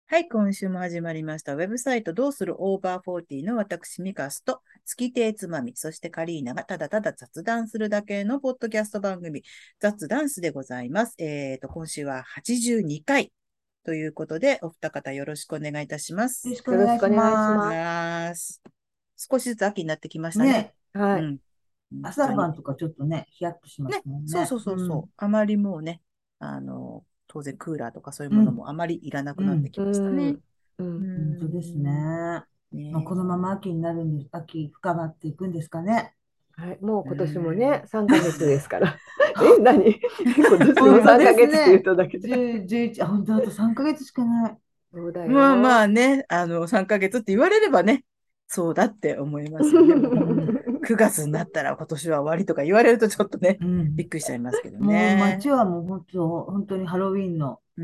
はい、今週も始まりました。ウェブサイトどうするオーバーフォーティーの私、ミカスと月亭つまみ、そしてカリーナがただただ雑談するだけのポッドキャスト番組、雑ダンスでございます。今週は82回ということで、お二方よろしくお願いいたします。 よろしくおよろ願いししくお願いします。 ます。 ます少しずつ秋になってきましたね。 ね、 はい。 うん、本当に。 朝晩とかちょっとね、ヒヤッとしまね、 すもんね。 そうそうそううん。 そう。あまりもうね、当然クーラーとかそういうものうん。 もあまりいらなくうん。 なってきうましたね。 ん。ううーん。 本当ですね。 ん。 まあ、 ねこのまま秋になるんです。秋深まっていくんですかね。 はい。もうう今年もね、 ん。 3ヶ月ですから。 あ、 何今年も3 本当ですヶ月って言うね。 とだけで。 10、11、あ、本当あと3ヶ月しかない。 そうだまあまあよ。 ね、3ヶ月って言われればね、そうだって思いますよね。もううん。 9月になったら今年は終わりとか言われるとちょっとね、 うん。 びっくりしちゃいますけどもうね。 街はもう本当にハロウィンのうん。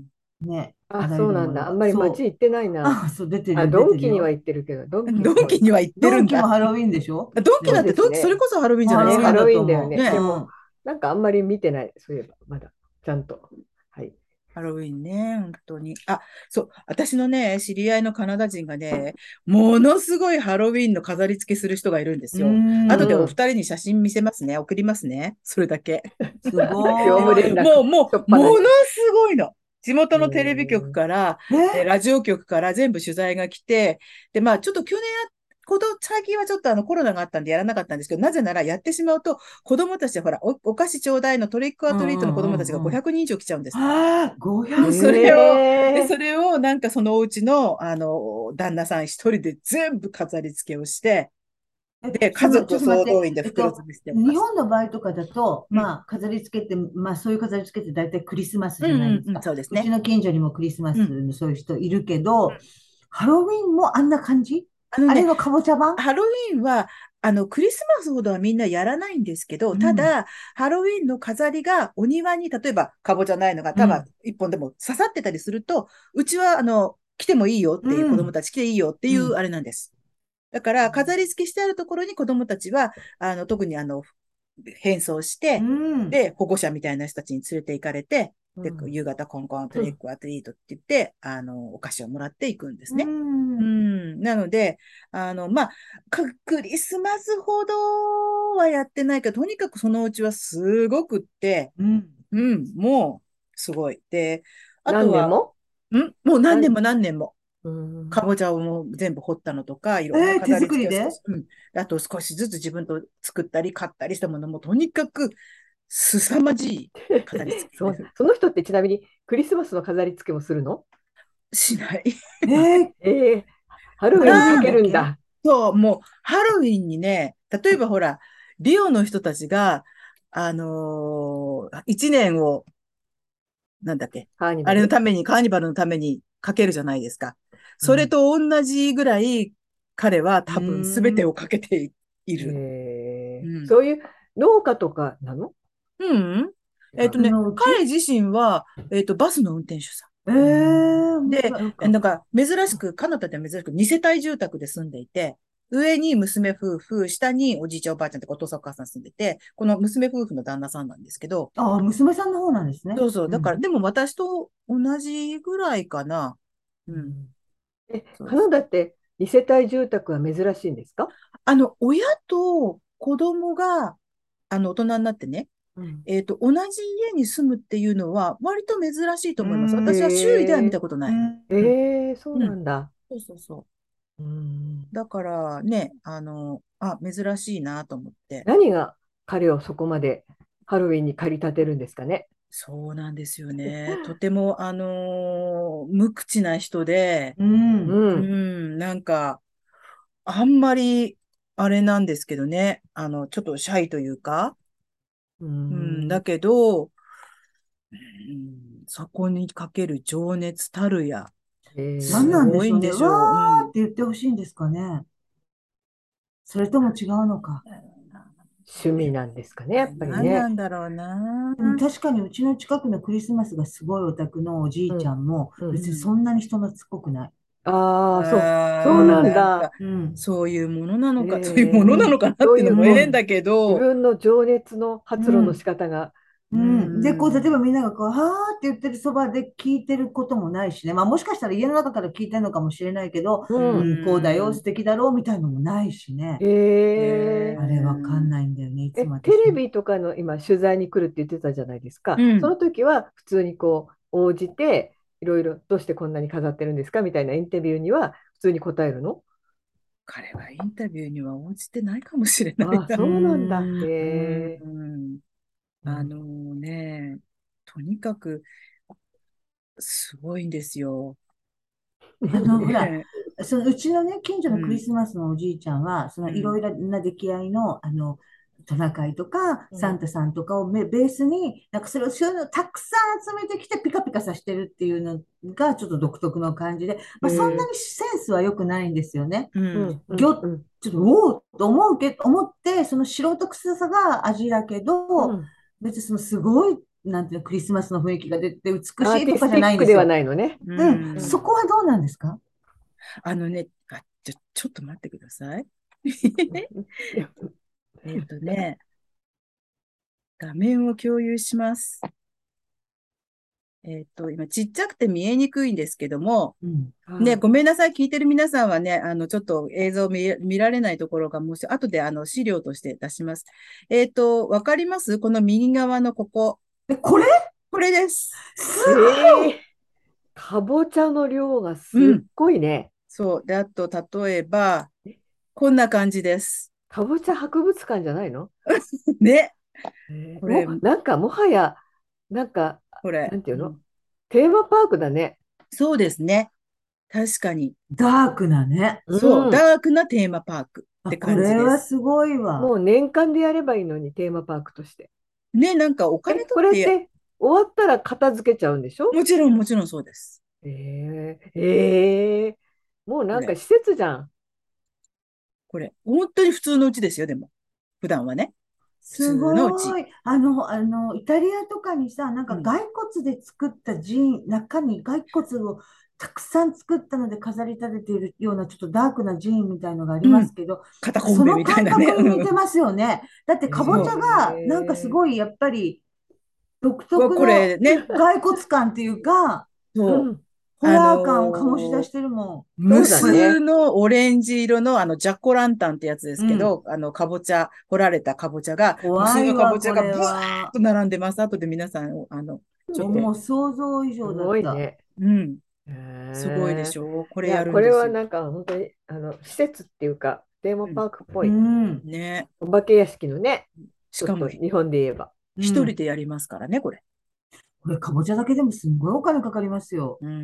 ね、ああ、 らゆそうなんだ。あんるものが。 まり街そう。 行ってないな。 あ、そう、出てるあ、 よ、 ド出てるよ。 ンキには行ってるけど、ドンキのドン方行ってない。 キには行ってドンキもるんだ。 ハロウィンでしょ？ ドンキそうなんてですね。 それこそハロウィンじゃないでハロウィンすか。 ね、ハロウィンだよだと思ね。 ね。 でも、 う。 なんかあんまり見てない。そういえば、まだ。ちゃんと。はい。 ハロウィンね、本当に。あ、そう、私のね、知り合いのカナダ人がね、ものすごいハロウィンの飾り付けする人がいるんでうーすよ。後でおうん。 二人に写真見せますね。送りますね。それだけ。 す業務ごーい。 連絡、しょっぱなに。 ものすごいの。地元えのテレビ局ー、 から、 え、 ラジオ局から全部取材が来て、で、まあ、ちょっと去年、最近はちょっとコロナがあったんでやらなかったんですけど、なぜならやってしまうと、子供たちはほら、お菓子ちょうだいのトリックアうんうトリートの子供たちがんうんうん。 500人以上来ちゃうんです。 はあ、 で、そ 500。 れを、そえれをなんかそのお家の、旦那さん一人で全部飾り付けをして、で、家ちょ族っと待って。 総動員で袋詰めしてます。 日本の場合とかだと、 うん。 まあ、飾り付けて、まあ、そういう飾り付けって大体クリスマスじゃうんうんうん、 ないですか。 そうですね。 うちの近所にもクリスマうん。 スのそういう人いるけど、ハロウィンもあんな感じ？ あのね、 あれのかぼちゃ版？ ハロウィンは、クリスマスほどはみんなやらないんですけど、 うん、 ただ、ハロウィンの飾りがお庭に、例えば、かぼちゃないのが、多分うん、 一本でも刺さってたりすると、うちは、来てもいいよっていう、子供うん、 たち来ていいよっていう、 うん。 あれなんです。だから、飾り付けしてあるところに子供たちは、特に変装しうて、 ん。 で、保護者みたいな人たちに連れて行かれて、で、 うん。 夕方コンコントうん。 リックアトリートって言って、お菓子をもらっていくんでうすね。うん。 ん。なので、まあ、クリスマスほどはやってないけど、とにかくそのうちはすごくって、 うん。 うん、もう、すごい。で、あとは、 何年ももう何年何、 も何年も。 うん。 かぼちゃをもう全部掘ったのとか、いろんな手飾り作りで？ 付けを少し、あと少しずつ自分と作ったり買ったりしたものも、とにかく凄まじい飾り付け。 その人ってちなみにクリスマスの飾り付けもするの？ しない。 えー、 ええ、ハロウハロウィィンにかけンだけ？ るんだ。 そう、もう、ハロウィンにね、例えばほら、リオの人たちが、一年を、なんだっけ、あカーニバル。 れのために、カーニバルのためにかけるじゃないですか。それうん。 と同じぐらい、彼はうー多分全てをん。 かけている。うん。 そういう農家とかなの？ うん。 違う。 のうち？ 彼自身は、バスの運転手さん。で、 面白い。なんか、 なんか、珍しく、カナダでは珍しく二世帯住宅で住んでいて、上に娘夫婦、下におじいちゃんおばあちゃんとかお父さんお母さん住んでて、この娘夫婦の旦那さんなんですけど、 あ、娘さんの方なんですね。 そうそう、だから、 うん。 でも私と同じぐらいかな。うん、 うん。カそうそう。 ナダって二世帯住宅は珍しいんですか？ 親と子供が、大人になってね、 うん。 同じ家に住むっていうのは、割と珍しいとう思います。私は周囲では見へえ、 たことない。 うん。 うん、 そううん。 なんだ。 そうそうそう。 うん。 だからね、珍しいなと思って。 何が彼をそこまでハロウィンに駆り立てるんですかね。 そうなんですよね。とても、無口な人で、 ううん。 うん。 なんか、あんまり、あれなんですけどね、ちょっとシャイというか、 うだん。 けど、そこにかける情熱たるや、 何すごいなんでしょうね。わんでしょう。 ーって言ってほしいんですかね。それとも違うのか。 趣味なんですかね、やっぱり何なね。 んだろうな。 でも確かにうちの近くのクリスマスがすごいお宅のおじいちゃうん。 んもうん。 別にうん。 そんなに人懐っこくない。 ああ、そうああ、 なんだ。 なんか、 うん。 そういうものなのか、そういうもうん。 のなのかなっていうのそういうも変うん。 だけど、 自分の情熱の発露の仕うん。 方が。 うん。で、こう、例えばみんながこう、はーって言ってるそばで聞いてることもないしね。まあもしかしたら家の中から聞いてるのかもしれないけど、 ううん。 うん、こうだよ、 ん。 素敵だろうみたいのもないしね。 へえ。 あれわかんないんだよね、いつもテレ私も。 ビとかの今取材に来るって言ってたじゃないですか。 うん。 その時は普通にこう応じて、いろいろどうしてこんなに飾ってるんですかみたいなインタビューには普通に答えるの？ 彼はインタビューには応じてないかもしれないああ、 な。 うそうなんだ。 ーん。 へうえ。 ん。 うん。 とにかくすごいんですよ。 ほら、 ね。 そのうちのね、近所のクリうん。 スマスのおじいちゃんは、そのいろうん。 いろな出来合いの、トナカイとか、 うん。 サンタさんとかをベースに、なんかそれを、そういうのをたくさん集めてきてピカピカさせてるっていうのがちょっと独特の感じで、まあそんなへえ。 にセンスは良くないんですよね。 うん。 うん。うん。うん。 ちょっと、おおと思って、その素人臭さが味だけど、 うん。 別にそのすごい、なんていうの、クリスマスの雰囲気が出て美しアーティスいとかじゃティックではないんですよ。 ないのね。 うん、 うん。 そこはどうなんですか？ ちょっと待ってください。 うん。いや。 えっとね、画面を共有します。今ちっちゃくて見えにくいんですけども、 うん。 ね、 あごめんなさい。聞いてる皆さんはね、ちょっと映像見られないところが、もし、後で資料として出します。わかりますこの右側のここ。 これこれです。 すー、 ごい。 かぼちゃの量がすっうん。 ごいね。 そう。で、あと、例えば、こんな感じです。 かぼちゃ博物館じゃないの？ ね。これ、 もう、なんかもはや、なんか、 これ。 なんていうの？ うん。 テーマパークだね。 そうですね。確かに。 ダークなね。 そう。 うん。 ダークなテーマパークっあ、 てこれ感じです。 はすごいわ。 もう年間でやればいいのに、テーマパークとして。 ね、なんかお金こ取って、 れって終わったら片付けちゃうんでしょ？ もちろんそうです。 ええ、もうこれ。 なんか施設じゃん。 これ。本当に普通のうちですよ、でも。普段はね。普す通のうち。 ごい。イタリアとかにさ、なんうん。 か骸骨で作った寺院、中に骸骨をたくさん作ったので飾り立てているようなちょっとダークな寺院みたいのがありうん。 ますけど、なんか肩コンベその感みたいなね。 覚に似うん。 てますよね。だってかぼちゃそう。 がなんかすごいやっぱり独特これのね。 骸骨感っていうか、 そう。 うん。 ホラー感を醸し出してるも無そうだん。これ、 数ね。 のオレンジ色のジャッコランタンってやつでうん。 すけど、かぼちゃ、掘られたかぼちゃが、無数のかぼ怖いわ、これちゃがブワーッは。 と並んでます。後で皆さん、ちょっと、 もう想像以す上だった。 ごいね。 うん、 へすごいでえ。 しょう。これやいや、これるんですよ。 はなんか本当に施設っていうか、テーマうん。 パークっぽうい。 ん。 ね。 お化け屋敷のね、ちょっしかも、 と日本で言えば。 一人うん。 でやりますからね、これ。 これ、かぼちゃだけでもすんごいお金かかりますよ。 うん。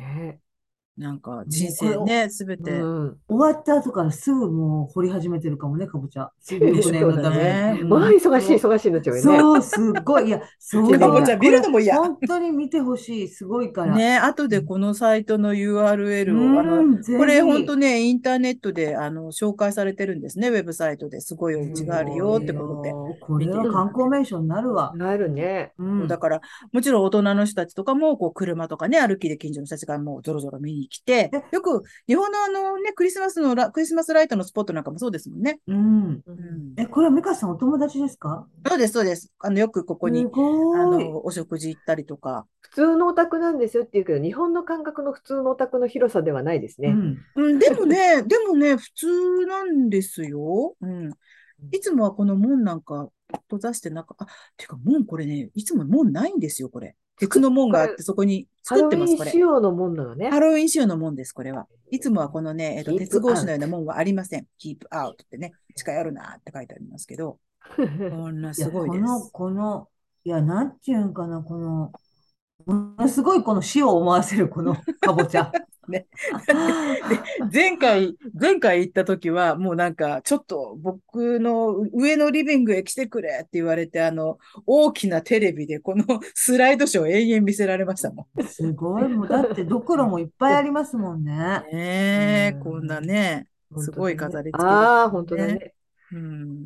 ね。 なんか、人もうこれを生ね、すべうて。 ん。 終わった後からすぐもう掘り始めてるかもね、かぼちゃ。翌年そうのために。 だね。 ね、 まあ、 本忙しい、 当。 忙しいのちゃうよね。 そう、すっごい。いや、そう一年が。 かぼちゃ見だよ。これ、 るのも嫌。 本当に見てほしい。すごいから。 ね、後でこのサイトのう URL を、 ん、 こぜれ本当ひ。 ね、インターネットで、紹介されてるんですね、ウェブサイトですごいお家があるすごよっていことでよ。こ見てれは観いただける。 光名所になるわ。 なるうん。 ね。 うん。 そうだから、もちろん大人の人たちとかも、こう、車とかね、歩きで近所の人たちがもうぞろぞろ見に来て、 え、 よく、日本のね、クリスマスライトのスポットなんかもそうですもんね。 うん。 うん。 うん。 これは美香さんお友達ですか？ そうです、そうです。よくここすに、 ごい。 お食事行ったりとか、 普通のお宅なんですよって言うけど、日本の感覚の普通のお宅の広さではないですね。 うん。 うん、でもね、普通なんですよ。うん。いつもはこの門なんか閉ざしててか門これね、いつも門ないんですよ、これ。鉄の門これ、 があってそこにハロウ作ってます、これ。 ィン仕様のもんなのね。 ハロウィン仕様の門です、これは。いつもはこのね、 キー鉄格子のようプアウト。 な門はありません。keep out ってね、近寄るなって書いてありますけど、こんないや、 すごいです。 いや、なんていうんかな、ものすごいこの死を思わせるこのかぼちゃ。 ね。だって、で、前回行った時は、もうなんか、ちょっと僕の上のリビングへ来てくれって言われて、大きなテレビでこのスライドショーを延々見せられましたもすごい、もうだってドクん。うん。 ロもいっぱいありますもんね。 うねえ、こんなん。 ね、すごい本当だね。 飾り付けですああ、本当だね。 ね。 うん。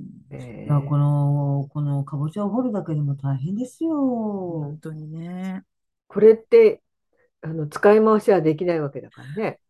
いや、 えこのかぼちゃを掘るだけでも大変ですよ。 本当にね。 これって使い回しはできないわけだからね。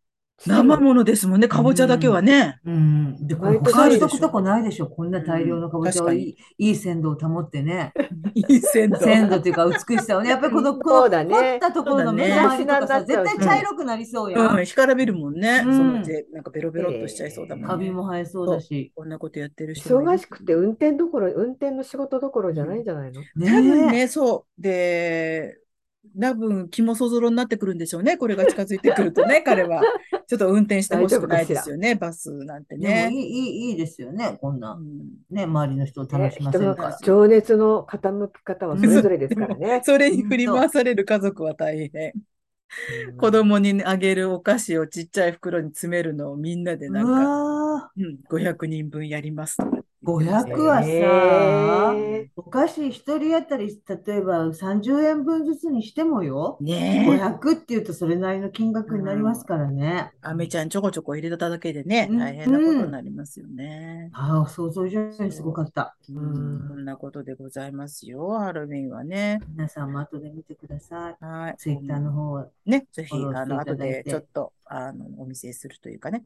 生ものですもんね、かぼちゃだけはね。 で、これ毎保管し年、 とくとこないでしょ。こんな大量のかぼちゃ確かに。 をいい鮮度を保ってね。 いい鮮度。 鮮度っていうか美しさをね。やっぱりこのそうだ掘っね。 たとそうだころの目のね。 周りとかさ、 しなしなになっちゃ絶対うし。 うん。 茶色くなりそうやうん、 ん。 干からびるもんね。そのううん。 ち、なんかベロベロっとしちゃいそうだもんカビね。 も生えそうだそう。 し。 こんなことやってる人がいる。 忙しくて運転の仕事どころじゃないんうん。 じゃないの？ 多分ねね、そう。で、多分気もそぞろになってくるんでしょうね。これが近づいてくるとね、彼は。ちょっと運転してほ大丈しくない夫かしら。 ですよね、バスなんてえ。でもね。 いいですよね。こんな、 うん。 ね、周りの人を楽ね、 しま人のせるから。 情熱の傾き方はそれそうん。 ぞれですでも、 からね。 それに振り回ほんと。 される家族は大変。 う子ん、 供にあげるお菓子をちっちゃい袋に詰めるのをみんなでうなんか、 わー。 うん、500人分やりますとか言ってました 500 よ。 はさ、 えお菓子一人当たり、例えば30円分ずつにしてもよ、 ね 500っていうとそれなりの金え。う額になりますん。 からね。 アメちゃんちょこちょこ入れただけでね、 うん、 大変なことにうん。 なりますよね。 ああ、想像以上にすごそかった。 う。ううん、そん、 んなことでございますよ、ハロウィンはね。 皆さんも後で見てください。 はい。 ツイッターの方をね、ぜひ、 フォローしていた後でちょっだいて。 と、お見せするというかね。 うん。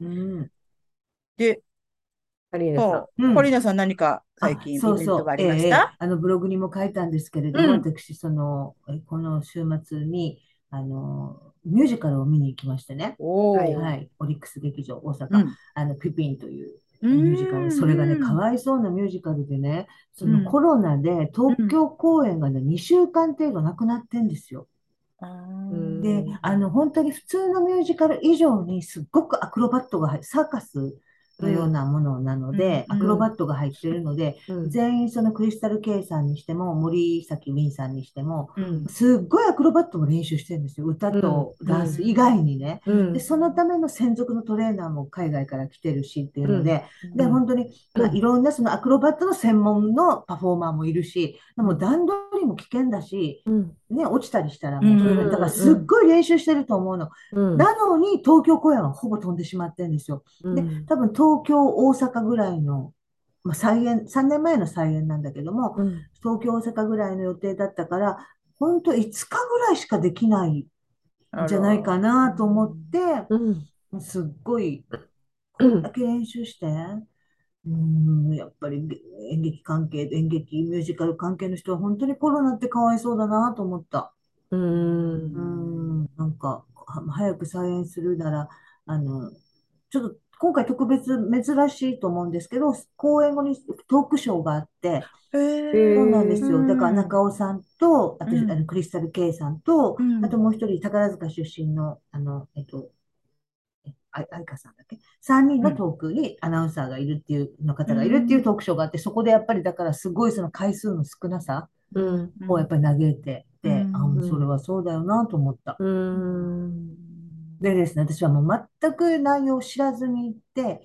で、 アリーナさん。 そう、 うん。 コリーナさん何か最あ、 近イそうそう。 ベントはありました？ ブログにも書いたんですけれども、 うん。 私、この週末に、ミュージカルを見に行きましてね。 はい。 おー。 はい、オリックス劇場大阪、 うん。 ピピンといううーミュージカル、それがね、かん。 わいそうなミュージカルでね、そうん。 のコロナで東うん。 京公演がね、2週間程度なくなってんですよ。 あうで、 ー。 ん、 本当に普通のミュージカル以上にすっごくアクロバットが入サーカスのよううん、 なものなのうん。 で、アクロバうん。 ットが入っているので、 うん、 全員そのクリスタル・ケイさんにしても、森崎ウィンさんにしても、 うん。 すっごいアクロバットも練習してるんですよ。歌うん、 とうダンス以外にね。で、 うん、 そのための専属のトレーナーも海外から来てるしっていううん、 ので、で、 うん、 本当に、いろんなそのアクロバットの専門のパフォーマーもいるし、もう段取りも危険だし、 うん、 ね、落ちたりしたらうもうそれが、だからすっん。 ごい練習してると思うの。 うん、 なのに東京公演はほぼ飛んでしまってるんですよ。で、 うん、 多分東京、大阪ぐらいの、まあ、3年前の再演なんだけども、 うん、 東京、大阪ぐらいの予定だったから、本当5日ぐらいしかできないんあら。 じゃないかなと思っうんて、 うん、 すっごい、こんだうん、 け練習して、やっぱり演劇、ミュージカル関係の人は本当にコロナってかわいそうだなと思った。 うん、 なんか、早く再演するなら、ちょっと今回特別珍しいと思うんですけど、公演後にトークショーがあって、 へえそうなんでうすよ。だからん。 中尾さんと、あと、 うん。 クリスタル・ケイさんと、 うん。 あともう一人、宝塚出身の、愛花さんだっけ？ 3 人うん。 のトークにアナウンサーがいるっていう、のう方がいるっていうん。 トークショーがあって、そこでやっぱりだからすごいその回数の少なさうん、 をやっぱり嘆いてうて、あ、もううん、 それはそうだよなと思った。 うん、 でですね、私はもう全く内容を知らずに行って、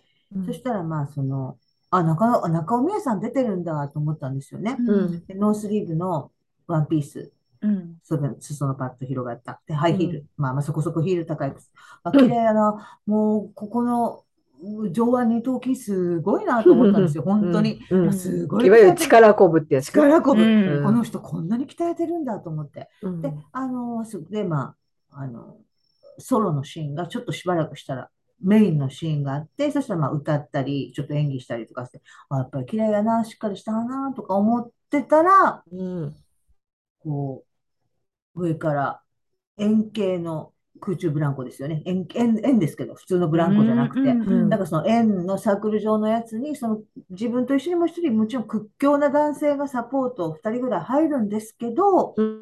うん、 そしたらまあ中尾美恵さん出てるんだと思ったんですよね。 うん、 でノースリーブのワンピース、 うん。 裾のパッと広がった。で、ハイうん、 ヒール。まあそこそこヒール高いです。あ、綺麗やな。もう、ここの上腕二頭筋すごいなと思ったんですよ。本当に。 うすごいいわゆる鍛えてる。 力こぶってやつ。 力こぶ。 ん。 この人こんなに鍛えてるんだと思って。で、 うん、 まあ、ソロのシーンがちょっとしばらくしたら、メインのシーンがあって、そしたらまあ歌ったり、ちょっと演技したりとかして、あ、やっぱり綺麗やな、しっかりしたな、とか思ってたら、 うん、 こ上から円形の空中ブランコですよね。円ですけど、普通のブうランコじゃなん。 くて、 うん、 だからその円のサークル状のやつに、その自分と一緒にもう一人、もちろん屈強な男性がサポート2人ぐらい入るんですけど、 うん、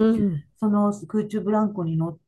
その空中ブランコに乗って、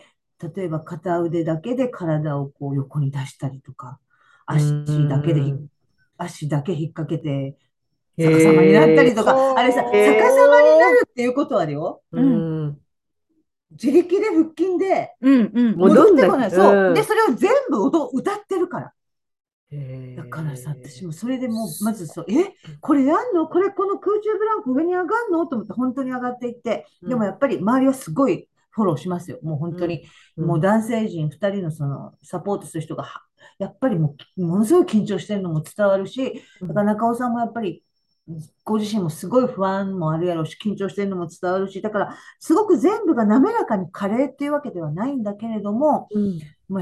例えば片腕だけで体をこう横に出したりとか、 う足だけでん、 足だけ引っ掛けて逆さまになったへえ、 りとか、あれさ、逆さまになほー。 るっていうことはよ、 ううん。 ん、 自力で腹筋でうん。うん。うん。 戻ってこない。そう。で、 うん。 それを全部歌ってるから。 へだからさ、私もえ。 それでもう、まずそう、 すごこれやんのこの空中ブランコ上に上がんのと思って本当に上がっていって、 うん、 でもやっぱり周りはすごいフォローしますよ。もう本当に、 うん、うん、 もう男性陣2人のそのサポートする人がやっぱりものすごい緊張してるのも伝わるし、 うん、 だから中尾さんもやっぱり、ご自身もすごい不安もあるやろうし、緊張してるのも伝わるし、だからすごく全部が滑らかに華麗っていうわけではないんだけれども、 うん、 もうやっぱ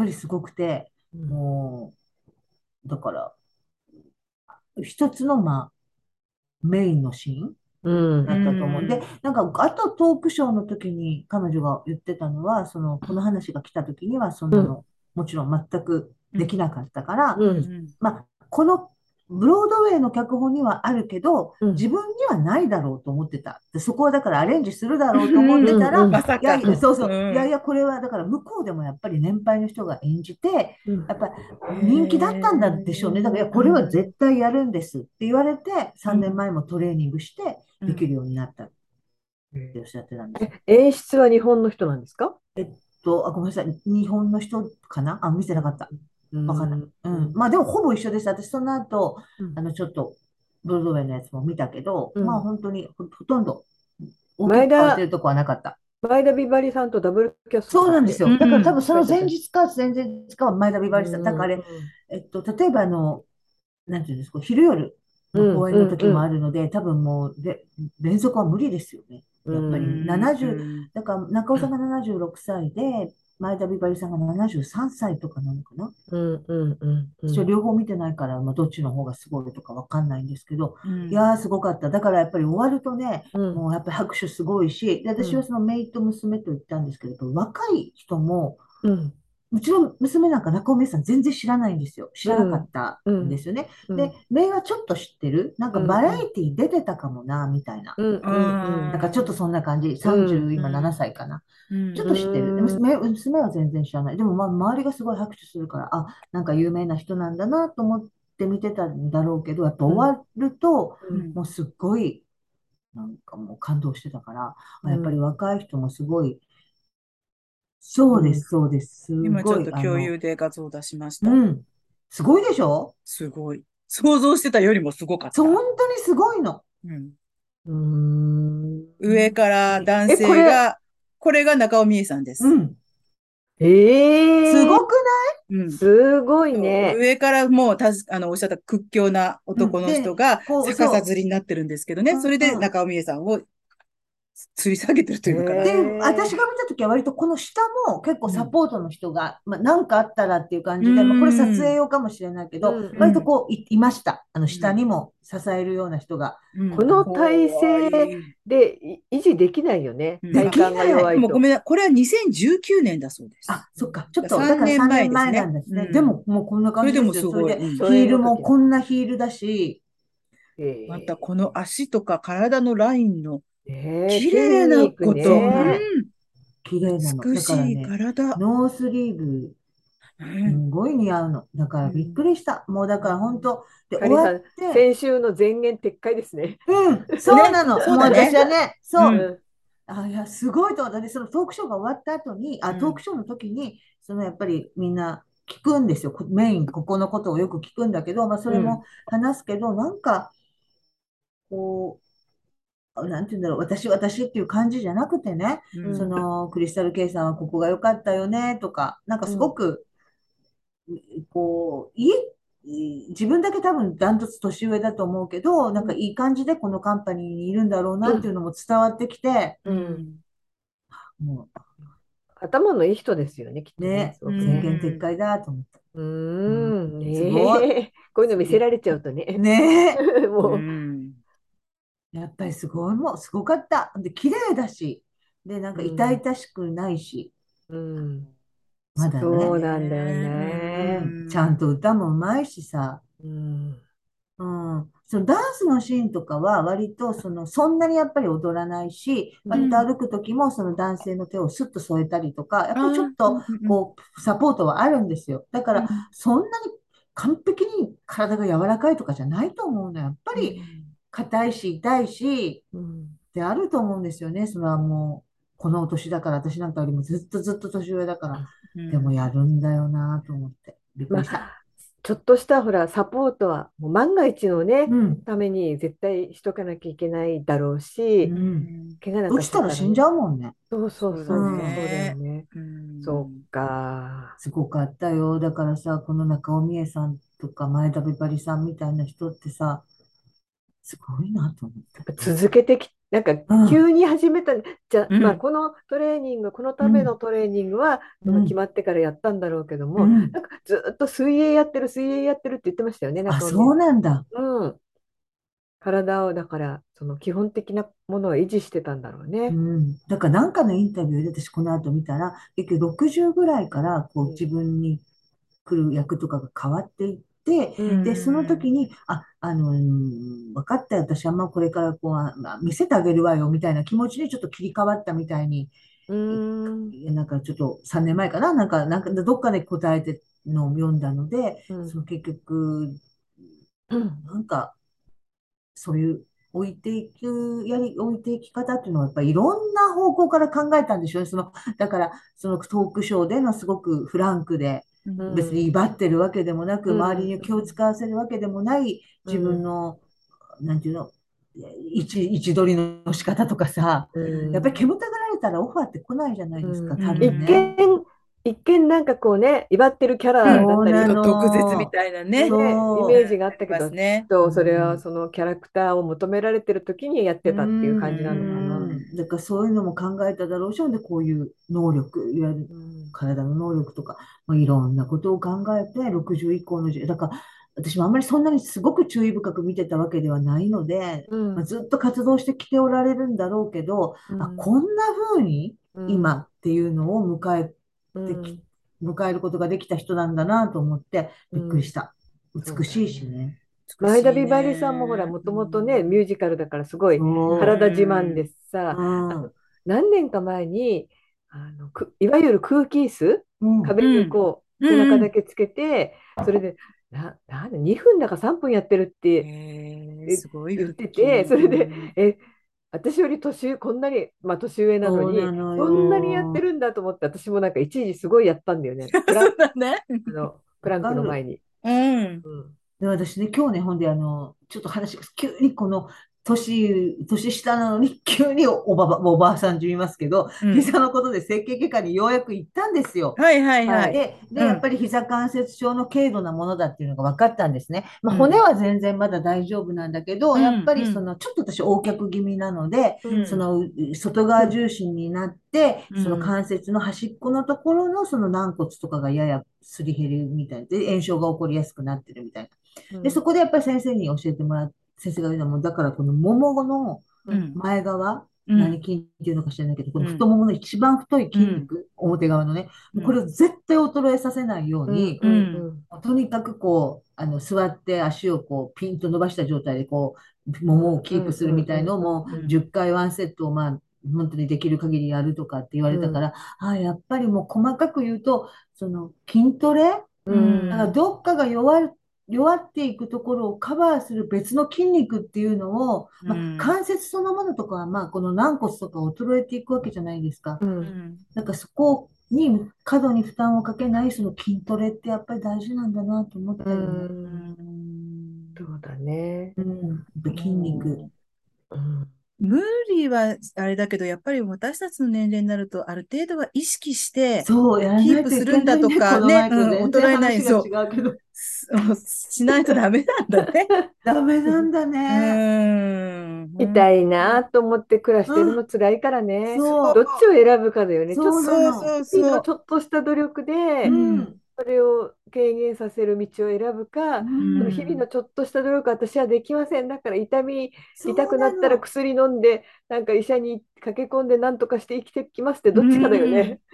ぱりすごくて、 うんもう、だから、一つの、メインのシーンうんだったと思う。で、なんか、あとトークショーの時に彼女が言ってたのは、この話が来た時には、そんうんなの、もちろん全くできなかったから、 うんこのブロードウェイの脚本にはあるけど、 うん自分にはないだろうと思ってた。で、そこはだからアレンジするだろうと思ってたら、 うんまさか。 そうそう、いやいうん。 や、これはだから向こうでもやっぱり年配の人が演じて、 うんやっぱり人気だったんだでしょうね。だから、いや、 へえ。 これは絶対やるんですって言われて、3年うん前もトレーニングしてできうんるようになったっておっしゃってたんですよ。 演出は日本の人なんですか？ ごめんなさい。日本の人かな見てなかった。 うわかんない。 んうん。 うんまあでもほぼ一緒です。私その後、 うんちょっと、ブロードウェイのやつも見たけど、まあうん。 本当にほとんど大きく変わって前田、 るとこはなかった。 前田美波里さんとダブルキャストってそうなんですよ。だから多うん分その書いてあった。 前日か前々日かは前田美波里さん。だからあれ、 うん例えばなんていうんですか、昼夜のうん公演うんの時もあるので、多分もう連続は無理ですよね。 うやっぱりん 70、だから中尾さんが76歳で、前田美波里さんが73歳とかなのかな。 うんうんうんうん私は両方見てないから、どっちの方がすごいとかわかんないんですけど、 うんいやーすごかった。だからやっぱり終わるとね、 うんもうやっぱり拍手すごいし、で、 うん私はその姪と娘と言ったんですけど、若い人も、 うんうちの娘なんか中尾明さん全然知らないんですよ。知らなかうんったうんんですよね。で、 うん姪はちょっと知ってる。なんかバラエうんティ出てたかもな、みたいな。 うんうんうんなんかちょっとそんな感じ。 うん 30、今7歳かな。ちょっと知ってる。でうん娘は全然知らない。でも周りがすごい拍手するから、なんか有名な人なんだなと思って見てたんだろうけど、やっぱうん終わると、 うんもうすっごい、なんかもう感動してたから、やっぱりうん若い人もすごい、そうです、 うんそうです。すごい、 今ちょっと共有で画像を出しました。 うん。すごいでしょ？ すごい。想像してたよりもすごかっそう、 た。 本当にすごいの。 うん。 うん。 上から男え、これ、 性が、これが中尾美恵さんです。 うん。すええごくうん。 すごいそうね。 上からもうおっしゃった屈強なない？うん。 男の人で、 がこう、 逆さそ吊りになってるんですけどね。 う。うん、 それでうん。 中尾美恵さんを吊り下げてるというのかな。 で、 ええ私が見たときは割とこの下も結構うん。 サポートの人が、なんかあったらっていう感うじで、これ撮影ん。 用かもしれないけど、 うん割とうん。 こういました。 うん。 下にも支えるような人が。 うん。 この体怖い。 勢で維持できないよね。 うん。 でき体幹がない。 弱いと。 でもごめんな、これは2019年だそうです。 そっか。ちょっと、だ 3 から年 3年前な前ですね。 んですね。でうん。 も、もうこんなそれで感じですよ。それもすごい。 で、 うん。 初ヒールも演の時の。 こんなヒールだし、 またこえの足とか体のラインの綺筋麗な肉こと。うそうなの。 ね。 ん。 綺麗なの。だから美しいね、 体。 ノースリーブ、 うすん。 んごい似合うの。だからびっくうん。 りした。もうだから本当、で、終わっかりんさん、 て、 先週の前言撤回ですね。 うん、そうね。 なの。もうそうだね。 私はね、そう。 うん。 うん。 いや、すごいと思ったね。そのトークショーが終わった後に、トークうん。 ショーの時に、やっぱりみんな聞くんですよ。メイン、ここのことをよく聞くんだけど、それもうん。 話すけど、なんか、こなんて言うんだろう、私っていう感じじゃなくてね、 うん。 うん。 クリスタル・ケイさんはここが良かったよね、とか、なんかすごうん。 く、こう、自分だけ多分ダントツ年上だと思うけど、なんかいい感じでこのカンパニーにいるんだろうなっていうのも伝わってきて、 うん。 も頭のいい人ですよね、きっとね、 ね、 すうごくね。 全言撤ん。 回だと思った。 ううん、 ーん、 すごい。 ねえ。こういうの見せられちゃうとね。 ねうもん。 やっぱりすごいもう、すごかった。で、綺麗だし、で、なんう、 かうん、 痛々しくないし、 うん。 まだね、 そうなんだよね。うね。 ちゃんん。 と歌もうまいしさ、 うん、 うん、そのダンスのシーンとかは割とそんなにやっぱり踊らないし、 うん、 割とうん。 歩く時もその男性の手をスッと添えたりとか、やっあぱりちょっあ、うとんうんうん。 こうサポートはあるんですよ。だからうんそんなに完璧に体が柔らかいとかじゃないと思うの。やっぱうりん硬いし痛いし、 うん。 であると思うんですよね。それはもうこのお年だから私なんかよりもずっとずっと年上だから。でもやるんだよなと思ってびっくりした。 まあ、ちょっとしたほら、サポートは、もう万が一のね、 うん。 ために絶対しとかなきゃいけないだろううし、 ん。 怪我なんかしちゃ落ちたらったらね。 死んじゃうもんね。 そうそうそうだそう、 うん。 そうだよね。 ね。 うそん。 っか。 すごかったよ。だからさ、この中尾美恵さんとか前田美波里さんみたいな人ってさ、 すごいなと思って。 続けてなんかうん急に始めた、じゃあ、まあ、 うんこのトレーニング、このためのうんトレーニングはその決うんまってからやったんだろうけども、 うんなんかずっと水泳やってる、水泳やってるって言ってましたよね、なんあ、 かね。 そうなんだ。 うん。体を、だから、その基本的なものを維持してたんだろうね。 だからなんかのインタビューで私この後見たら、結局60ぐらいからこう自うん。 分に来る役とかが変わっていって、 うで、その時ん。 に、分かったよ、私はまあこれからこう、見せてあげるわよ、みたいな気持ちにちょっと切り替わったみたいに、 うん。 なんかちょっと3年前かな、なんかどっかで答えてのを読んだので、 うん。 その結局、 うん。 なんかそういう置いていき方っていうのはやっぱりいろんな方向から考えたんでしょうね。だからそのトークショーでのすごくフランクで、 うん別に威張ってるわけでもなく、 うん。 周りに気を使わせるわけでもない自分うん。 の、なんていうの、位置取りの仕方とかさ、 うん。 やっぱり煙たがられたらオファーって来ないじゃないですか、 うん。 多一分ね。 見、一見なんかこうね、威張ってるキャラだうん。 ったり、 そうな毒舌みの。 たいなね。 ね、イうん、 そメージがあありったけど、きっますね。 う。 とそれはそのキャラクターを求められてる時にやっうてたっていう感じなのかな。 だからそういうのも考えただろうし、ほんでこういう能力、いわゆるうん。 体の能力とか、いろんなことを考えて、60以降のだから私もあんまりそんなにすごく注意深く見てたわけではないので、 うん。 ずっと活動してきておられるんだろうけど、こうん。 んな風にうん。 今っていうのをてき、 うん。 迎えることができた人なんだなと思ってびっくりうん。 した。 そうだ美しいしね。 ね。 前田美しい美波さんもほら、 ね。 もうともとね、ミュん。 ージカルだからすごいうそ体自慢でん。 う。 さ、 うん。 何年か前に、いわゆる空気椅子、 うん。 壁にうん。 こう、背中うん。 だけつけて、それで、2分だか3分やってるってすごい言っ腹筋。 てて、そうれで、 ん。 私よりこんなに、まあ、年上なのに、 そうなのそんなにやってよ。 るんだと思って、私もなんか一時すごいやったんだよね。 そうだね。 プランクわかる。 の前に。 うん。 うん。 で、私ね、今日ね、ほんで、ちょっと話が、急に年下なのに、急におばあさんじみますけど、 うん。 膝のことで整形外科にようやく行ったんですよ。 はいはいはい。 はい。 で、やっぱうん。 り膝関節症の軽度なものだっていうのが分かったんですね。まあ、骨うん。 は全然まだ大丈夫なんだけど、 うやっん。うん。 ぱりちょっと私横脚気味なので、 うん。 外側重心になって、そのうん。 関節の端っこのところのその軟骨とかがややすり減るみたいで、炎症が起こりやすくなってるみたいな。で、そうん。 こでやっぱり先生が言うのはもう、だからこのもものうん。 うん。 前側、 うん。 何筋っていうのか知らないけど、この太うん。 ももの一番太いうん。 筋肉、表側のね、もうこれうん。 を絶対衰えさせないよううん。 に、 うん。ううん。 ん。 とにかくこう、座って足をこう、ピンと伸ばした状態でこう、ももをキープするみたいのをもう10回ワンセットをまあ、本当にできる限りやるとかって言われたから、やっぱりもう細かく言うと、その筋トレううん。 だからん。 どっかが弱っていくところをカバーする別の筋肉っていうのを、 うん。 関節そのものとかは、この軟骨とか衰えていくわけじゃないですか。 うん。 うん。 なんかそこに過度に負担をかけないその筋トレってやっぱり大事なんだなと思っうたよね。 うん。 ん。 そうだね。 うん。やっぱ筋肉。 もう、 うん。 無理はあれだけど、やっぱり私たちの年齢になると、ある程度は意識して、 そう、やらキーないといプするんだけないね。ことか、ね、 の前とうん、 全然衰えない、 話が違そう、 うけど。 しないとダメなんだね。 ダメなんだうね。 ーん、本痛い当に。 なと思って暮らしてるうん。 の辛いからね。 そそう。 どっちを選ぶかだよね。ちょっそうと、 なの。 そうそう日々のそちょっとした努力う。うで、 ん、 うん。 それを軽減させる道を選ぶうか、 うその日々 ん。 のん、 ちょっとした努力、私はできません。だから痛そうくなったらなの。 薬飲んで、なんか医者に駆け込んで何とかして生きてきますってうどっちかだよん、 ね。 うん、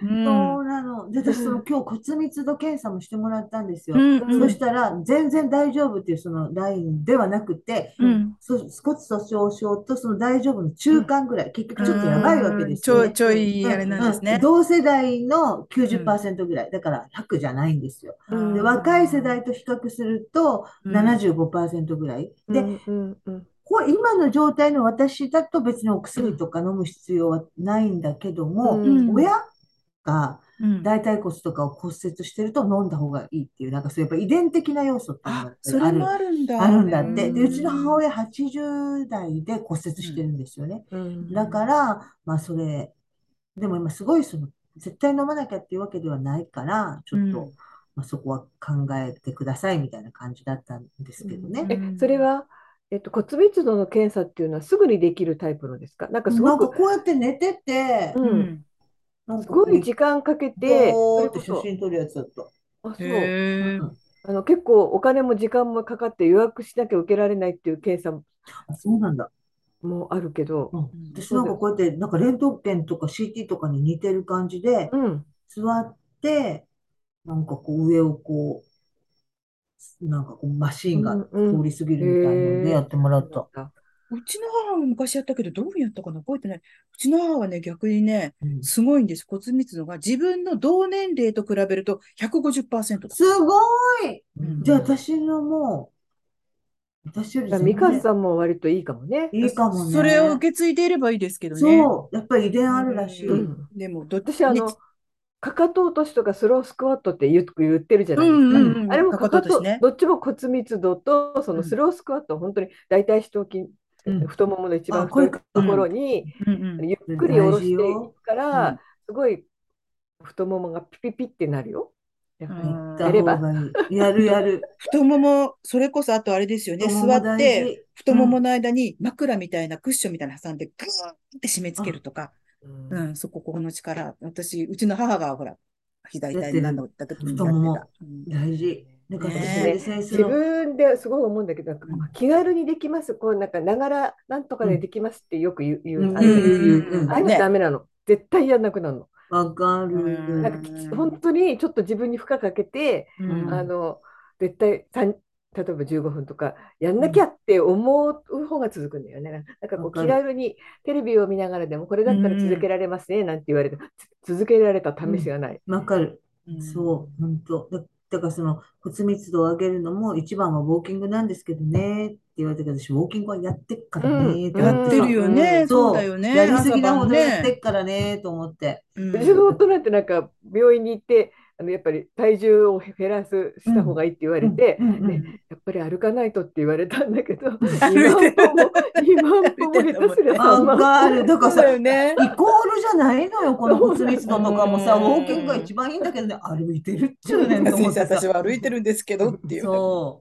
そうなの。で、私、今日骨密度検査もしてもらったんですよ。 うん、 うん、 そしたら、全然大丈夫っていうそのラインではなくて、 うん、 うん、 骨粗しょう症とその大丈夫のうん、 中間ぐらい、結局うちょっとやばいわけん、 ですよね。 ちょうん、 い、あれなんですうん、 ね。 同世代のうん、 90%ぐらい、だから100じゃないんですよ。 うで、 ん、 若い世ああ、 代と比較するとうん、 75%ぐらい。で、 うん、うん、うん、 今の状態の私だと別におうん、 薬とか飲む必要はないんだけどうも、親ん、 がうん。 大腿骨とかを骨折してると飲んだ方がいいっていう、なんかそういうやっぱ遺伝的な要素っていうのがやあ、 っぱりそれもあるんあだ。へるんだって。で、うちの母え。 親80代で骨折うん、 してるんですよね。 うだかん、 ら、でも今すごい絶対飲まなきゃっていうわけではないから、ちょうん、 っと、そこは考えてくださいみたいな感じだったんですうん。 けどね。 うん。 それは骨密度の検査っていうのはすぐにできるタイプのですか？なんかすなんかごく、 こうやって寝てて、 うん、 なんすごいかこう、 時間かけて、そぼーって写れこそ、 真撮るやつだった。 あ、 へそう、 え。 うん。 結構お金も時間もかかって予約しなきゃ受けられないっていう検査あ、そうなんだ。 もあるけど、 うん。 うん。 私なんかそうで、 こうやって、なんかレントゲンとか CT とかに似てる感じで、 うん、 座って、なんかこう上をこう、なんかこうマシうンがん、うん。 通り過ぎるみたいなんでへえ、 やってもらそった。 うなんだ。 うちの母も昔やったけど、どうやったかな覚えてない。うちの母はね、逆にね、 うん。 すごいんです。骨密度が自分の同年齢と比べると150%だ。 すごい。 ううん。 じゃあん。 私のもう、私よりミカ全然さんも割といいかもね。 いいかもそれをね。 受け継いでいればいいですけどね。 そう。やっぱり遺伝うあるらしい。 ん。 うん。 でも、 私、 ね、 かかと落としとかスロースクワットって言ってるじゃうないですか。 うん。 んうんうん。 あれもかかとですね。 どっちも骨密度と、そのスうん。 ロースクワットは本当に大腿四頭筋、 うん。 太ももの一あ、 番太いこれか。 ところうん。 に、 うんうん。 ゆっくり下大ろしてい事よ。 くから、 うん。 すごい太ももがピピピってなるよ。やっうぱり。 やったやれば。 方がいい。やるやる。 太もも、それこそあとあれですよね。座太ももって、 大事。 太ももうん。 の間に枕みたいなクッションみたいなの挟んで、グーって締め付けるあ、 とか。 うん。 うん、ここの力。私、うちの母がほら、膝痛いの何のやってる。 った時にやってた。 太もも。 うん、 大事。 ね、 だから私それねで先生自の、 分ですごい思うんだけど、なんかえ。うん。 気軽にできます、こうなんかながらなんとかうん。 でできますってよく言う、 うん、 あるじゃないですか。 言う言う言う。うん。 ああいうのダね。 メなの。絶対やんなくなるの。 わかうる。 なんか本ん。 当にちょっと自分に負荷かけて、 うん。 うん。 あの、絶対例えば15分とかやんうん。 なきゃって思う方が続くんだよね。なんかこう気わかる。 軽にテレビを見ながらでもこれうだったら続けん。 られますねなんて言われて、続けられたうん。 試しがない。 わかる。 うん。 そう、本当。だからその骨密度を上げるのも一番はウォーキングなんですけどねって言われたけど、私ウォーキングはやってっからうん、 ねとや思ってさ、 ってるよね。そうだそう、やよね。 りす朝ぎなほどやっ晩ね。 てっからねと思って。 ううちのん。 夫なんてなんか病院に行ってやっぱり体重を減らすうん、 した方がいいって言わうん、 れて、 うん、ううでん。 やっぱり歩かないとって言われたんだけど、2 歩いてる。 万歩も2万歩い歩もてんだもん下手すりゃ3 わ万歩。 かる。だからそうだよさ、 ね。 イコールじゃないのよ、このそうなん骨密う度とかもさ、ウォーキングがーん。 一番いいんだけどね、歩いてるっちゅうねんと思先生、 ってさ。 私は歩いてるんですけどっていう。 そう。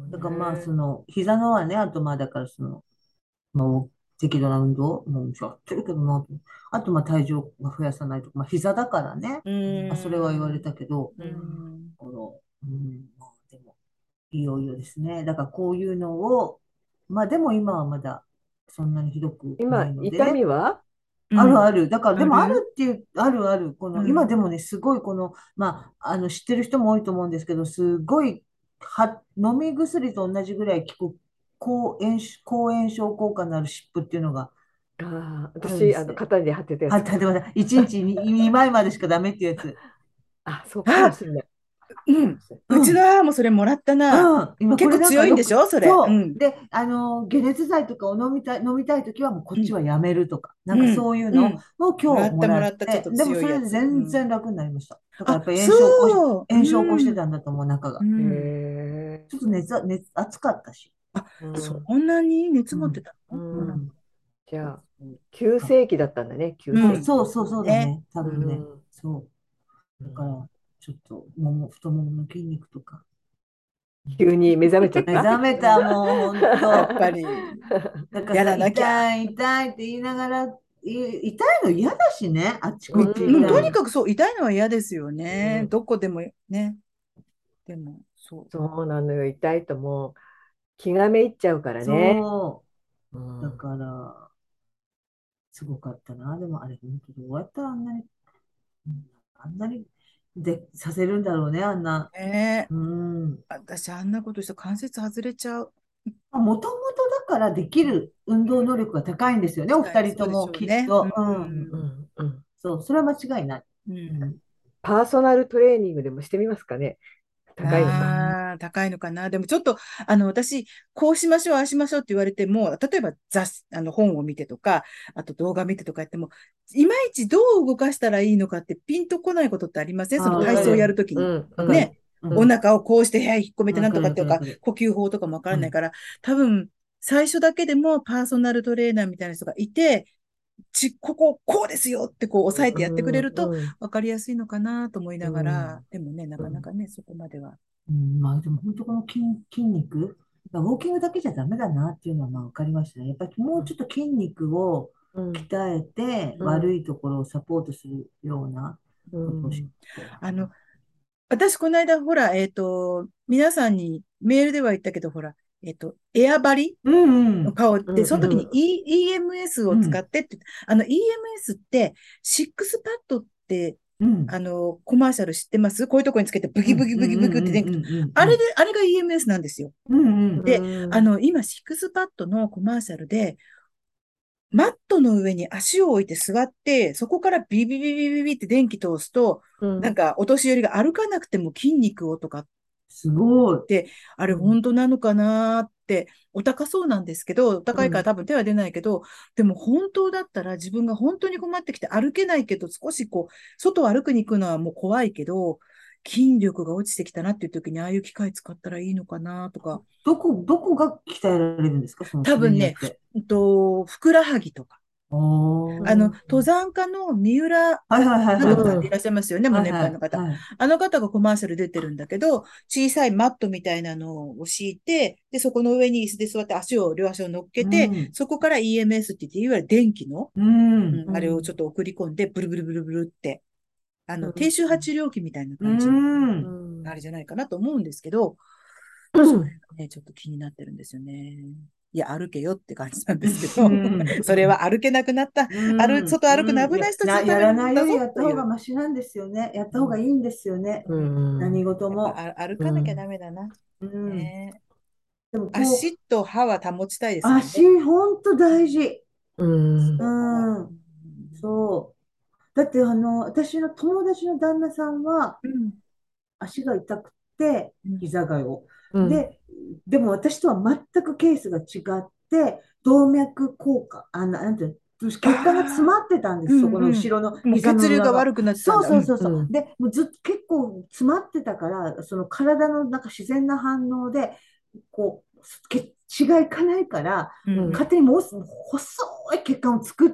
だからまあ、 ね。 膝のはね、あとまあ、だからまあ、適度な運動もやってるけどなと。あとまあ、体重を増やさないとか、まあ、膝だからね。 うまあ、それは言われーん。 たけど、 うーん。 まあ、でも、いよいよですね。だからこういうのを、まあでも今はまだそんなにひどくな今、痛いのでね。 みは？ うん。 あるある。だから、でもあるある。 っていう、あるある。 うん。 今でもね、すごいまあ、知ってる人も多いと思うんですけど、すごい、飲み薬と同じぐらい効く抗炎症効果のある湿布っていうのがあるんで私、 すね。 肩に貼ってたやは、 つ。 例えば、1日に2枚までしかダメっていうやつ。 あ、そうかもあ、 しれない。 うん。 かもしれない。 うちのうん。 母もそれもらったな。 うん。今これ結構なんかよく、 強いんでしょそれ。うそん。 う。で、解熱剤とかを飲みたいときはもうこっうん。 ちはやめるとか、なんかうん。 そういうのうん。 をもら今日もったもらった。ちょっらって、 とでもそれで強いやつ。うん。 全然楽になりました。だからやっあ、 ぱりそう。 炎症を起こしてうん。 たんだと思う、中うが。 ん。 へちょっと暑かったし。 あ、 うそん。 んなに熱持ってうん。 たの？ うん。 うん。 うん。 じゃあ、 そう急性期だったんだね、急うん。 性期。 そうだね。 ね。多う分ね。 ん。 そう。 うん、 だから、ちょっと、太ももの筋肉とか。 急に目覚めちゃっ目た。 覚めた、もう、ほんやっと。 ぱり、 なんかさ、 やらなきゃ。 痛い、痛いって言いながら、痛いの嫌だしね。あっちこっちうん。 もうと痛いの。 にかくそう、痛いのは嫌ですよね。 うん、 どこでもね。でも、そそうなのよ、痛いともう気がめいっちゃうからね。 そうう。だん。 から、すごかったな。でもあれ、本当どうやったらあんなにさせるんだろうね、あんな。 う。ねえ。 うん。 私、あんなことしたら関節外れちゃう。 もともとだからできる運動能力が高いんですよね、お確か二にそうでし人ともょうね。うきっと。うん。 うんん。 うんうん。 そう、それは間違いない。 うん。 うん。 パーソナルトレーニングでもしてみますかね。高いのか。 ああ、高いのかな。でもちょっと、私、こうしましょう、ああしましょうって言われても、例えば本を見てとか、あと動画見てとかやっても、いまいちどう動かしたらいいのかってピンとこないことってありません？そのああ、わ体操をやかる。 るときに。 うんうわかる。 ね。 んうん。 おうん。 腹をこうして、部屋引っ込めてなんわかるとかっていうか、 わかるわかる。 呼吸法とかもわかうん。 らないから、多分、最初だけでもパーソナルトレーナーみたいな人がいて、こうですよってこう押さえてやってくれるとうん。 分かりやすいのかなと思いうながら、 ん。 でもね、なうん。 かなかね、そこまでは。 うん、まあでも本当この筋肉、 ウォーキングだけじゃダメだなっていうのはまあ分かりましたね。やっぱりもうちょっと筋肉をうん。 鍛えて、 うん。 悪いところをサポートするようなうことをしん。 て。 あの、私、この間、ほら、皆さんにメールでは言ったけど、ほら、エアバリうんうん。 の顔って、 うん。 その時に、 うん。 EMS を使うん。 ってって、EMS って、シックスパッドって、 うん。 コマーシャル知ってます？こういうとこにつけて、ブキブうん。 キブキブキってうん。 電気と、 うん。 あれが EMS なんですよ。 うん。うん。 で、 うん。 今、シックスパッドのコマーシャルで、マットの上に足を置いて座って、そこからビビビビビビって電気通すと、 うん。 なんか、お年寄りが歩かなくても筋肉をとかっすごい。 て、あれうん。 本当なのかなって、お高そうなんですけど、お高いから多分手は出ないけど、でも本当だったら自分が本当に困ってきて歩けないけど、少しこう、外を歩くに行くのはもう怖いけど、筋力が落ちてきたなっていう時に、ああいう機械使ったらいいのかなとか、 どこが鍛えられるんですか、そ多分ね、 れによって。 ふくらはぎとか、 おー。 登山家の三浦はいはいはいなんはいはい。 とかさんっていらっしゃいますよね、もうはいはい年配の方。 はい。 あの方がコマーシャル出てるんだけど、小さいマットみたいなのを敷いて、で、そこの上に椅子で座って両足を乗っけうて、 ん。 そこから EMS って言って、いわゆる電気の、 うん。 あれをうん。 ちょっと送り込んで、ブルブルブルブルって、 うん。 低周波治療器みたいなう感じの、 うん。 あれん。 じゃないかなと思うんですけど、それうん。 がね、ちょっと気になってるんですよね。いや、歩けよって感じなんでうすけど、 ん。 それは歩けなくなった、 うん。 外歩くのうん。 危ない人たちのたやめのらないよりもんだぞやった方がという。 マシなんですよね。やった方がいうんいんですよね。 うん。 何事やっぱも。 歩かなきゃうん。 ダメだな。 うん。 ねえ。 でもこう、 足と歯は保ちたいですもんね。 足、ほんと大事。 うん。 足と歯は。 うん。そう。だって私の友達の旦那さんは、 うん。 足が痛くて、 うん。 膝がよ。 うん。 で、でも私とは全くケースが違って、動脈硬化、なんていうの、血管が詰ああ、 まってたんです、そこのうんうん。 後ろのもう膝の血流が裏が。 悪くなってたんそうだ。うん。 そうそうそう。 うん。 で、もうずっと結構詰まってたから、その体のなんか自然な反応で、こう、血がいかないから、 うんうん。 勝手にもう細い血管を作って、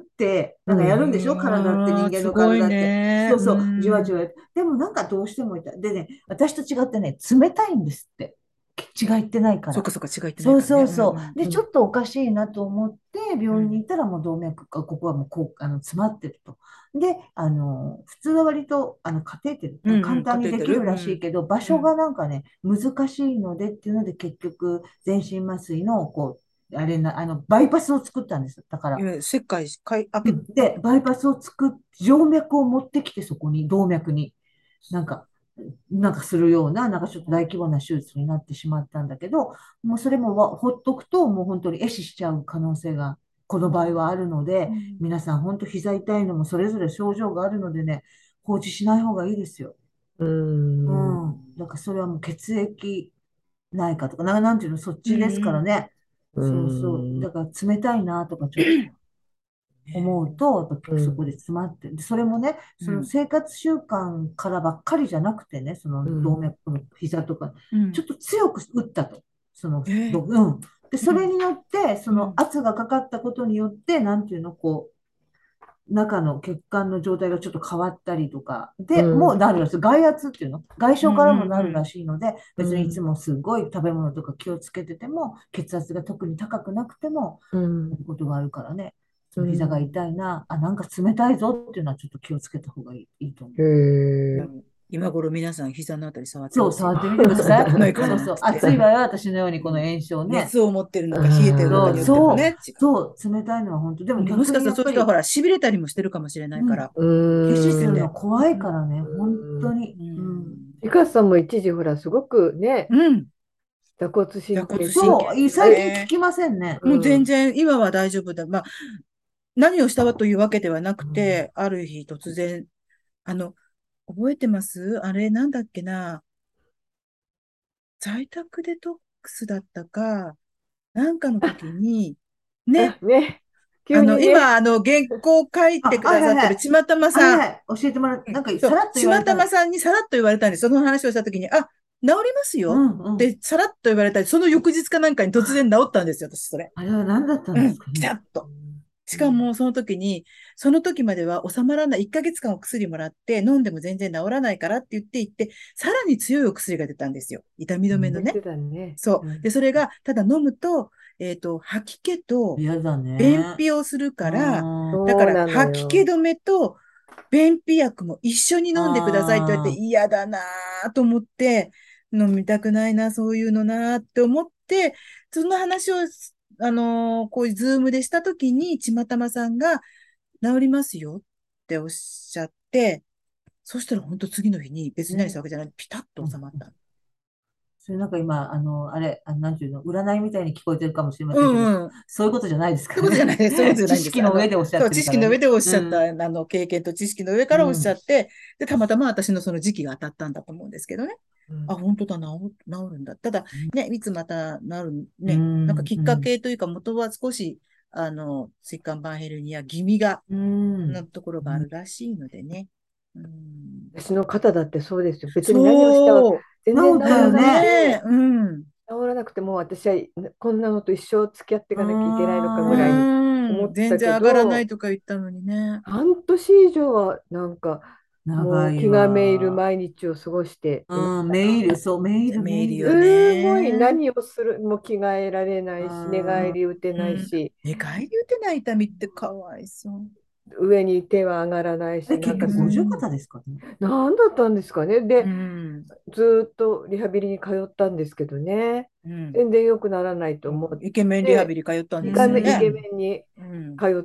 なんかやるんでしょ体って、人ああ、 間のすごい体って。 ね。うそうそう、じわじん。 わ。でもなんかどうしても痛い。でね、私と違ってね、冷たいんですって。血がいってないから。 そっかそっか、血がいってないそうからね。 そうそう。 うんで、 うん。 ちょっとおかしいなと思って、病院にうん。 行ったらもう動脈が、ここはもうこう、詰まってると。で、普通は割と、カテーテル、 うんうん。 簡単にできるカテーテル。うん。 らしいけど、場所がうん。 なんかね、難しいのでっていうので、結局、全身麻酔の、こう、あれな、バイパスを作ったんです。だから、 いわゆる切開、開け、 で、バイパスを作っ、静脈を持ってきて、そこに、動脈に、なんか、なんかするような、なんかちょっと大規模な手術になってしまったんだけど、もうそれもほっとくと、もう本当に壊死しちゃう可能性が、この場合はあるので、 うん。 皆さん本当膝痛いのもそれぞれ症状があるのでね、放置しない方がいいですよ。 ううん。 ん。だからそれはもう血液内科とか、なんていうの、そっうんちですうん。 からね。 うそうそう。 ん。 だから冷たいなとかちょっと思うと、やっぱうん。 そこで詰まって、でそれもね、そのうん。 生活習慣からばっかりじゃなくてね、そのうん。 動脈の膝とか、 うん。 ちょっと強く打ったと。その、 えーうん。で、そうん。 れによって、そうん。 の圧がかかったことによって、なんていうの、こう、中の血管の状態がちょっと変わったりとか、で、もううん。 なるらしい。外圧っていうの外傷かうん。 らもなるらうん。 しいので、別にいつもすごい食べ物とか気をつけてても、血圧が特に高くなくても、 うん。 ことがあるからね、そうの膝が痛ん。 いな、なんか冷たいぞっていうのはちょっと気をつけた方がいいと思へう。 え。 今頃皆さん膝のあたり触ってそう、 ますよ。 触ってみてくだ熱がさい。 高いかそうそう、 なっつって。 暑いわよ、私のようにこのうん。 炎症ね。 熱を持ってるあのか冷えてるのかそう、 によってもそう、 ね、違う。 そう、冷たいのは本当。でももし逆かしたらそういう人はほにやっぱり、 ら、痺れたりもしてるかもしれないうん、 から、 う気を壊死するのつけて。 怖いうん。 からね、本当に。 ううん。 ん。 リカさんも一時ほら、すごくね、 うん。 坐骨神蛇骨経痛。 神経そう、 痛最近聞ね。 きませんね。 もう全うん。 然、今は大丈夫だ。まあ、何をしたというわけではなくうん。 て、ある日突然、あの、覚えてますあれ、なんだっけな。在宅デトックスだったか、なんかの時に、ね、 あ、ね。急にね。 今、原稿書いてくはいださってるはいはい。 ちまたまさん、 はいはい。教えてもらっうん、 なんかそう、 さらっと言ちまたまわれた。 さんにさらっと言われたんです。その話をした時に、あ、治りますうよんうん。 ってさらっと言われたり、その翌日かなんかに突然治ったんですよ、私、それ。 あれは何だったんうん、 ですかね。 ピタッと。しうん。 かも、その時に、 その時までは収まらない、1ヶ月間お薬もらって、飲んでも全然治らないからって言っていって、さらに強いお薬が出たんですよ。痛み止めのね。 言ってたね。 そう。で、それが、ただ飲むと、吐き気と嫌だ便ね。 秘をするから、だからそうなの吐き気よ。 止めと便秘薬も一緒に飲んでくださいって言われて嫌だなぁと思って、飲みたくないな、そういうのなぁって思って、その話を、こういうズームでしたときに、ちまたまさんが治りますよっておっしゃって、そしたら本当次の日に別に何したわけじゃない、ピタッと収まった。 それなんか今、あれ、なんていうの、占いみたいに聞こえてるかもしれませんけど、 うんうん。 そういうことじゃないですかそういうことじゃないらね。 です。そういうことじゃないんです。 知識の上でおっしゃっそう、知識の上てるからね。 でおっしゃった、 うん。 経験と知識の上かうらおっしゃん。 って、で、たまたま私のその時期が当たったんだと思うんですけどね。あ、 うん本当だ、治るんだ。ただ、ね、いつまた治る、 うね、なんかん。 きっかうん。 けというか、元は少し、椎間板ヘルニア気味が、 うん。 なところがあるらしいのでね。うん、 私の肩だってそうですよ。別に何をしたらそう、 全然治そうだらなくよね。 ね、 て、 うん。 治らなくてもう私はこんなのと一生付き合っていうかなきゃいけないのかーぐらいにん。 思ったけ全然上がらないど、 とか言ったのにね。 半年以上はなんかも長いう気がめいるわ。 毎日を過ごしていましうん。 たが、 メール、そう、メール、メール。 メールよすごいね。 何をするも着替えられなういし、寝返ん。 り打てうん。 ないし、 寝返り打てない痛みってかわいそう。 上に手は上がらないし、なん結局、 かうん。 五十肩ですかね。 何だったんですかね。 うで、 ん。 ずーっとリハビリに通ったんですけどね、 うん。 全然良くならないと思っイケメンリハビて、 リ通ったんうですよイケね。 ん。 メンにうん。 通って、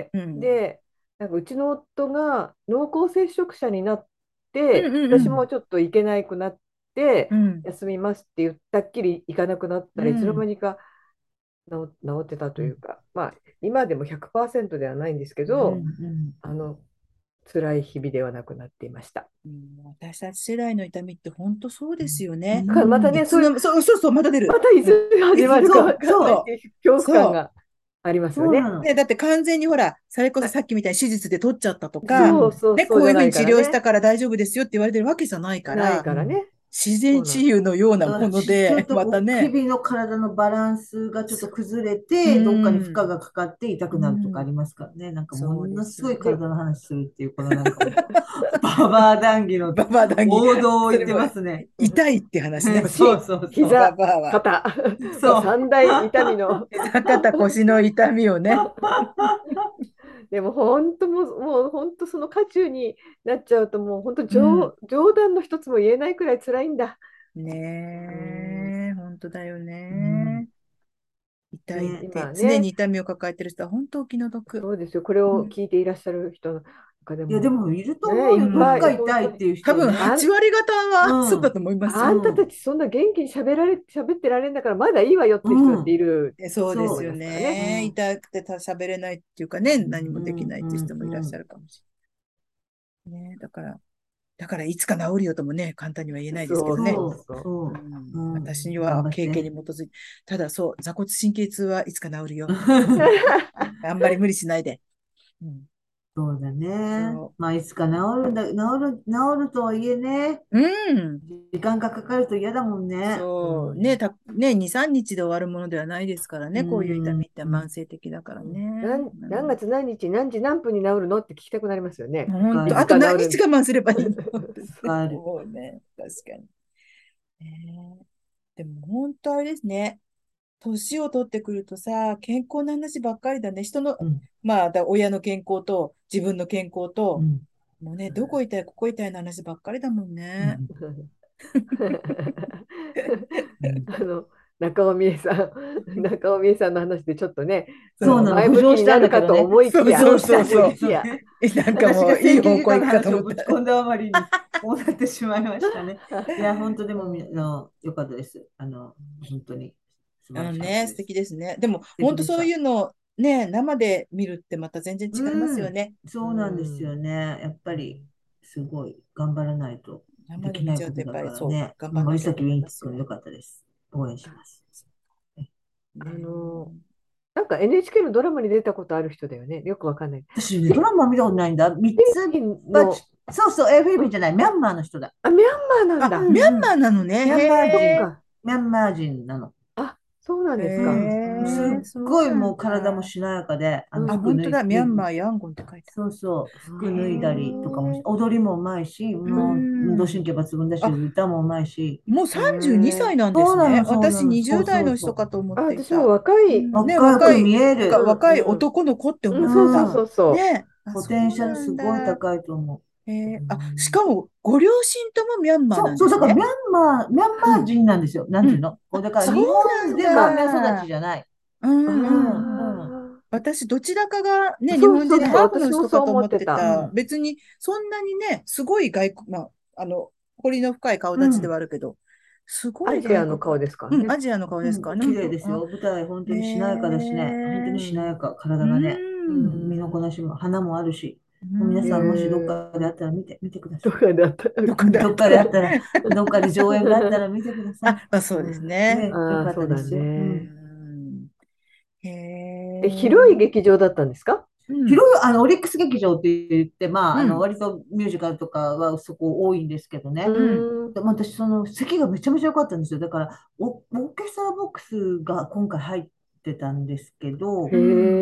うん。 で、なんかうちの夫が濃厚接触者になっうんて、私もうんちょっと行けなくなって、 うん。 休みますって言ったっきり行かなくなったらいつの間うん。 にか治ってたとうん。 いうか、まあ、今でも100%ではないんですけうど、 ん。 あの辛い日々ではなくなっていました。 私たち世代の痛みって本当そうですようね。 またん。 ね、そういう、 そうそうそう、また出る。 またいうん。 つ始まるかわそう、 かんないっそていう恐怖感そがありまう、 すよね。 そうなの。 う。ね、だって完全にほら、それこそさっきみたいに手術で取っちゃったとか、 そううん。 そうね、 そうじゃないこういうふうに治からね。 療したから大丈夫ですよって言われてるわけじゃないかないら、 うん。 からね。 自然そうなんです。 治癒のようなだからものちょっで、 とこう、 またね、 日々の体のバランスがちょっと崩れうて、どっかに負荷ん、 がかかって痛うくなるとかあん、 りますからね。なんかもそうでのすごいすよね。 で、 体の話するっていう、このなんかもう、ババア談義のババア談義。 王道を言ってそれもますね。 痛いって話ね。 そうそうそバ膝、 バアは。 肩、 う。そう。 三大痛みの。 膝肩腰の痛みをね。 でも本当もう本当その渦中になっちゃうともう本当うん。 冗談の一つも言えないくらい辛いんだ。うん、 ねえ、本当だようん。 ね。痛いっね。 て、 今ね、 常に痛みを抱えてる人は本当気の毒。 そうですよ。これうん。 を聞いていらっしゃる人の中でいや、でももいると思ね、 うよ。 いっぱいどっか本当に痛いっていう多分人ね。 8割方はそうだうん。 と思いますよ。 あんたたうん。 ちそんな元気に喋ってられるんだからまだいいわよっうていう人だっていん。 ると思いそうですよそますからね。 う。うね。 ん。 痛くて喋れないっていうかね、何もできうん。 ないっていううん。 人もいらっしゃうん。 るかもしれない。ね、だからいつか治るよともね、簡単には言えないですけどね。 そうそうそう。 そそう。うん。 私に頑は経験に張って。 基づいて、ただそう、座骨神経痛はいつか治るよ。うん、あんまり無理しないで。うん、 そうだね。 そまあ、いつか治るんだ、治るとはいえね、 う。うん。 時間がかかると嫌だもんね。 う。うそう。ね、 ん、 ね、2、3日で終わるものではないですからうね。こういう痛ん。 みって慢性的だからね。 何月何日何時何分に治るのって聞きたくなりますよね。い本当、あつか治ると何日我慢すればいいのってわかる。 思うね。確かに。ね、でも本当あれですね。年を取ってくるとさ、健康な話ばっかりだね。人の、 うん。 まあ、親の健康と自分の健康と、 うん。 もうね、どこ痛い、ここ痛いの話ばっかりだもんね。 うん。うん。 あの中尾美恵さ中尾美恵さんの話でちょっとね、 そう。 そうなの。 前向き浮上したんになるかだけどね。 と思いきや、 そうそう浮上したんだそうそう。 いや、 けどね。 なんかもういい私が整形方向行くかと外科の話を思った。 ぶち込んだあまりに、こうなってしまいましたね。いや、本当でもよかったです。本当に素晴らしかったね、素です。 敵ですね。でも、 素敵本当そういでした。 うの、ね、生で見るってまた全然違いますうん。 よね。 うそうなんですよん、 ね。やっぱり、すごい頑張らないとで生できない見ちゃうと、やっことだぱりそう、 からね。 頑張んなきゃと森崎ウ思いますよ。 ィン君良かったです。応援します。 あね、 のなんか NHK のドラマに出たことある人だよね。よくわかんない。 私ね、ドラマ見たことないんだ。三つフィリピン葉、 の、 そうそう、フィリピンじゃない、ミャンマーの人だ。 あ、ミャンマーなんあ、 だ。 ミャンうんうん。 マーなのね。 ミャンマー人、 へえ。 そっか。 ミャンマー人なの。 あ、 そうなんですか。 すっそうごいもうなんだ。 体もしなやかで、 うんあ、 服脱い本当だ。ミャンマで、 ーヤンゴンって書いてそうそう、服脱いだりとかもし、 へえ。 踊りもうまいし、 ある。うもう運動神ん。 経抜群だし、 あ、 歌もうまいし、 もうへ 32歳え。 なんですね。 そうなの、そうな私の、そ 20 う代のそうそ人かと思っあ、私もていた。 若い、 う。 ね、 若く見えうる。 ん、 若いうん。 男の子って思うん、 ってた。 そうそううん。 そうそね。あ、 ポそテンシャルうなんすごいだ。 高いと思う。うあ、しかん。 も、ご両親ともミャンマーそう、そう、だからなんですね。 ミャンマーうん。 人なんですよ。なんうん。 ていうのこうだからそう日なん本でバーミヤ育ちだ。 じゃない。 うう。 うんうんうん。 ん、うん。 あ私、どちらかがね、 あ、 日そうそうそう、 本人でハーフの私もそう人かと思っ思ってた。 てた。 うん。 別に、そんなにね、すごい外国、彫りの深い顔立ちでうん。 はあるけど、すごアいジアの顔外国かと。うん、 ですからね。 アジアの顔ですかね、 うん、綺本当。あ、 麗ですよ。舞台、本へ当にしなやかだしね。本当え。 にしなやうん。 か、 う体がね。ううん。 ん、身のこなしも、花もあるし。 う皆へさん、もしどっん。 え。 かであったら見てくだどさい。 こであったら、 どこであどっったら。 かであったら、どっかで上演があったら見てください。 あ、まあそうですね。 ね、よああ、 かっそうだたですよ。ううね。 ん。 ん。へ広いえ。 劇場だったんですか？ うん。 広い、オリックス劇場って言って、まあ、 うん。 割とミュージカルとかはそこ多いんですけどうね。 うん。 ーん。 でも私、その席がめちゃめちゃ良かったんですよ。だから、オーケストラボックスが今回入ってたんですけへど、 うん。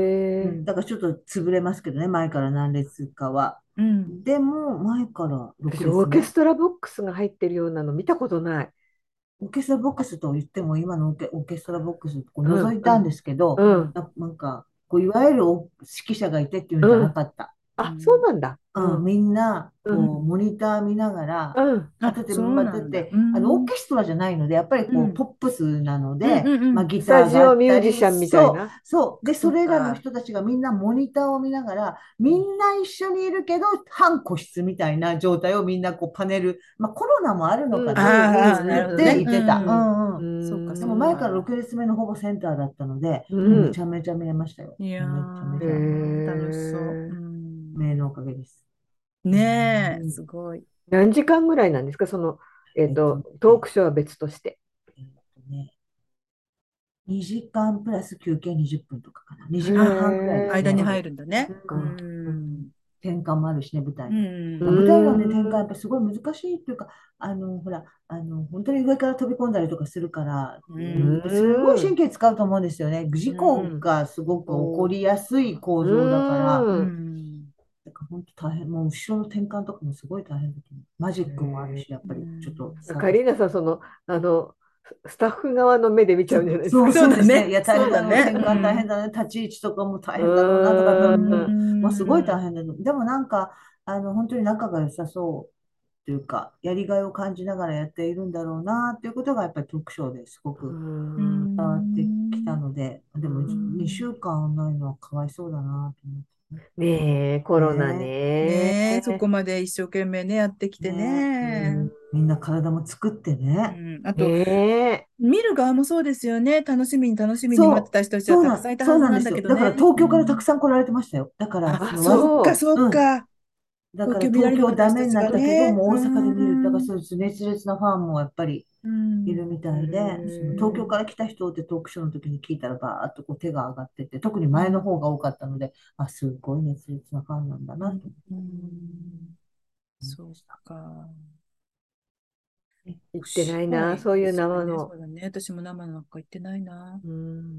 うえ。 ん、だからちょっと潰れますけどね、前から何列かは。 うん。 でも、前から6 私、オー列目。 ケストラボックスが入ってるようなの見たことない。 オーケストラボックスと言っても、今のオーケストラボックスこううん、 覗いたんですけど、 うん、 なんか、こういわゆる指揮者がいてっていうんじゃうん。 なかった。 あ、そううん。 なんだ。ううん、 ん、 みんな、 うん、 こう、モニター見ながら、 うん。 あ、そうなんだ。うオーん。 ケストラじゃないので、やっぱりこう、 うん。 ポップスなのうん。 で、まあ、 うん。 ギスタターがあジオミュったり、 ージシャンみたいそう、 な。 そう。で、 そそれらのっか。 人たちがみんなモニターを見ながら、 うん。 みんな一緒にいるけど、半個室みたいな状態をみんなこう、パネル、まあ、コロナもあるのかうん、うな、 ん、 ああ、なるほどで、 ね。 うん、 言ってた。ううん。 んうん。 うん。 そうか、 でそうも前からか。 6列目のほぼセンターだったので、 うもうめん。 ちゃめちゃ見えましたよ。 いやめちゃめへちゃ。 ー、楽しそう。うえ。 名のん。 おかげです。うねえ、 ん。 すごい。 何時間ぐらいなんですか、その、 えっとトーね、 クショーは別として。 えっね、2時間プラス休憩20分とかかな。2 へ時間半くらいですえ。 間に入ね。 るんだね。うか。 うん。 ん。 転換もあるしね、舞う台の。舞台のね、転換やっん。 ぱすごい難しいっていうか、ほら、本当に上から飛び込んだりとかするから、 うやっぱすごいうん。 神経使うと思うんですよね。 う事故ん。 がすごく起こりそうやすいか。 構造だから、 ううん。 ん。 だから本当大変。もう後ろの転換とかもすごい大変だと思う。マジへックもあるえ。 し、やっうぱりちょっとん。 サーカス。 カリーナさん、あの、スタッフ側の目で見ちゃうんじゃないですか。 そうそうですね。いだね。 や、大変だろう。 そうだね。 転換大うん。 変だね。立ち位置とかも大う変だろうなとかと、 うーん。 もうすごい大ん。 変だと。でもなんか、本当に仲が良さそうというか、やりがいを感じながらやっているんだろうなっていうことが、やっぱりトークショーですごうーくうん。 伝わってきたん。 ので、 うでもん。 2週間ないのはかわいそうだなと思ってねえ、コロナね。 ね。 ねえ、そこまで一生懸命ね、やってきてね。 うね。 ん。 みんな体も作ってね。 うん。あと、 ね見る側もそうですよね。楽しみに待ってた人たちはたくさんいたはずなんそうなんですよ。 だけどね。 だから東京からたくうん。 さん来られてましたよ。だから、 あ、 あ、 そっか、 そそっうん。 か。 だから東京見られなか東京ダった人たちメになったけど、 がね。 もうう大阪で見る。だからん。 そうです。熱烈なファンもやっぱりうん。 いるみう。 たいで、その東京から来た人ってトークショーの時に聞いたらバーッとこう手が上がってて、特に前のうん。 方が多かったので、あ、すごい熱烈なファンなんだうん。 なとうん。そう思いました。 か。 ね。 行ってな面いな、 白いそういうですよね。そ生の。 うだね。私も生のなんか行ってないな。 うん、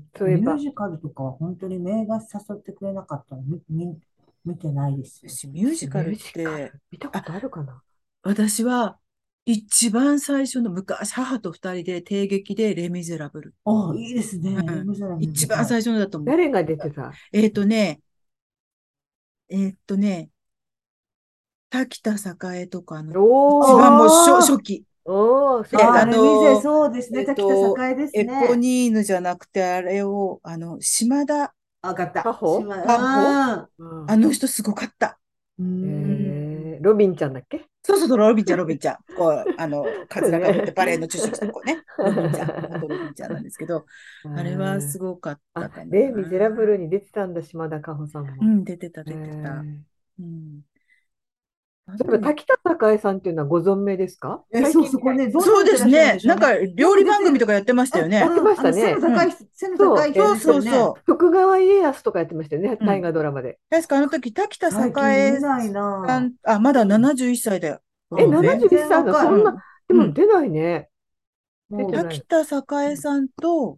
そういえば、 ミュージカルとかは本当に名画誘ってくれなかったら見てないですよ。 私、ミュー私ミュジカルっージカて、 ル見たこあ、 とあるかな？ 私は一番最初の昔、母と二人で帝劇でレ・ミゼラブル。 ああ、いいですね。レ・うん。 ミゼラブル見たい。 一番最初のだと思う。 誰が出てた？ えっとね、えっとね、滝田栄とか一番もう初あ期。 おー、すで、 ごい。 レ・ミゼ、そうですね。滝田栄ですエポね。 ニーヌじゃなくて、あれを、島田わかった。 カホ。 真帆、 うん。 あの人すごかった。 うん。 ロビンちゃんだっけ？ そうそうそう、ロビンちゃん、ロビンちゃん。こう、カツラかぶってね。 バレエのチュシュした子ね。ロビンちゃん。本当ロビンちゃんなんですけど、 うあれはん。 すごかっあ、 たかレイ・ミゼラブルな。 に出てたんだ、島田歌穂さんも。 うん、出てた、 え出てた。 ー、 うん。あそういえば、 とい、 滝田栄さんっていうのはご存命ですか？最そう、 近見ない。 そこね、どうそうされてらっしゃるんでですね。 しょうね。 なんか、 よ料理番組とく出て、 かやってましたよね。 やってましたね。 うん。 背のそう、 高い人そうですよね。 そうそ徳川家康とかやってましたよね、 う。うん。 大河ドラマで。 確かあの時、滝田最近見栄ないなさん、あ、まだぁ。うん。 71歳だよ。とえ、 思うね。 全 71歳の、 然若い。 そんな、 うん。うん。 でも出ないね。出てもない。 滝田栄さんと、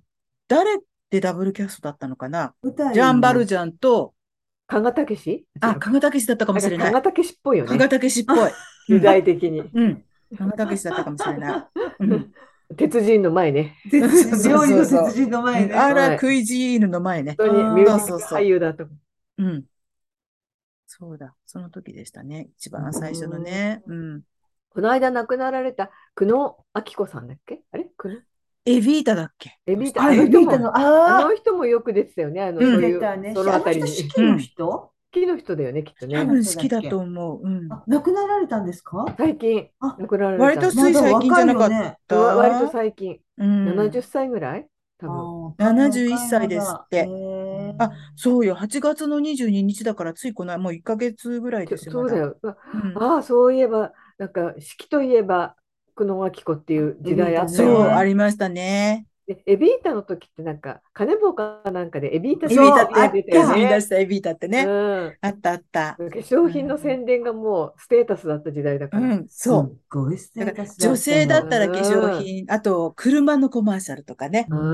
誰ってダブルキャストだったのかな。 舞台ジャン・バルの、 ジャンと、 加賀武史違あ、 うか。 加賀武史だったかもなんかしれない。 加賀武史っぽいよ加賀ね。 武史っぽい。う時ん。 代的に。 うん。加賀武史だったかもしれない。うん。 鉄人の前ね。 そう料理のそうそ鉄人のう。う前ね。 ん、あら、 はい。 クイジーヌの前ね。 本当にミューそうジカルそうそ俳優だと。 う。うん。そうだ。その時でしたね。一番最初のね。うん。 この間亡くなられた久野明子さんだっけ？あれ久野エビータだっけ？ エビータ、 あ、エビータの、 あのああ、 人もよく出てたよね。 うん。 そういう、 出てたね。 そのあのあたりに。 人、式のうん。 人好きの人だよね、きっとね。 式の多分人だっけ？ 好きだと思う。うん。 あ、亡くなられたんですか？ 最近あ、 亡くなられ割とたの。 つい最近じまだ若ゃなかっいよね。 割とた？ 最近。 う 70 ん。 歳ぐらい多あ分。 あ、若い 71 若い、 歳ですっまだ。 て。 うあ、 んそうよ。8月の22日だからついこの、もう1ヶ月ぐらいですよ、まだ。 そうだよ。 うん。 ああ、そういえば、なんか、式といえば、久野明子っていうエビータ時代あったよそう、あね。 ね。 りましたね。 で、エビータの時ってなんか、金棒かなんかでエビータエビータそう、あってっ宣伝出たよ口にた。 出しね。 たエビータってうね。 ん。 あったあった。 化粧う品のん、 宣伝がもうステータスだった時代だから。 うん、 すっそう。 ごいスだからテータスだ女性だっったよ。 たら化粧うん。 品、あと車のコマーシャルとかね。 ううん。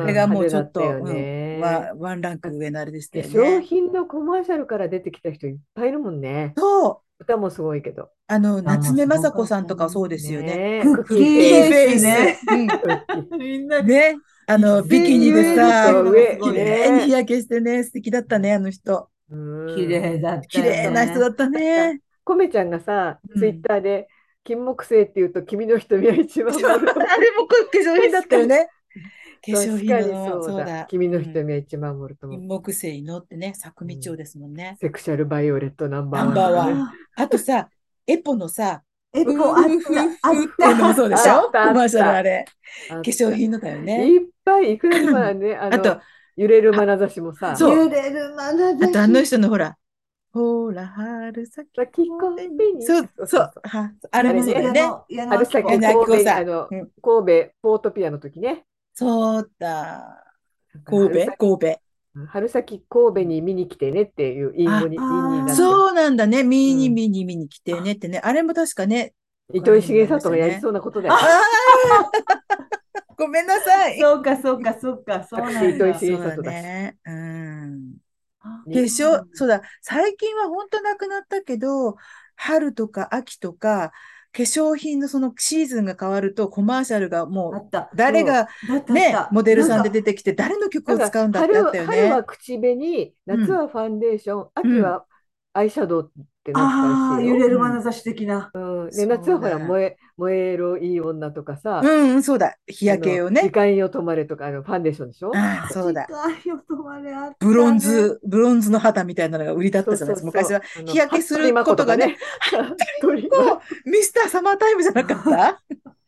あれがもう派手ちょっと、 だったよね。 ワンランあ化ク上のあれでしたよ粧ね。 品のコマーシャルから出てきた人いっぱいいるもんね。 そう。 歌もすごいけど。 夏目雅もうすご子さんとかかったね。 そうですよね。 ねえ、クックッキキーフクッキーフェイス。 ーフェイェイス。 スね。 うん。 クッキー。 みんなね。ビキ一斉にニで言えるっていさ、 うのがすそう、 綺ごいね。 麗に日焼けしてね、素敵だったね、あの人。 う綺ん。 麗だったよ綺麗な人だね。 ったなんか、 ね。 コメちゃんがさ、ツイッうん。 ターで、金木犀っていうと、君の瞳は一番もると。 あれも化粧品だっ確かに、 たよね。化粧確かに品の、 そうだ。 そうだ。 君のうん。 瞳は一番もると思う。 金木犀のってね、作うん、 道町ですもんね。 セクシャルバイオレットナンバーナンワンとかね。 バーワン。 ああとさ、エポのさ、 あ、エふポあっーふーた、あっふーっていうのもそうでした。 あったあょ？コマーシャルあった。 れ。 あ化粧った。 品のだよね。 いっぱいいくらでもあるね。 あと、 揺れるは、 眼差しもさ、 そう。 揺れる眼あとあの差し。 人のほら、ほら、春先先コンビニ。 コンビニ。 そう、そう。 そうそうそう。 あれもそうだよあれね、 ね。 矢野明子。 春先米明子神戸に、 さん。うん。 神戸ポートピアの時ね。 そうだ。 だから神戸神戸。 春先神うん。 戸に見に来てねっていうあ、 隠語になってる。 そうなんだね。 うん。 見に来てねあ、 ってね。あれも確かね、この糸井辺になりま重里したね。 がやりそうなことだよ。 ああ、 あ、ごめんなさい。 そうか、そうか、そうか、そうな私、糸井んだ。 そうだ重里だし。 ね。うん。 あ、 に、 そうだ。最近は本当なくなったけど、春とか秋とか、化粧品のそのシーズンが変わるとコマーシャルがもうあった。 誰がだった、あっね、 た。 モデルさんでなんか、 出てきて誰の曲をなんか使うんだってあったよね。 春は口紅、 うん。 夏はファンデーション、 うん。 秋はアイシャドウってなってたらしああ、揺いよ。 れるうん。 眼差し的な。 うん、で、夏そうはほら、 だ。 燃えろいい女とかさ、 うん、そうだ。日焼けよね。 時間よ止まれとか、ファンデーションでしょ？ ああ、そう時だ。 間よとまであったね。 ブロンズの肌みたいなのが売りだっそうたじゃないですか。 そうそう。 昔は日焼けする服部真ことがね、 子とかね。服部真こう、ミスターサマータイムじゃなかった？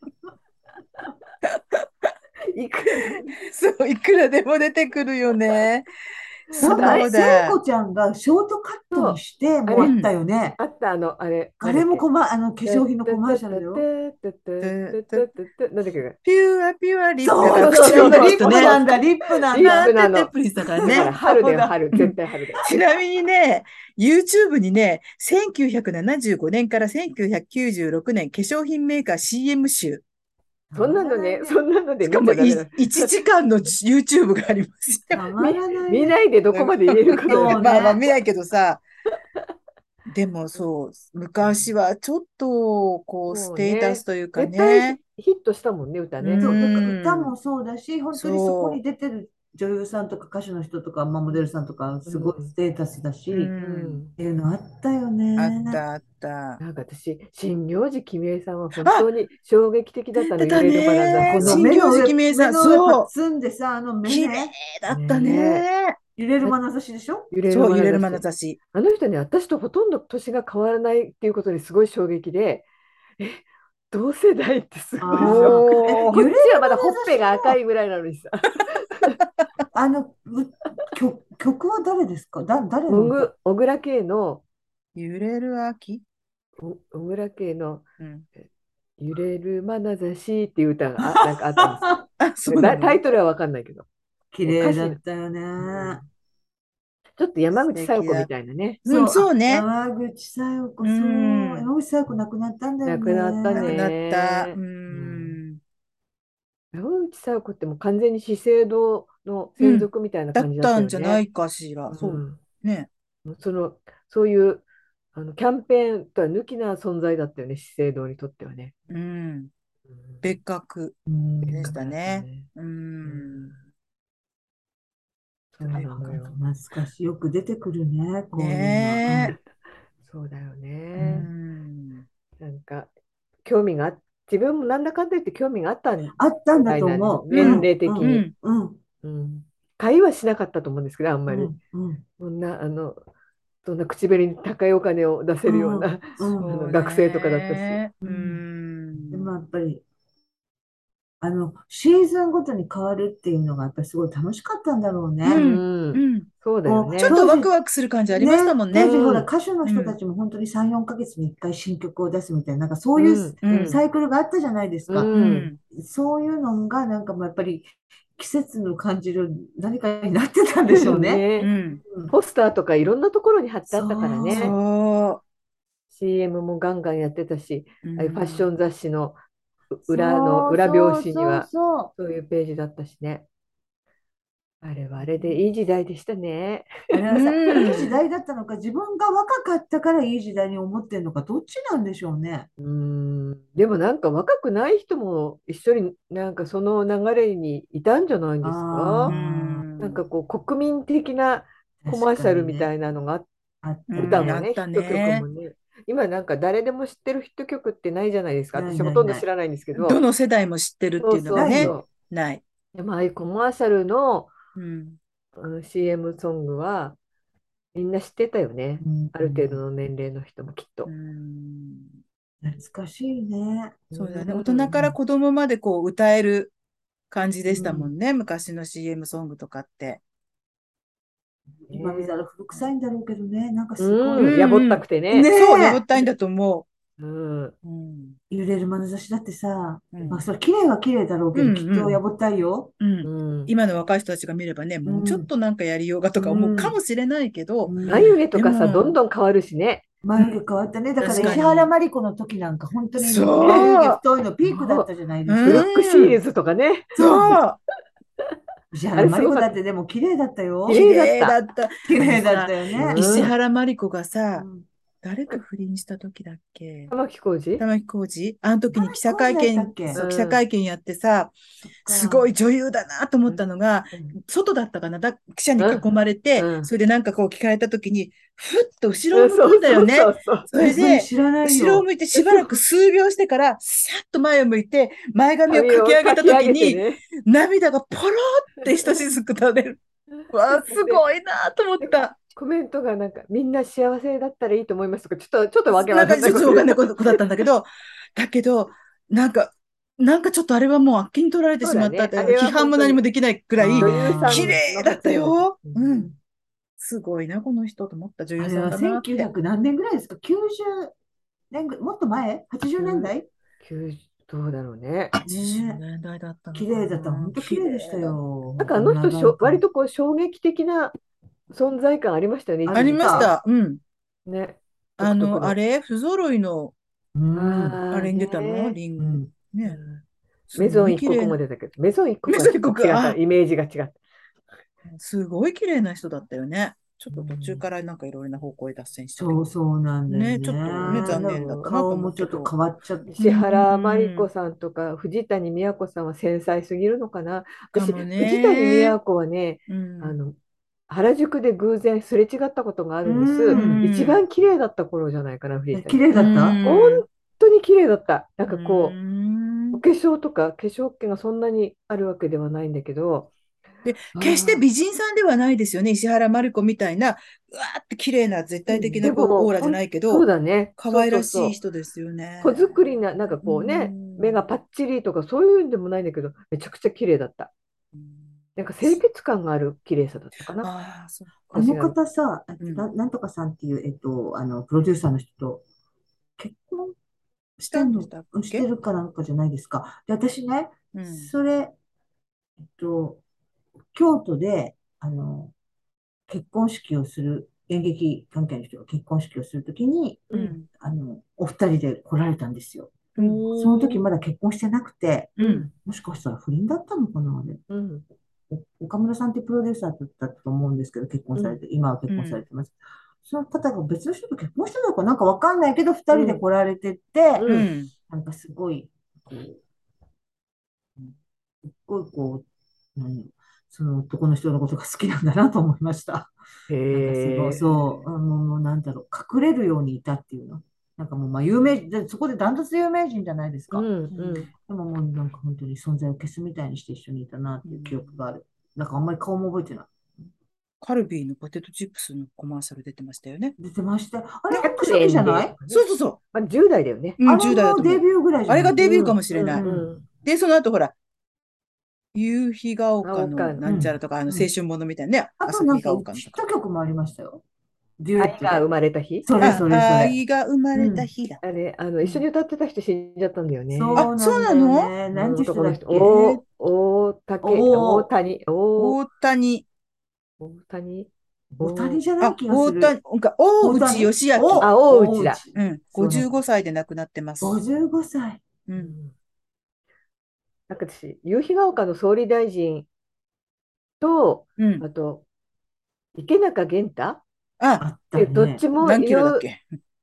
子。いくらでもね。 そう、いくらでも出てくるよね。 あと、あなんか、 そうれ、 聖子だ。 ちゃんがショートカットにそう、 してもあっあれ、 うん。 たよね。 あった、あれ、なあれんだっけ。 も化た粧品のコマーたたたシャルだよ。 たたで、 たたたたなんだっけ。 ピュアリップ。だそうからそうそうそうそう、 そう口紅のリッそうそうそう。 プなんだ、リップなんリッだ。 プなの。 なんてプリンスだからだからね。 春だよ、 そうだ。 春。 うん。 絶対春だよ。 ちなみにね、YouTube にね、1975年から1996年化粧品メーカー CM 集。 たまそんなのね、 らないね。 そんなのでしかも見ちゃダメだ。 1時間の YouTube がありますよ。 たまらないね。 見ないでどこまで言えるかだよね。 そうまあまあね。 見ないけどさ、でもそう、昔はちょっと、こう、ステータスそうね。 というか絶対ね。 ヒットしたもんね、歌うね。 そう、だからーん。 歌もそうだし、本当にそこにそ出てる女優さんとか歌手の人とか、まあ、モデルさんとか、 うすごいスん。 テータスだう。うし、 ん。 っていうのあったよあっね。 たあった。 なんか私、新行寺君江さんは本当あ、 に衝撃的だったの、 出てた揺れる眼差ね。 しの。 新行寺君江さん。 目の上パそう。 ツンでさ、あの目綺麗ね、 だったねね。 揺れるえ。 眼差しでしょ？ 揺れるそう、揺れる眼差し。 眼差し。 あの人ね、私とほとんど年が変わらないっていうことにすごい衝撃で、え、同世代ってすごいショック。 え、 おー。 揺れるこっちはまだほっ眼差しぺが赤の、 いぐらいなのにさ、 曲は誰ですか？誰の歌？ 小倉圭の、 揺れる秋。 小倉圭のうん。 え揺れる眼差しっていう歌がなんかあったんですよ。 あ、そうなの？ タイトルはわかんないけど、 綺麗だ歌詞、 ったよね。 ちょっと山素口小夜子み敵だ。 たいなね。 うん、 そう、あ、 そうね。 山口小夜う子、そう、 ん。 山口小夜子亡くなったんだよ亡くなった亡くね。 なった。うね。うん、 ん。 山口小夜子ってもう完全に資生堂の専うん。 属みたいなだっ感じだったたんよね。 じゃないかしら。 うそう。 ん。 ね。 その、そういうキャンペーンとは抜きな存在だったよね、資生堂にとってはね。 うん。 うん、 別格うでしん。 格だったたね。 ね。 ううん。 ん、そう別なのよ。 懐かしい。よく出てくるね、こういうのは。 ねそうだよえ。うね。 ん。 なんか、興味が自分もなんだかんだ言って興味があったみあったんだたいな、 と思う。 うん。 年齢的うん、 に。 うん。 うん、 うん。会話しなかったと思うんですけど、あんまり。 うん、うん、 そんな、そんな口紅に高いお金を出せるよううん、 なうん。 そう学生とかだったし。 ね。ううん。でん。 もやっぱり、シーズンごとに変わるっていうのがやっぱりすごい楽しかったんだろううね。 ん。 うん。 うん。 そうだよこう、 ちょっね。 とワクワクする感じありましたもんね。 当時ほらうん。 歌手のうん。 人たちも本当に3、4ヶ月に1回新曲を出すみたいな、なんかそういううん。 うん。 サイクルがあったじゃないですうか。 ん。 うん。 そういうのがなんかもうやっぱり季節の感じる何かになってたんでしょうね。 ね。 うん。 うん、 ポスターとかいろんなところに貼ってあったからね。 そそ CM もガンガンやってたし、 う。うああいうファッショん。 ン雑誌のう、 裏のそう裏表そうそう紙にはそそういうページだったしね。あれはあれでいいう。 時代でしたね。 あれうはさ、いい時ん。 代だったのか、自分が若かったからいい時代に思ってるのか、どっちなんでしょうね。 でもなんか若くない人も一緒になんかその流れにいたんじゃないんですうか？ あなんん。 かこう国民的なあ、 コマーシ確かにね。 ャルみたいなのがあっうたね。 歌もね、 ん。あったヒット曲ね。 もね、今なんか誰でも知ってるヒット曲ってないじゃないですか。 ない私ほないない。 とんど知らないんですけど。 どの世代も知ってるっていうのそうそがね、 ないよ。 うそう。 ない。 でもああいうコマーシャルの、 うん。 CM ソングはみんな知ってたよね。 うん、 ある程度の年齢の人もきっうと。 ん。 懐かしいね。 うそうだね。大人ん。 から子供までこう歌える感じうでしたもん。 んね。昔の CM ソングとかって。 今見たらね、 古臭いんだろうけどね。なんかすごうん、 い。 やぼっうん。 たくてねね。 そう、やぼっえ。 たいんだと思うん。 う。うん。 揺れる眼差しだってさ、まあ、 うん。 それ綺麗は綺麗だろうけど、 うん。 きっうん。 とやぼったいよ。 ううん。 ん。 今の若い人たちが見ればね、もうちょっうん。 となんかやりようがとうか思うかん。 もしれないけど、 うん。 眉毛とかさ、どんでも、 どん変わるしね。 うん、 眉毛変わったね。だから確か石原に。 まり子の時なんか本当に眉毛そう、 太いのピークだっそう、 たじゃないでうすか。 ブルックシーん、 ルズとかね。 うん。 そう、 石あ原まり子だっれすごかった。 てでも綺麗だった綺よ。 綺麗だった。 麗だった。 綺麗だっあのさ、 たよね。 石うん。 原まり子がさ、 うん。 誰と不倫した時だっけ？ 玉置浩二。 玉置浩二あの時に記者工事だったっ会見、 け？ そう、記者うん。 会見やってさ、 そっすごいか。 女優だなと思うん。 ったのが、 うん。 外だったかな、記者にうん。 囲まれて、 うん。 それでなんかこう聞かれた時に、ふっと後ろうん、 を向くんそうそうそだよね。 うそう。 それで、 それ知らないよ。 後ろを向いてしばらく数秒してから、さっと前を向いて、前髪をかき髪を上げたかき上げて時に、 ね。 涙がポロって一しずく垂れる。わあ、すで、 ごいなと思っで、 た。 コメントがなんか、みんな幸せだったらいいと思いますとか、ちょっとわけなんかわかんないちょっとわかんないこと言う。 ことだったんだけど、だけど、なんか、なんかちょっとあれはもうあっけに取られてしまったっそうだね。 て、 あれは批判も何も本当にできないくらい、 女優さあ綺んの麗だった発言だし。 よ。 うん。 うん。すごいな、この人と思った女あ。あれは優さんだなって。 1900何年ぐらいですか？ 90 年ぐらい、もっと前？ 80 年 9、 代どうだろうね。 80 ね年代だったえ。 のか綺麗だった。 な。 本当綺綺麗でしたよ。 麗だ。 なんかあ本当にの人割長い髪。 とこう衝撃的な存在感ありましたよね、 ああり一時期ね。 った。 ました。うん。 ね。独特あの。 れ不揃いの、 うん。 あああれに出たのね。 リング。 うん。 ね。 うん、 すごメゾン一い綺麗な。 国も出たけど、メゾン一国メはちょっとソニック、 違った。イメージが違った。 すごい綺麗な人だったよね。ちょっうと途中ん、 からなんかいろいろな方向へ脱線したけど。 そうそうなんだよね、ちょっとね、 ね。 残なんか念だったなと顔もちょっと思うけど。 変わっちゃって。 う石原真理子ん、 さんとか藤谷美也子さんは繊細すぎるのかな。私、 かも藤谷美ね。 也子はね、 うん。 あの、原宿で偶然すれ違ったことがあうるんです。 うん。 一ん。 番綺麗だった頃じゃないかな、藤綺谷。 麗だうった？ 本ん。 当に綺麗だった。なんうかこう、おん。 化粧とか化粧気がそんなにあるわけではないんだけど、 で、決してあ美人さんではないですよね。石原まり子みたいな、うわーって綺麗な絶対的なでこうオも、 ーラじゃないけそうど、 だね。そう可愛らしいそうそう。 人ですよね。 子作りな、なんかうこうね、目ん。 がパッチリとかそういうんでもないんだけど、めちゃくちゃ綺麗だった。 うんなんか清潔感がある綺麗さだったかな。 ああ、そっあの私が。 方さ、 うん。 なんとかさんっていう、プロデューサーの人と結婚してんの、 したんでしたっしてけ？ るかなんかじゃないですか。で、私ね、 うん。 それ、京都で、結婚式をする、演劇関係の人が結婚式をするときに、 うん。 うん。 お二人で来られたんですよ。 うん。 その時おー。 まだ結婚してなくて、 うん。 うん。 もしかしたら不倫だったのかな、あれ。 うん。 岡村さんってプロデューサーだったと思うんですけど、結婚うんされて、今はう結婚されん。 てます。その方が別の人と結婚してたのかなんかわかんないけど、二人でうん来られてて、 うん。 うん。 なんかすごい、こう、すっごいこう、その男の人のことが好きなんだなと思いました。 へなんかすごい、そう、 え。 もうなんだろう、隠れるようにいたっていうの。なんかもう、まあ、有名、で、そこでダントツ有名人じゃないですうか。 んうん。 うん。 でももうなんか本当に存在を消すみたいにして一緒にいたなっうていう記憶ん。 がある。なんかあんまり顔も覚えてない。 カルビーのポテトチップスのコマーシャル出てましたよね。 出てまして。あれ、 ね。 ほんと初 100 期じゃない？ 円でとかね。 そうそうそまあ、10代だよね。 う。うん、 あれ 10代だと思う。 のデビューぐらいじゃあれない？ がデビューかうん、うもしれない。 ん、 うん。 うん。 で、その後ほら、夕日が丘青か、 のうん。 なんちゃらとか、 うん。 青春ものみたいなね、 あとなんか朝日が丘のとか。 ヒット曲もありましたよ。デュエットで。 愛が生まれた日。 それそれそれ。 愛が生まれうん。 た日だ。 あれ、一緒うん。 に歌ってた人死んじゃったんだよね。 あ、 そうなそうんだよなの？ ね。 うん、 なんていう人男の人。 だっけ？ 大お谷、 大谷。 大谷、 大谷じゃないあ、 気がす大谷、 る。 大内大谷義明。 大内だ。 大内。 うん。 そうなん 55 だ。 歳で亡くなってます。 55歳。 うん。 うん、なんか私、夕日が丘の総理大臣と、 うん。 あと、池中玄太っあ、 あったて、どっね。 ちも何キロだっけ？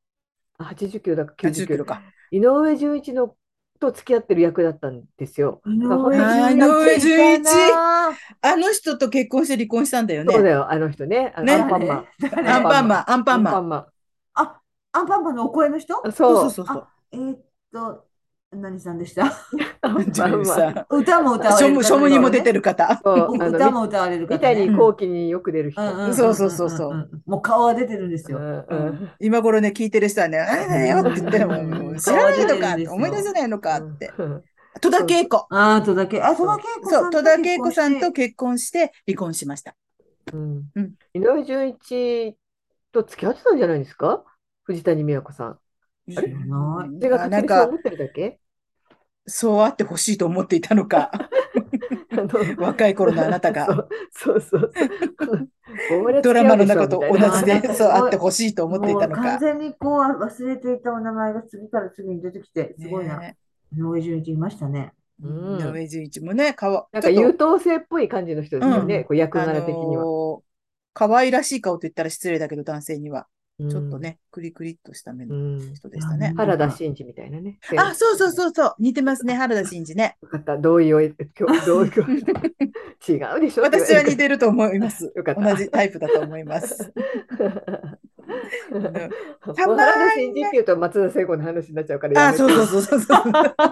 80キロだか90 80 キロ。 キロか。 井上順一のと付き合ってる役だったんですよ。 井だから本当、 上あー、井純上一いた純一。 なぁ。 あの人と結婚して離婚したんだよね。 そうだよ、あの人ね。アンね。 パンマン。アアンパンマン。 ンパンマン、アンパアンンマン。 パンマあ、アンパンマンのお声のン。 人？ そうそうそそうそあ、何さんでした？ う。アンう。女パンマン。 優さん。 歌も歌われる書務にも出て方ですよね。 る方。 そう、 歌も歌われる三方ね。 谷幸喜によく出る人。 そうそうそうそう。 もう顔は出てるんですよ。 うんうん。 うん。 今頃ね、聞いてる人はね、あれだよって言ってるもん、もう知ら顔は出てるんないのかってですよ。 思い出せないのかうって。 ん。 戸田そうそう。 恵子。 戸田そ恵子そう、 さんと戸田恵子結婚しさんとて、 結婚して離婚しました。 う。うん。 うん。 井上順一と付き合ってたんじゃないですか？藤谷美和子さん。あ知れ、 らない。 私があ、 勝手なんか、 にそう思ってるだけ？ そうあってほしいと思っていたのか。 あの、 若い頃のあなたがそう。これドラ付き合うでしょ、 マの中とみたいな。 なん同じで、そうあっかすごい、 てほしいと思っていもうたのか。 完全にこう忘れていたお名前が次から次に出てきて、すごいな。 ね井上純一いましたね。 え。ううん、井ん。 上純一もね、 なんか優ちょっと、 等生っぽい感じの人でうん、 すよね、こう役柄的には。 可愛らしい顔と言ったら失礼だけど、男性には。 うん。 ちょっとね、クリクリっとした目のうん。 人いや、 でしたね。 なんか、 原田真二みたいなね。 あ、そうそうそうそう、似てますね、原田真二ね。 よかった。同意を違うでしょって言わ私はれるから。 似てると思います。 よかった。 同じタイプだと思います。あのたもうま原田真にね、 二っていうと松田聖子の話になっちゃうからやあ、 めて。 そうそうそうそうそう。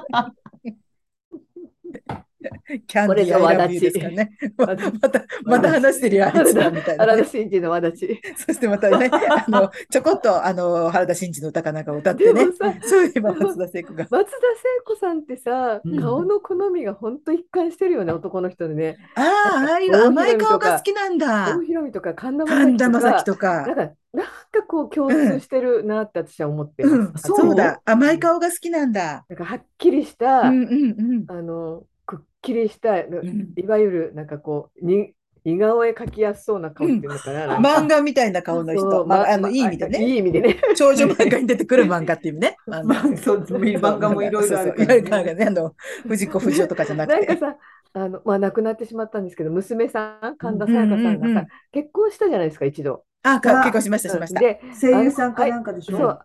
キャンディーこれぞ I わ love だ you ですかち。 ね。 わだまたわだち。 話してるよ、あいつら、みたいな原田ね。 真二のわだち。 そしてまたね、ちょこっと、原田真二の歌かなんか歌ってね。 でもさ、 そういえばでも松田聖子が。 松田聖子さんってさ、 うん。 顔の好みが本当一貫してるよね、男の人でね。 あなんか、 あ、ああいう郷ひろみ甘い顔とか、 が好きなんだ。 郷ひろみとか神田正神田正輝輝とか、 とか。 なんかこう共うん、 通してるなって私は思ってます。 うん、 そうだ。 そ甘いうん、 顔が好きなんだ。 なんかはっきりした、 うんうんうん。 くっきりした、 うん。 いわゆるなんかこう、似顔絵描きやすそうな顔っうん。 ていうのかな、なんか。 漫画みたいな顔の人。 そう、 いい意味でね。 いい意味でね。 少女漫画に出てくる漫画っていう意味ね。漫画。 そう、 そう、 漫画もいろいそうそう。 ろあるいろいろ考からね。 えね、藤子不二雄とかじゃなくて。 なんかさ、亡くなってしまったんですけど、娘さん、 うん。 神田沙也加うんうさんがさ、 んうん。 結婚したじゃないですか、一度。 あ、結婚が、 しました、しまうん、 した。 で、 声優さんかはい、 なんかでしうん。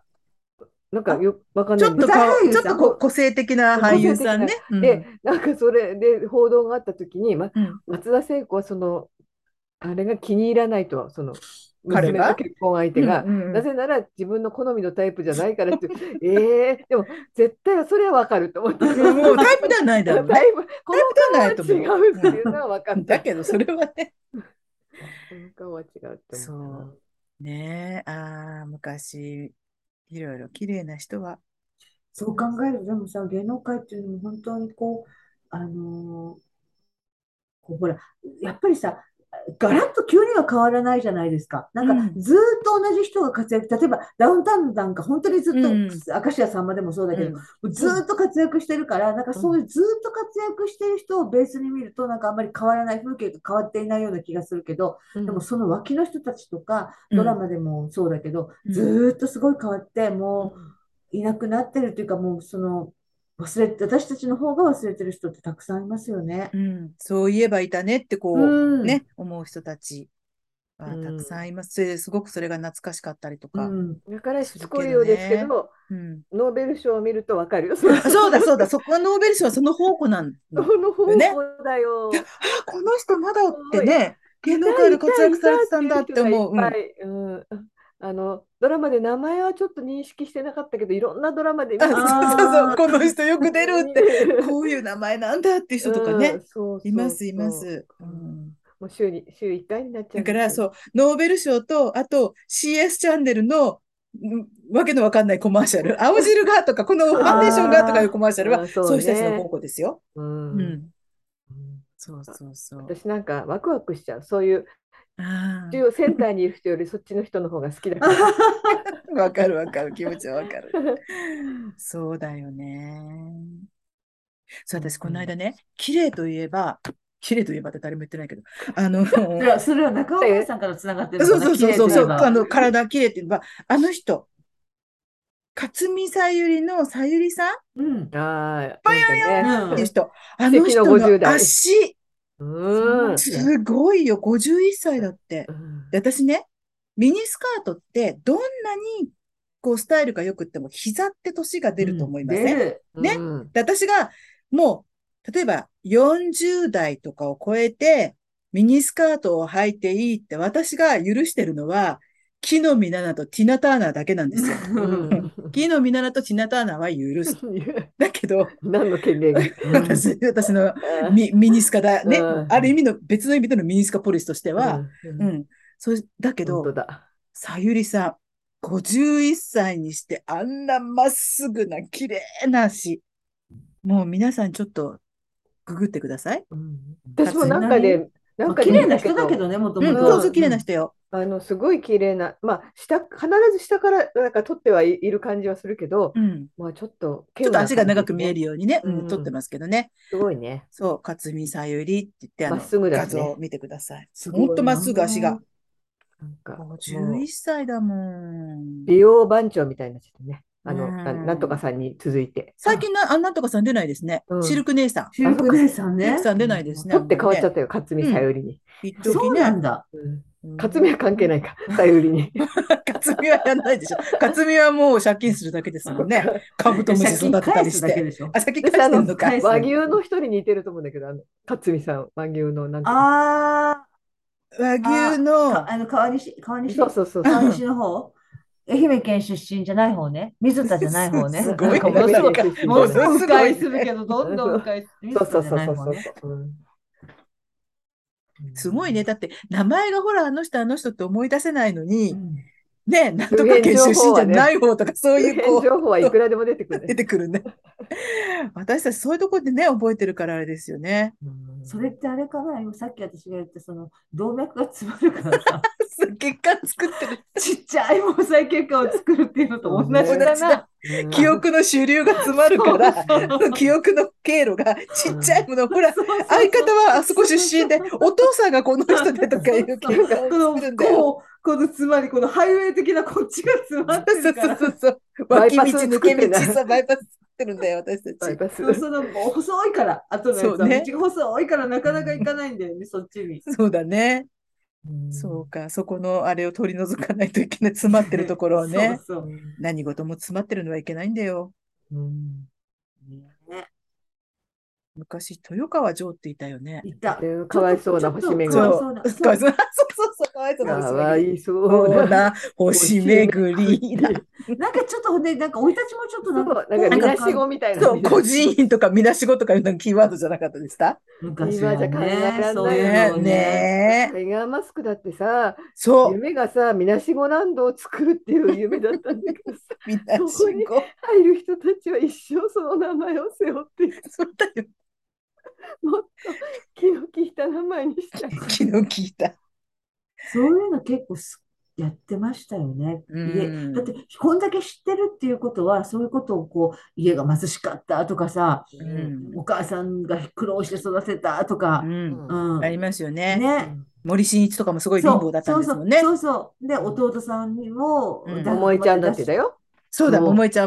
ょ？ そう、なんかあ、 わかんちないんですけ舞台俳ょっと優さん？ 個性的など、 俳個性的な。 優さんね。うん。 で、なんかそれで報道があったときに、 うん。 松田聖子はあれが気に入らないと、娘の彼が。 結婚相うんう手が、なんうん。 ぜなら自分の好みのタイプじゃないからって、でも絶対それはわかると思って、 うん、もうタイプではないだろうね。 このタイプではないと顔思う。 は違うっていうのうは分かっん。だた。 けど、それはね。 この顔は違うって思ったそな。 う。ねえ、ああ、昔、いろいろ綺麗な人は。 そう考えると、でもさ、芸能界っていうのも本当にこう、あのーこうほら、やっぱりさ、ガラッと急には変わらないじゃないですか。なんかうん。 ずーっと同じ人が活躍、例えばダウンタウンなんか本当にずっと、 うん。 明石家さんまでもそうだけど、 うん。 ずーっと活躍してるから、なんかうん、 そういうずーっと活躍してる人をベースに見ると、なんかあんまり変わらない、風景が変わっていないような気がするけど、でもうん、 その脇の人たちとか、ドラうん。 マでもそうだけど、ずうん。 ーっとすごい変わって、もうん、 ういなくなってるっていうか、もうその、 私たちの方が忘れてる人ってたくさんいますよね。 そういえばいたねってうん。 思う人たちうはたくさん。 んいます。すごくそれが懐かしかったりとかうん。 だからしつするけどこいようですけね。 ど、 うん。 ノーベル賞を見るとわかるよ、その人そうだそうだ、 だって。 そこはノーベル賞はその宝庫なそのの方よね。 向だいや、 よ。 この人まだってもうね、芸いた能界でいたいた活躍されてたっていうんだっ人がいって思う。うん。 ぱい、ドラマで名前はちょっと認識してなかったけど、いろんなドラマで見あ、 てるそうそうそう、 ああ、 この人よく出るって、こういう名前なんだっていう人とかね、 そうそういます、いまそす。 う。もう週1回になっちゃだからそう、 うんですけど。 ノーベル賞と、あと CS チャンネルのわけのわかんないコマーシャル、青汁がとか、このファンデーションがとかいうコあマーシャルは、 そそういう人たちのうね。 宝庫ですよ。 うん。 うん。そうあ、 そうそう。 私なんかワクワクしちゃう。そういうあ中央センターにいる人よりそっちの人の方が好きだから。 あ。 あ、わかるわかる。気持ちはわかる。そうだよね。そう、私、この間ね、綺麗といえばって誰も言ってないけど、 それは中尾明さんからつながってるのそうかな、綺麗そうそうそう、 といえば。 体綺麗って言えば、あの人、勝見さゆりのさゆりさんっうん。 ああ、なんかね。 うん。 ていう人、あの奇跡の人の 50代。 足、 うん。 そんな綺麗。 すごいよ、51歳だって。 うん。 で、私ね、ミニスカートってどんなにスタイルが良くっても膝って年が出るとうん。 思いません？ 出る。 ね。 うん。 で、私がもう、例えば40代とかを超えてミニスカートを履いていいって私が許してるのは、木の実奈々とティナ・ターナーだけなんですよ。 うん。 木の実奈々とティナ・ターナーは許す。だけど、 何の権限？ 私のあミニスカだね。 あ、 ある意味の、別の意味でのミニスカポリスとしては、うん。だけ本当ど、 だ。 さゆりさん、51歳にしてあんなまっすぐな綺麗な足。もう皆さんちょっとググってください。 私もかつみ。 そんなに、 なんまあ、 かで見綺麗なたけど、 人だけどね、もとうん、 もと。 そうそう、 うん、 綺麗うん。 な人よ。 すごい綺麗な、まあ、必ず下からなんか取ってはいる感じはするけど、 うん。 まあ、ちょっと稀ちょっと有な足が長く見え感じでね。 るようにね、 ううん、撮ってん、 ますけどね。 すごいね。 そう、かつみさゆりって言って、 まっすぐだ画しね。 像を見てください。 すごいなほんとまっすぐ足が。 ぁ。 なんか 51 もう歳だもん。 美容番長みたいになっちゃってね。 うなんとかん。 さんに続いて。 あ、 最近なんとかさん出ないですね。シルうん。 ク姉さん。 あ、そっか。 シルク姉さんね。 シルクさん出ないですね、あ取ってんまりね。 変わっちゃったよ、勝見うん。 さゆりに。 一時そうなね。 んだ。 うん。 うん。 勝見は関係ないか、さゆりに。 克実はやらないでしょ。克実はもう借金するだけですもんね。 そっか。 カブトムシ借金育てた返すりして。 だけでしょ。 あ、先私、 返してんのか。 返すだけ。 和牛の人に似てると思うんだけど、勝見さん、和牛のなんとか。 あ和牛あ、 の、 そうそうそう川そう。 西の方、愛媛県出身じゃない方ね。水田じゃない方ね。 すなんごい愛媛か県出身じゃない。 ものすごいものすご迂回いね。 するけど、どんどん迂回、 そう水田じゃそうそうそうない方ね。 そうそう。 すごいね。だって、名前がほら、あの人って思い出せないのに、 うん。 ね、なん周とか辺情県出身じゃ報はね、 ない方とか、そういう周辺情報はいくらでも出てくる出ね。 てくるね。私たちそういうところでね、覚えてるからあれですよね。 それってあれかな、今さっき私が言った、動脈が詰まるからさ、 血管作ってる。 ちっちゃい毛細血管を作るっていうのと同じ同そうね。 じだ。 かな。 記憶の主流が詰まるかそうら、 そう記憶の経路がちっちゃいもの、ほら、 そうそうそう。 相方はあそこ出そうそ身で、お父さんがこの人でとかいうそうそう。 血管を作るんだよ。 このつまり、このハイウェイ的なこっちが詰まってそうそうるから。 そうそう。脇道、 バイパス抜け道、 作ってんだ。 そう、バイパス作ってるんだよ、私たち。 バイパス。 もう細いから、後のやつは道そうね。 が細いからなかなか行かないんだよね、そっちに。 そうだね。 うん。 そうか、そこのあれを取り除かないといけない、詰まってるところをね。 そうそう。 何事も詰まってるのはいけないんだよ。 ね、 昔、豊川城っていたよね。 いた。 かわいそうな星かわい巡り。 そうな。 そう、かわいそう、そうそう、かわいそうかな星巡り。 わいそうなそうな星星巡巡りだ。 り。 なんかちょっとね、なんか生い立ちもちょっとそう、 なんかなんかなんか、 みなしごみたいなそう、 ね。 孤児院とかみなしごとかいうのがキーワードじゃなかったでした昔は今じゃ考えね、 られないよね。 そういうのねえ、 をね。 ねえ。 タイガーマスクだってさ、 そ夢がさ、みなしごランドを作るっていう夢だったんだけどさ、 う、みなそこにしご。 入る人たちは一生その名前を背負っていく。 そうだよ。 もっと気の利いた名前にしたい。 気の利いた。 そういうの結構やってましたよね。 うだって、 ん。 こんだけ知ってるっていうことは、そういうことを家が貧しかったとかさ、 ううん。 ん。 お母さんが苦労して育てたとうか、 ん。 うありん。 ますよね。 ね。 うん。 森進一とかもすごい貧乏だったんですもんね。 そうそう。で、弟さんにもうん。 大学ま桃井ちゃんだで出し、 ってだよ。 そうだ、桃そ井ちゃんも。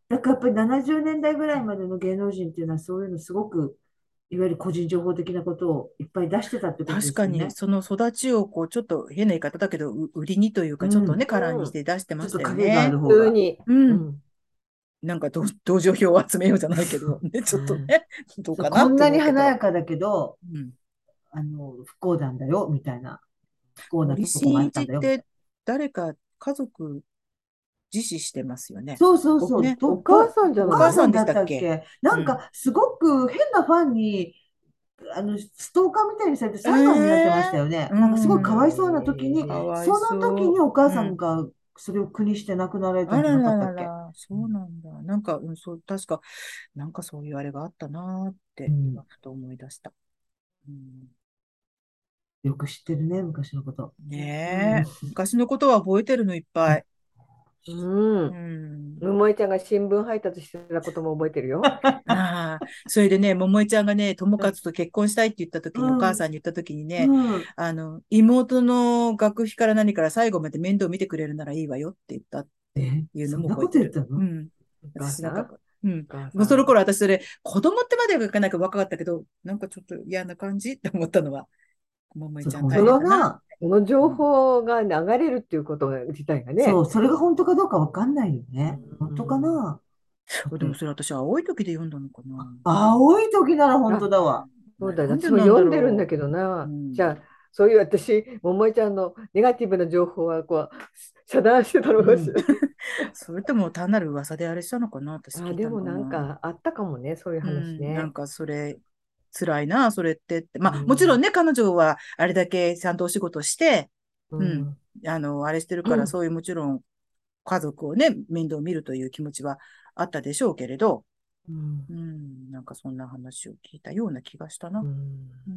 だからやっぱり70年代ぐらいまでの芸能人っていうのはそういうのすごく、いわゆる個人情報的なことをいっぱい出してたってことで確かに、 すよね。 その育ちを、こう、ちょっと変な言い方だけど、売りにというか、ちょっうん。 とね、カラーにしうん。 て出してちょましたよっと影があね。 る方が。 普通に。 うん。 うん。 なんか同情票を集めようじゃないけど、ね、ちょっとうんね、どうかなってこんなに思うけど。 華やかだけど、 うん。 不幸なんだよ、みたいな。不幸な森とこがあ進ったんだよ、みたい一って誰か家族自死してますよな。 ね。 そうそうそう。 ね。 お母さんじゃおないの？ お母さんでし母さんだったっけ？ たっけなうん。 んか、すごく変なファンに、ストーカーみたいにされてえ裁判になってましたえよね。 うなんかすごいかわいん。 そうな時に、 かわいその時にそお母う。うん。 さんがそれを苦にして亡くなられたんじゃなかあららったっけ？ らら、そうなんだ。なんか、そう、確か、なんかそういうあれがあったなーって、今、 うん。 ふと思い出した。うん、 よく知ってるね、昔のこと。うん。 ねえ。昔のことは覚えてるのいっぱい。 ううん。 ん。 桃井ちゃんが新聞配達してたことも覚えてるよ。 ああ、それでね、桃井ちゃんがね、友うん。 和と結婚したいって言った時に、お母さんに言った時にね、 うん。 妹の学費から何から最後まで面倒見てくれるならいいわよって言ったっていうのそんなこも覚えてる。 と言ったの？ うん。 お母私なんか、 さん。 うん。 お母もうそのさん。 頃私それ、子供ってまでは書かなく若かったけど、なんかちょっと嫌な感じって思ったのは、桃井ちゃんそれ本当大変だな。 かな？ その情うん。 報が流れるっていうこと自体がね。 そう、それが本当かどうかわかんないようね。本当かん。 な？だって、 でもそれ私、青い時で読んだのかな。 青い時なら本当あ、 だわ。 そうだよ。 なんで私もなんだろ読んでるんだけどう。うな。じん。 ゃあ、そういう私、桃井ちゃんのネガティブな情報はこう遮断してたのうん。 かしら。 それとも単なる噂であれしたのかな、私聞あ、 いたでもなんのかな。 かあったかもね、そういうなん話ね。 かそれ、辛いな、それって。 うまあ、もちろんん。 ね、彼女はあれだけちゃんとお仕事して、 ううん、 ん。 あれしてるから、そういうもちろん家族をね、面倒見るという気持ちはあったでしょうけれど、 うん。 なんかそんな話を聞いたような気がしたな。 うん。 うん、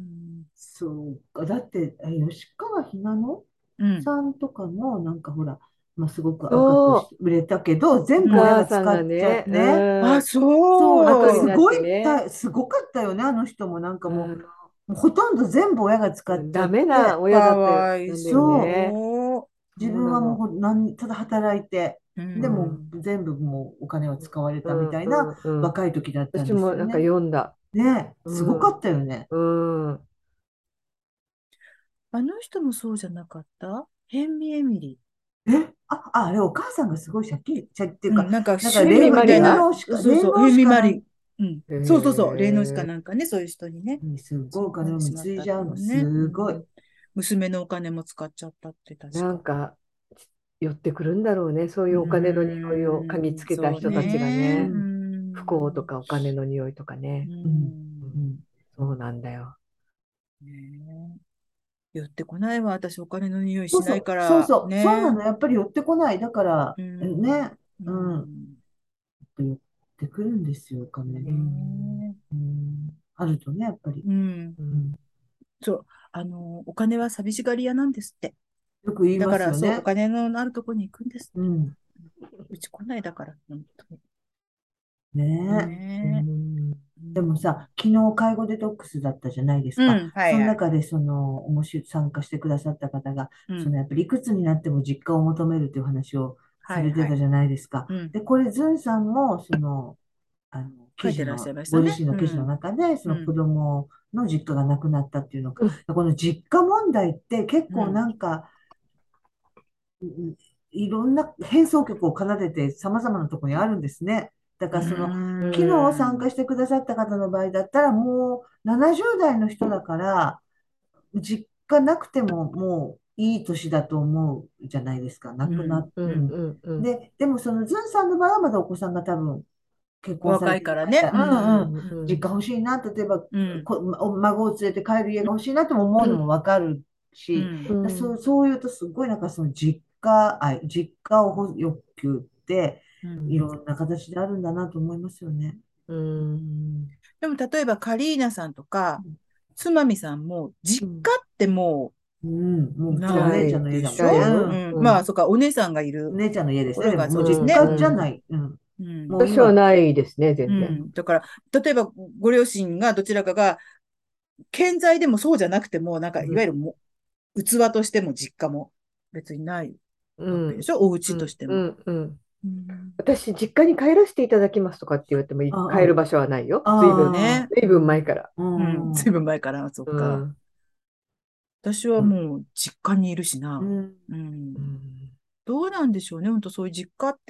そうか。だって、吉川ひなのうん、 さんとかも、なんかほら、まあ、すごく赤くそう。 して売れたけど、 お全部親が母さん使っちゃっがね、 てね。 あ、 うん。 そう、なんか後になっそう。 てね、 すごかったよね、あの人も。なんかもうん、 もうほとんど全部親が使っちゃダっメなて、 親だったよ、 かわいなんだよそう、 ね。 そ自そうなの。 分はもうただ働いて、 う。うでもん、 全部もうお金を使われたみうん、 たいなうん、うん。 若い時だったん私もなんかですよね。 読んだ。 ね、 うすごかん、 ったよね。 うん。 あの人もそうじゃなかった？ヘンミエミリあれお母さんがすごい借金っていうか、 うん、なんかなんかヘンリー・主婦みたいな、 マリが。 そうそう、ヘ霊能士かなんンミマリ。うん。 へそうそうそう、霊能師かえ。 なんかね、そういう人にね、 にすごいおつな金をんでしまったっ貢いじゃうの、 ていうね。うすごい。 ん。娘のお金も使っちゃったって確か。 なんか寄ってくるんだろうね。そういううお金の匂いを嗅ぎつけたそう人たちがね。 ね。不幸とかお金の匂いとかうね。 うんうん。 ん、 うんそうなんだよ。 ねえ。寄ってこないわ、私お金の匂いしないそうそう、 から。 そうそう、そうなね。 の、やっぱり寄ってこない。だから、 うん。 ね、 ううん、 ん。 寄ってくるんですよ、お金。 ねうん、あるとね、やっぱり。 え。うん。 うん。 うん、 そう。お金は寂しがり屋なんですって。 よく言いまだから、そう、おすよね。 金のあるところに行くんですって。 うん、 うち来ないだから、本当に。 ね。 うねん。 え。うん。 でもさ、昨日介護デトックスだったじゃないですか。 うん、はいはい。 その中で参加してくださった方が、 うん、 やっぱりいくつになっても実家を求めるという話をさはいはい。 れてたじゃないですか。 うん。 で、これ、ズンさんも、 書いてらっしゃいましたごね。 自身の記事のうん、 中で、その子うん、 供の実家が亡くなったっていうのが、 うん。 この実家問題って結構うん。 なんか、うんいろんな変奏曲を奏でて様々なところにあるんですね。だうーから昨日参加ん。 してくださった方の場合だったら、もう70代の人だから、実家なくてももういい年だと思うじゃないですか。亡うん。 くなっ、 うん。 うん。 うん。うん。 でもそのズンさんの場合はまだお子さんが多分結お婚され若いからね。 てる方、 ううんうん。 ん、 うん。 実家欲しいな、例えばうん、 孫を連れて帰る家が欲しいなとも思うのもわかるし、 うん、 うん。 そういうとすごいなんかその実家を欲求ってうん。 いろんな形であるんだなと思いますよね。 うん。 でも、例えば、カリーナさんとか、つまみさんも、実うん。 家ってもうん、もう、 う普通お姉ちゃんないの家だもんね。 でしょ？ うん。 うん。まあ、 うん。 そっか、お姉さんがいおる姉ちゃんの家ですね。 ところがでももうそうですね。 実家じゃうん、 ない。うん。 うん。 私はもう今、 ないですね、全然。 うん。だから、例えば、ご両親がどちらかが、健在でもそうじゃなくても、なんか、いわゆる器としても実家も別にないうん。 わけでしょ？お家うん。 としても。 うん。うん。 私、実家に帰らせていただきますとかって言われても、帰る場所はないよ。 ね。 ずいぶん前から。 ずいぶん前から、そっうか。 ん。 私はもう実家にいるしな。 うん。 どうなんでしょうね。本当そういう実家って。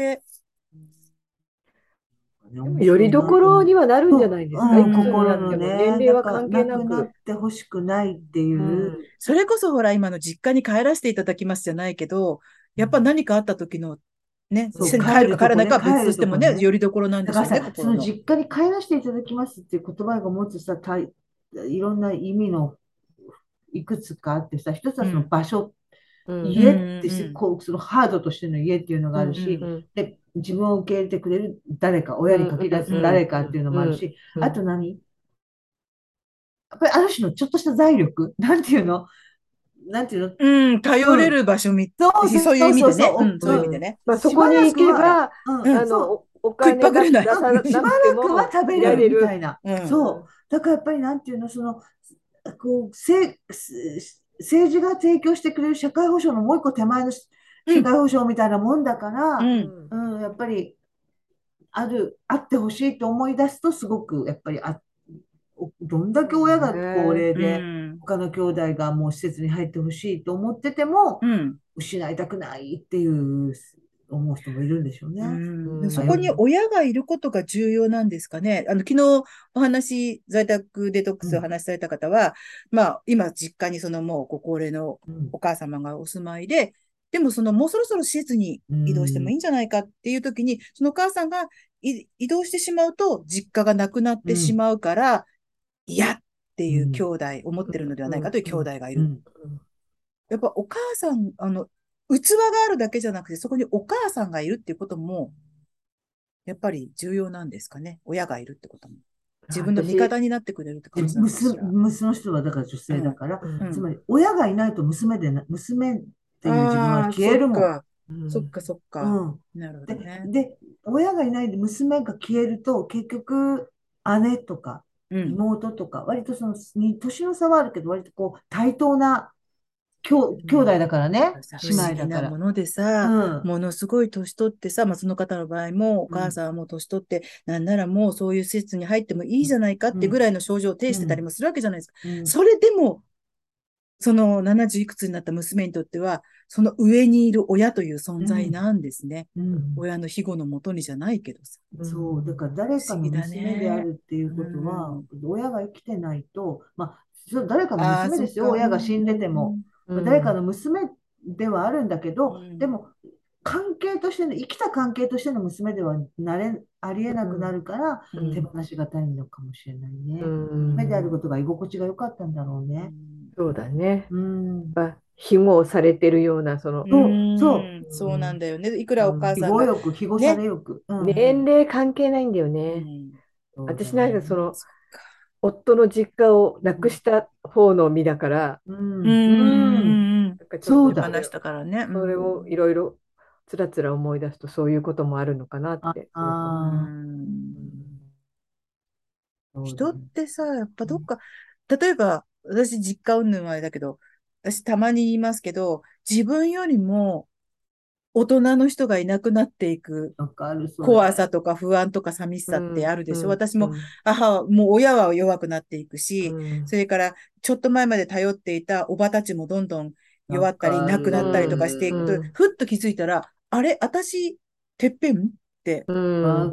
ね、 でも、 面白いよりどこなと思う。 ろにはなるんじゃないですか。いくつにな心っても、 のね、 年齢は関係なくなっなく。 てほしくないっていうう。 ん。 それこそほら、今の実家に帰らせていただきますじゃないけど、やっぱ何かあった時のね、 そう、 帰るか帰らないかは別帰としてもね、 るとこね。 よりどころなんでしょうね、 だからさ、そ心の。 の実家に帰らせていただきますっていう言葉が持つさ、いろんな意味のいくつかあってさ、一つはそのうん。 場所、 うん。 家っうんてうんこう、そのハードとしての家っていうのがあるし、 うん。 で、自分を受け入れてくれる誰か、親にうん。 書き出すうん。 誰かっていうのもあるし、あうん。 とやっぱりある種のちょっとした財力なんていうのなんていうのうん、頼れうん。 る場所そうそういうそうそうそ意味でね。うん、 う。 そういう意味でね。 まあ、そしばこに行らくは、 そうだ。 けば、 うん。 そう、 お食いっぱ金ぐれない。 出さしばなくてらくはもい食べれるられる。 みたいな。 うん。 そう。だからやっぱりなんていうの、こう、政治が提供してくれる社会保障のもう一個手前の社会うん。 保障みたいなもんだから、 うん。 うん。 やっぱりあってほしいと思い出すと、すごく、やっぱりどんだけそう親が高ね。 う齢で、 ん。 他の兄弟がもう施設に入ってほしいと思ってても、 うん。 失いたくないっていう思う人もいるんでしょううね。 ん。でうそこにん。 親がいることが重要なんですかね。昨日在宅デトックスをうん、 話しされた方は、まあ、今、実家にそのもうご高齢のうん、 お母様がお住まいで、でももうそろそろ施設にう移動してもん、 いいんじゃないかっていう時に、そのお母さんが移動してしまうと、実家がなくなってしうん、 まうから、嫌っていう兄うん、 弟を持ってるのではうん。 ないかという兄うん、 弟がいる。 うん。 やっぱお母さん、器があるだけじゃなくて、そこにお母さんがいるっていうことも、やっぱり重要なんですかね。親がいるってことも。自分の味私、 方になってくれるって感じなのかしら。 娘の人はだから女うん。 性だから、 うん。 つまり親がいないと娘っていう自分はああ、 消えるもん。 うん。 そっか。 うん。 なるほどで、 ね。 親がいないで娘が消えると、結局、姉とかうん。 妹とか、割と年の差はあるけど、割とこう、対等な兄弟うん。 だからね、 さ、不姉思議妹だから。 なものでさ、 うん、 ものすごい年取ってさ、まあ、その方の場合も、おうん、 母さんはもう年取って、なんならもうそういう施設に入ってもいいじゃないかっうん、 てぐらいの症状を呈してたりうん、 もするわけじゃないですか。 うん、 それでも、その70いくつになった娘にとっては、その上にいる親という存うん、 在なんですね。 うん。 親の庇護のもとにじゃないけどさ。 うそう、だん。 から誰かの不思議だ娘であね。 るっていううことは、 ん。 親が生きてないと、まあ、誰かのああ、 娘ですよ、 そっか。う親が死んでても。 ん。 うん。 誰かの娘ではあるんだけど、でうん。 も、関係としての、生きた関係としての娘ではありえなくなるから、 う手ん。 放しがたいのかもしれないうね。娘であるん。 ことが居心地が良かったんだろううね。 ん。 そうだね。 うん。 庇護されてるような、 うそん。そうなんうん。 だよね。いくらおうん。 う。庇母さんが、 護欲、庇護さね。 れ欲。うん。 年齢関係ないんだようね。 ん。 そうだ私なんかね。 そっか。 夫の実家をなくうん。 した方の身だから、 ううん。うん。 ん。 なんかちょっそうだ。 と手放したからね。うそれをいん。 ろいろつらつら思い出すとそういうこともあるのかなっあてすごくう思あう。うん。 ん。 人っそうだね。 てさ、やっぱうんどっか、例えば、私実家云々はあれだけど、私たまに言いますけど、自分よりも大人の人がいなくなっていくわかる、それ。 怖さとか不安とか寂しさってあうん。 るでしょ。 うん。 私もうん。 もう親は弱くなっていくうし、そん。 れからちょっと前まで頼っていたおばたちもどんどんわ弱ったりか亡くなったりとかしてういくと、 ん。 ふっと気づいたら、あれ、私、てっぺんってうん。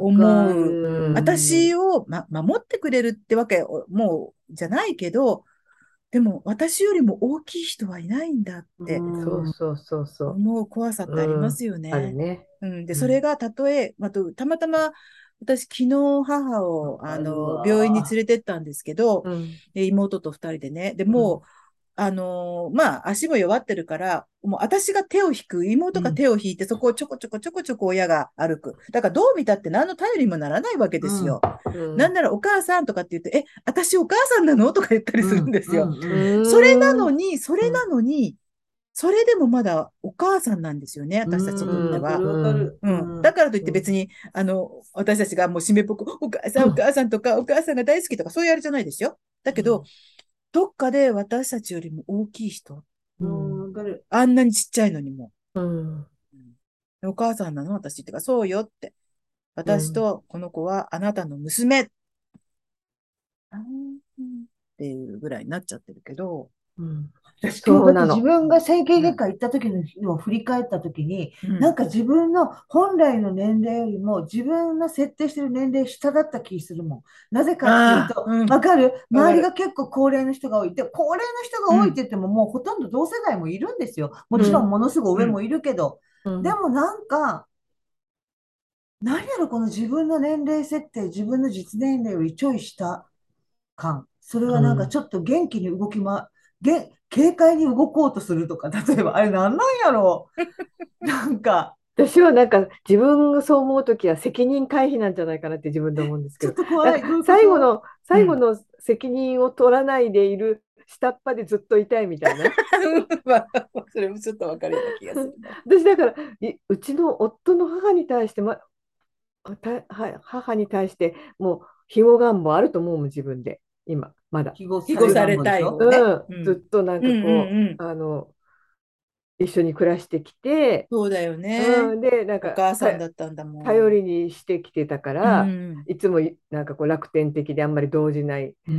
わか思う。 うん。 る。 私を、守ってくれるってわけ、もう、じゃないけど、でも私よりも大きい人はいないんだっうてそうん。 そうそうそ思う怖さっう。 てありまうん。 すよね。 あるね。 うん。で、 うん。 それがたとえ、たまたま私昨日母を、 わかる病院に連わ。 れてったんですけど、 うん。 妹と二人でね。で、 うん。 もう、まあ、足も弱ってるから、もう私が手を引く、妹がうん。 手を引いて、そこをちょこちょこちょこちょこ親が歩く。だからどう見たって何の頼りにもならないわけうん。 ですよ。 うん。 なんならお母さんとかって言って、私お母さんなのとか言ったりするんうん。 ですよ。 うん。 それなうん。 のに、それうん。 なのに、それでもまだお母さんなんですよね、 う私たちにとっん。 ては。 わかるわかる。 うん。 うん。 だからといってうん。 別に、私たちがもう締めっぽく、お母さん、お母さんとか、お母さんが大好きとか、そういうあれじゃないですよ。だけど、どっかで私たちよりも大きい人、 うん。 うん。 わかる。 あんなにちっちゃいのにも。 うん。 うんお母さんなの私ってか、そうよって。 うん。 私とこの子はあなたの娘。あーっていうぐらいになっちゃってるけど、 うん。 私今日だって自そうなの。 分が整形うん、 外科行った時の日を振り返った時に、 うん。 なんか自分の本来の年齢よりも自分の設定してる年齢下だった気するもん。なぜかっていうああ、 と、 うん、 わかる周りがわかる。 結構高齢の人が多い。で、高齢の人がうん、 多いって言ってももうほとんど同世代もいるんですよ。もうん。 ちろんものすごいうん、 上もいるけど。 うん。 でもなんか、何やろこの自分の年齢設定、自分の実年齢よりちょい下感。それはなんかうん。 ちょっと元気に動き軽快に動こうとするとか、例えば、あれなんなんやろう。なんか、 私はなんか自分がそう思うときは責任回避なんじゃないかなって自分で思うんですけちょっど、なんかと怖い。どういうこと？ うん。 最後の責任を取らないでいる下っ端でずっといたいみたいな。 それもちょっとわかるような気がするな。 私だからうちの夫の母に対して、母に対してもうひも願望あると思うもん自分で今まだ庇護庇され願護された望でしょ？ い方ね。 ずっうん。 となんうんうかこんうん。 う一緒に暮らしてきて、 そうだよね。 でなんおか母さんだったんだもん。 頼りにしてきてたかうら、 ん。 いつもなんかこう楽天的であんまり動じない。 うん。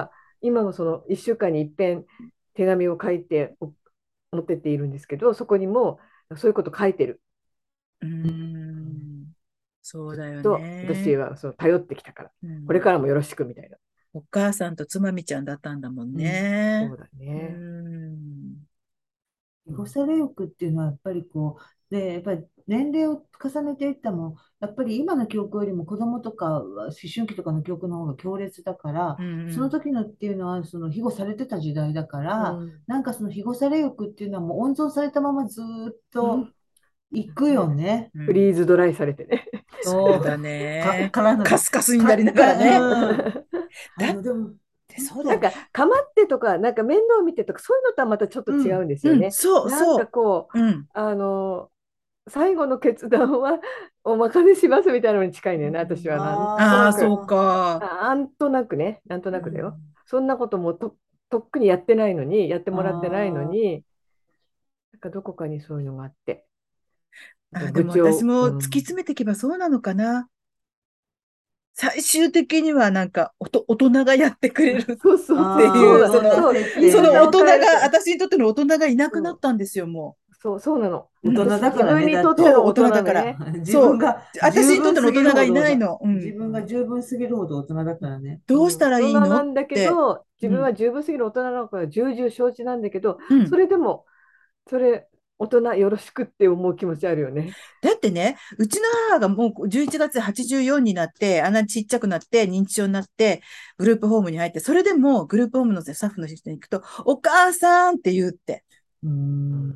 だから今もその1週間に一遍手紙を書いて持ってっているんですけど、そこにもそういうこと書いてる。 ううん。 ん。そうずっだよと私ね。 はその頼ってきたから、これうん。 からもよろしくみたいな。 お母さんとつまみちゃんだったんだもんうん。 ね。 そうだうね。 ん。 庇護され欲っていうのはやっぱりこう、で、やっぱり年齢を重ねていったもん、やっぱり今の記憶よりも子供とか思春期とかの記憶の方が強烈だから、 うんうそのん。 時のっていうのはその庇護されてた時代だから、 うん。 なんかその庇護され欲っていうのはもう温存されたままずーっとうん行くよね、 ね。 うん。 フリーズドライされてね。 そう、 そうだね。 からの、 カスカスになりながらね。 うん。 だっでも、 て本当、 そうだよ。 なんか、かまってとか、なんか面倒見てとか、そういうのとはまたちょっと違うんうん、 うん、 ですよね。 そうなんかそこう、 う。うん。 あの、最後の決断はお任せしますみたいなのに近いねんな、私は。なんとああ、 なく、 そうああ、 か。 なんとなくね、なんとうなくだよ。 ん、 そんなこともとっくにやってないのに、やってもらってないのああ、 に、なんかどこかにそういうのがあって、なんかあー、でも私愚痴を、 も突き詰めていけばそうなのかな。最終的にはなんか大人がやってくれるそうそうってそう、そういう、 ああ、 だ、そう、 大人設言い方定ね。 その大人が、 を変えると、 私にとっての大人がいなくなっそう、 たんですよ、もそうなの。 う。うん。 大人私、自だからね、 分にとってだって。 そう、大の大人だから。 人ね。 自そう。 分が十私にとっ分すぎるての大人がいほどだ。 ないの。うん。 自分が十分すぎるほど大人だからね。 どうしたら大人いいのっなんだけて。 ど、自分うん。 は十分すぎる大人なのか重々承知なんだけど、 うん。 それでも、それ、大人よろしくって思う気持ちあるよね。 だってね、うちの母がもう11月84になって、あんなにちっちゃくなって、認知症になって、グループホームに入って、それでもグループホームのスタッフの人に行くと、お母さんって言うって。 うん。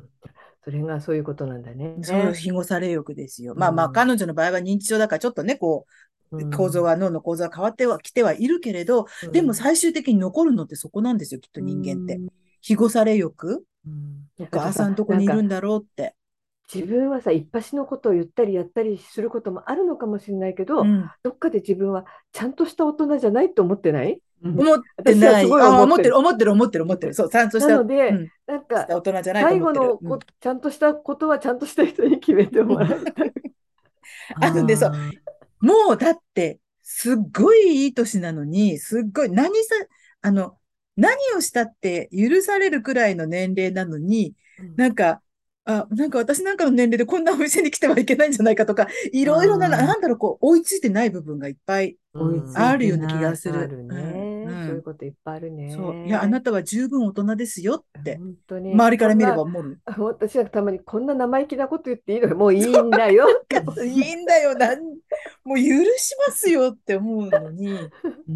うん、それがそういうことなんだそう、 ね。 庇護され欲ですよ。 うまあまあ、 ん、 彼女の場合は認知症だから、ちょっとね、こうう、構造ん、 が、脳の構造が変わってはきてはいるけれど、でもうん、 最終的に残るのってそこなんですよ、きっとう人間って。 ん。 庇護され欲うん。 おあとさ、 母さんどこなんかにいるんだろうって。 自分はさ、いっぱしのことを言ったりやったりすることもあるのかもしれないけど、 うん。 どっかで自分はちゃんとした大人じゃないと思ってない？ うん。 思ってない。 私はすごいああ、思ってる、 思ってる。 思ってる、思ってる、思ってる。 思ってる。 そう、ちゃんとしなた、 ので、 うん、 なんか、 した大人じゃないと最思ってる。 後のうん。 ちゃんとしたことはちゃんとした人に決めてもらいたい。 あるんで、そう。 ああ、 もう、だって、すっごいいい年なのに、すっごい、あの、何をしたって許されるくらいの年齢なのに、 うん、 なんか、なんか私なんかの年齢でこんなお店に来てはいけないんじゃないかとか、いろいろな、 ああ、 なんだろう、こう、追いついてない部分がいっぱいう追いついあるん、 てような気がない。 する。 あるうん、うね。そういうん。 こといっぱいあるそう。いや、あね。 なたは十分大人ですよって、 本当に、 周りから見ればこんな、 思う。 私はたまにこんな生意気なこと言っていいの？もういいんだよって思う。 いいんだよ、もう許しますよって思うのに、 うん。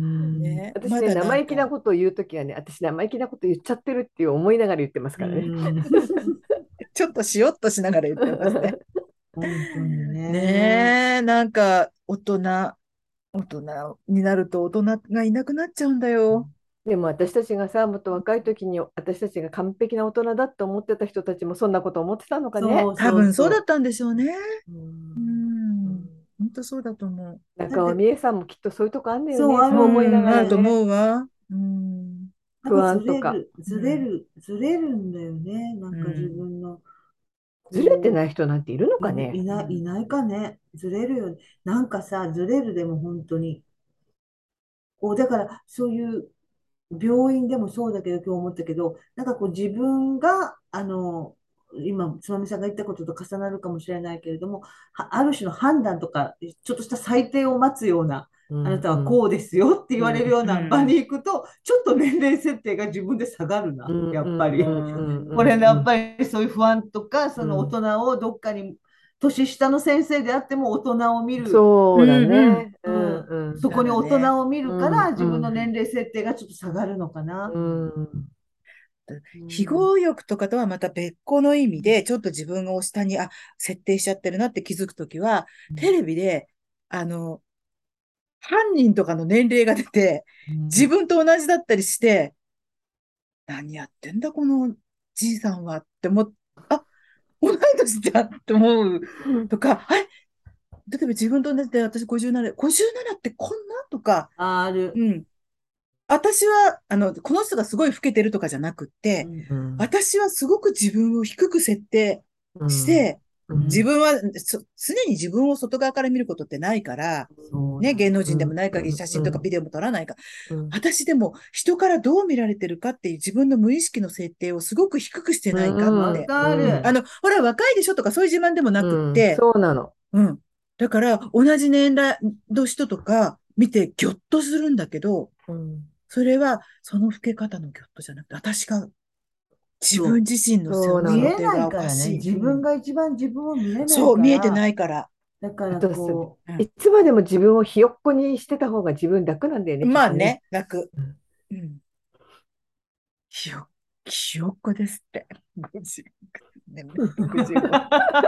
ね、 私ね、 まだな生意気なんか、 ことを言うときはね、私生意気なこと言っちゃってるっていう思いながら言ってますうからね。 ん。 ちょっとしよっとしながら言ってますね。 本当にね。 ねえ、なんか、大人になると大人がいなくなっちゃうんだよ。 でも私たちがさ、もっと若い時に私たちが完璧な大人だと思ってた人たちもそんなこと思ってたのかね。 そう多そうそ分そうだったんでしょうね。 ううん、うん。 ん。 本当そうだと思う。だって、 中尾美恵さんもきっとそういうとこあんだよそうね。 う。 あるんだよそう思いながあるとらね。 ね。 思うわ。うん。 なんか不安とか。 うん。 ずれるんだよね。なんか自うん。 分のずれてない人なんているのかいね。 ない、いないかね。ずれるよね。なんかさ、ずれるでも本当に。だからそういう病院でもそうだけど、今日思ったけど、なんかこう自分が、今、つまみさんが言ったことと重なるかもしれないけれども、ある種の判断とか、ちょっとした裁定を待つような、あなたはこうですよって言われるよううな場にん。 行くと、ちょっと年齢設定が自分で下がるな、 うんやっぱり。 うんうんうんうこれね、やっんぱりそういう不安とか、その大うん人をどっかに、年下の先生であっても大人を見うん。 る、 そうだうんうん。 ね。うんうん、 うんそこに大そうだね。 人を見るかうんら、自分のうん年齢設定がちょっと下がるのかな。 うんうん、 非合欲とかとはまた別個の意味で、ちょっと自分を下に、設定しちゃってるなって気づくときは、テレビで、あの、犯人とかの年齢が出て、 うん、 自分と同じだったりして、何やってんだ、このじいさんはって思っ、あ、同い年じゃんって思うとか、例えば自分と同じで私57、57ってこんなとか、 ある。 うん。私は、この人がすごい老けてるとかじゃなくって、 うん、 うん私はすごく自分を低く設定うんして、 うん自分は、常に自分を外側から見ることってないから、ね、 そうなの。 芸能うん人でもない限り写真とかビデオも撮らないから、 うん私でも人からどう見られてるかっていう自分の無意識の設定をすごく低くしてうないかっわんて。 かる。 ほら、若いでしょとかそういう自慢でもなくっうんて、 そうなの。 うん。だから、同じ年代の人とか見てギョッとするんだけど、 うんそれはその老け方のギョッとじゃなくて、私が自分そ自身のう。 そうなの。 見えな想定がおいからね。 かしい。 自うん。 分が一番自分を見えないそう、見えてから、 ないから。 だからあとす、 こういつまでも自分をひよっこにしてた方が自分楽なんだよね、 ん。 きっとね。 まあね、楽。 うんうん。ひよっこですって。50、ね、 う。 65。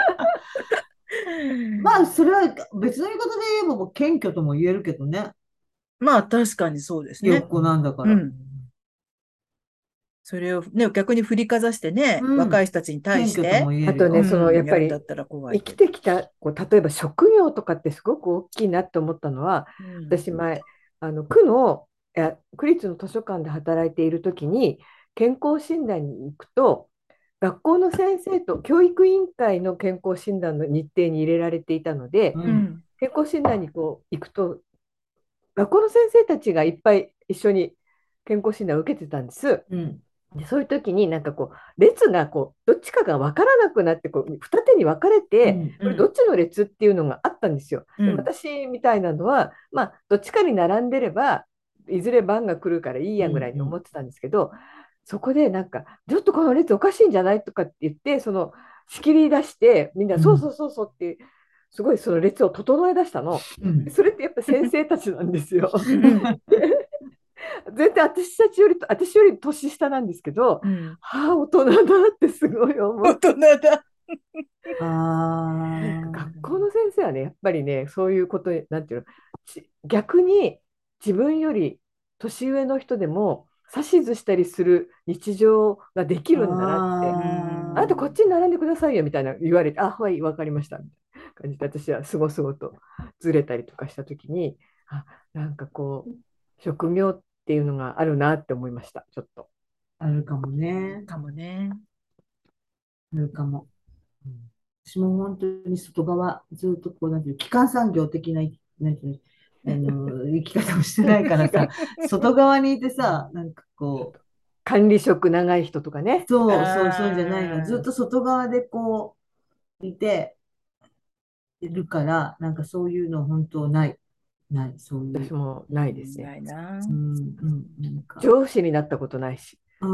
まあ、それは別の言い方で言えばもう謙虚とも言えるけどね。 まあ確かにそうですね。 ひよっこなんだから。 うん。それをね、逆に振りかざしてね、 うん。 若い人たちに対謙して、 虚とも言えあとね、 るよ。 うん、ややっぱりるんだったら怖い生きけど。 てきた、例えば職業とかってすごく大きいなって思ったのは、 うん。 私前、区立の図書館で働いている時に、健康診断に行くと、学校の先生と教育委員会の健康診断の日程に入れられていたので、 うん。 うん。 健康診断に行くと、学校の先生たちがいっぱい一緒に健康診断を受けてたんです。 うん。 でそういう時になんか列がどっちかが分からなくなって二手に分かれて、 うん。 うん。 これどっちの列っていうのがあったんですよ。でうん。 私みたいなのは、まあ、どっちかに並んでればいずれ番が来るからいいうん。 やぐらいにうん。 思ってたんですけど、そこでなんかちょっとこの列おかしいんじゃないとかって言って仕切り出してみんなそうそうそうそうってすごいその列を整え出したの。 うん。 それってやっぱ先生たちなんですよ。 うん。 全然私より年下なんですけど、 うん。 はあ、大人だってすごい思大う。 人だ。 あなんか学あ。 校の先生はね、やっぱりね、そういうことに、なんていうの、逆に自分より年上の人でも指図したりする日常ができるんだなって、 うあなたこっん。 ちに並んでくださいよみたいな言われて、あ、はい、わかりましたみたいな感じで、私はすごすごとずれたりとかしたときに、あ、なんか職業っていうのがあるなって思いました、ちょっと。 あるかもね。 かもね。 あるかも。 うん私も本当に外側、ずっとこう、なんていう、基幹産業的な、なんていう生き方をしてないからさ、外側にいてさ、なんかこ管理職長い人とかね。 う、そうじゃないの。ずっああ、 と外側でこう、いてるから、なんかそういうの本当ない。ない、そういう。 私もうん、 ないですね。 ないな。 うん、うん、なんか、 上司になったことないし。 うん、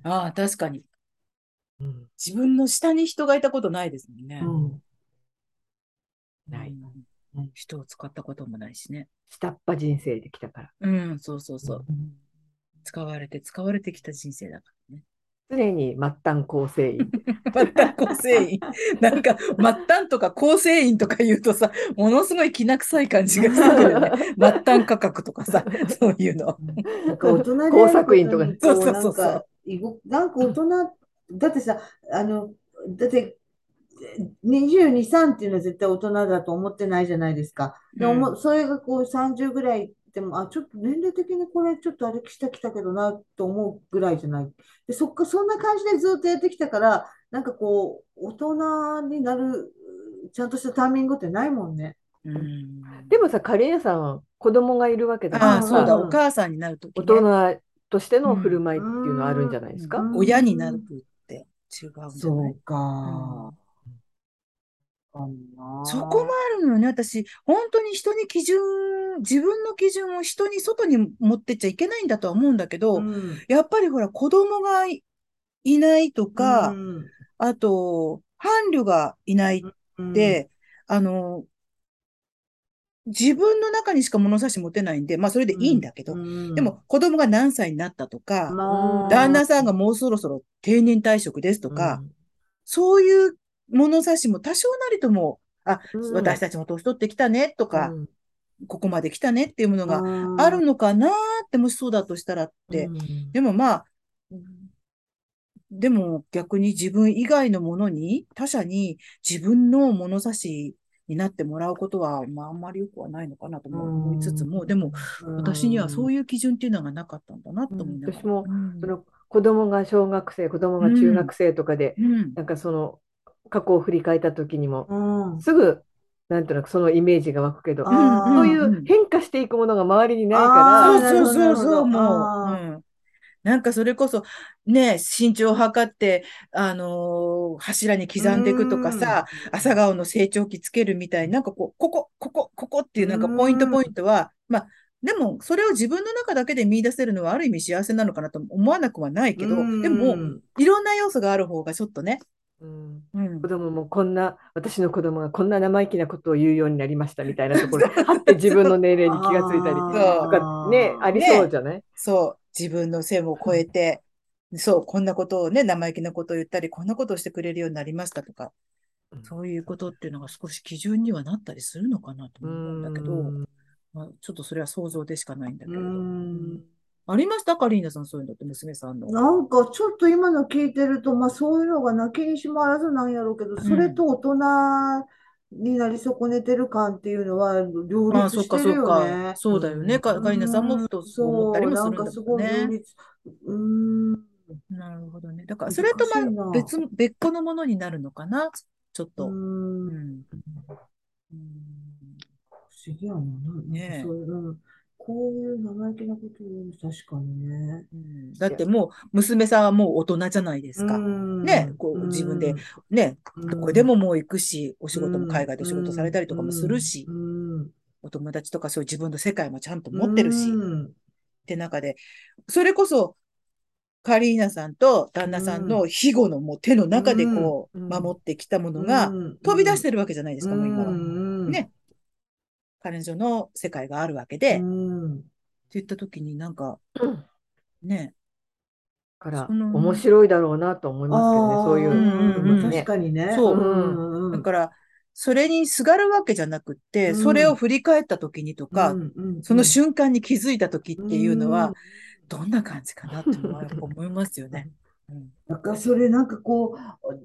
ああ、確かに。 うん、 自分の下に人がいたことないですもんね。 うん、 うない。 ん、 うん、 人を使ったこともないしね。 下っ端人生できたから。 うん、そうそうそう。 うん、 使われてきた人生だからね。 常に末端構成員。 末端構成員。なんか、末端とか構成員とか言うとさ、ものすごいきな臭い感じがしてくるよね。末端価格とかさ、そういうの。 なんか大人で工ある作員とかね。 ことに、こう、 そうそうなんか、 そうそう。 なんか大人、だってさ、だって22、3っていうのは絶対大人だと思ってないじゃないですか。でも、 うん。 それがこう30ぐらいでも、ちょっと年齢的にこれちょっとあれきたけどなと思うぐらいじゃない。で、そんな感じでずっとやってきたから、 なんかこう、大人になる、ちゃんとしたタイミングってないもんね。 うん。 でもさ、カリーナさんは子供がいるわけだかああ、 らさ、 そうだ、おうん母さんになると大きね。 人としてうん。 の振る舞いっていうのはあるんじゃないでうん。 すか？ 親になるうん。 って違うんじゃない？ そうか。 うん。 かそこもな。 あるのよね。私、本当に人に自分の基準を人に外に持ってっちゃいけないんだとは思うんだけど、 うん。 やっぱりほら、子供がいないとうか、 ん。 あと、伴侶がいないっうん。 て、あの、自分の中にしか物差し持てないんで、まあそれでいいんうん。うだけど、でん。 も子供が何歳になったとか、 う旦ん、 まあ、 那さんがもうそろそろ定年退職ですとか、 うん、 そういう物差しも多少なりとも、あ、 うん、 私たちも年取ってきたねとか、 うん、 ここまで来たねっていうものうがあん。 るのかなって、もしそうだとしたらっうて。 ん、 でもまあ、でも逆に自分以外のものに、他者に自分の物差しになってもらうことは、まああんまり良くはないのかなとうも思いつつん。 も、でもう私にはそん。 ういう基準っていうのがなかったんだなと思いながら。 私もうん。 その子供が小学生、子供うが中ん。 学生とかで、 うん。 なんかその過去を振り返った時にも、 うん。 すぐ、なんとなくそのイメージが湧くけど、 うん。うそうん。 いううん。 変化していくものが周りにないかああ、 ら、 そうそうなるほど、なそうそう、 るほど。 もう。うああ。 ん。なんかそれこそ、ね、身長を測って、柱にう刻んでいくとかん。 さ、朝顔の成長期つけるみたいに、なんかこう、ここってういうなんかん。 ポイントは、まあ、でも、それを自分の中だけで見出せるのはある意味幸せなのかなと思わなくはないうけど、でも、 ん。 いろんな要素がある方がちょっとね、 うん、 うん。 子供もこんな、私の子供がこんな生意気なことを言うようになりましたみたいなところで、はって自分の年齢に気がついたりとか、ね、あああ。 りそうね、 じゃない？ そう、自分の線を越えて、そう、こんなことをね、生意気なことを言ったり、こんなことをしてくれるようになりましたとか、 うん、 そういうことっていうのが少し基準にはなったりするのかなとうも思うんだけど、 ん、 まあ、ちょっとそれは想像でしかないんだうけれど。うん、 ん。 ありましたか、リーナさん、そういうのって娘さんの？ なんかちょっと今の聞いてると、まあそういうのが泣きにしもあらずなんやろうけど、それうん。 と大人になり損ねてる感っていうのは両ああ、 立そっかしてるよそっか。 ね。 うそうだよね。 ん、 カリーナさんもふとそう思ったりそう、なんもするんだもかすごい両んね。 立。うーん、 なるほどね。だから、それと難しいな。 別個のものになるのかな、ちょっうーと。うん、 ん。うん、 不思議やな。なんかそねういう、こういう生意気なこと言うの確かにね。 え。うん、だいや、 ってもう、娘さんはもう大人じゃないでうーすか。ねえ、 ん、 こうーう自分で、 ん、 ね、 うどこでん、 ももう行くし、お仕事もうん、 海外でお仕事されうん、 たりとかもするし、 うん、 お友達とかそういう自分の世界もちゃんとう持ってるし、 ん、 って中で、それこそ、カリーナさんと旦那さんのうん、 庇護のもう手のう中でん、 こう、 うん、 守ってきたもうのがん、 飛び出うん、 してるわけじゃないですうか、もう今は。 ん、 ね。彼女の世界があるわけうで、ってん、 言った時になんか、ね、 からその、 面白いだろうなと思いあますけどね、そういうんううんまあ確うん。 ね。 かにね。うそう。 ん、うん、 だから、それにすがるわけじゃなくって、それをうん、 振り返った時にとか、 うん、うん、 その瞬間に気づいた時っうていうのん。 は、どんな感じかなっていうのはやっぱ思いますよね。うん。 なんかそれなんかこ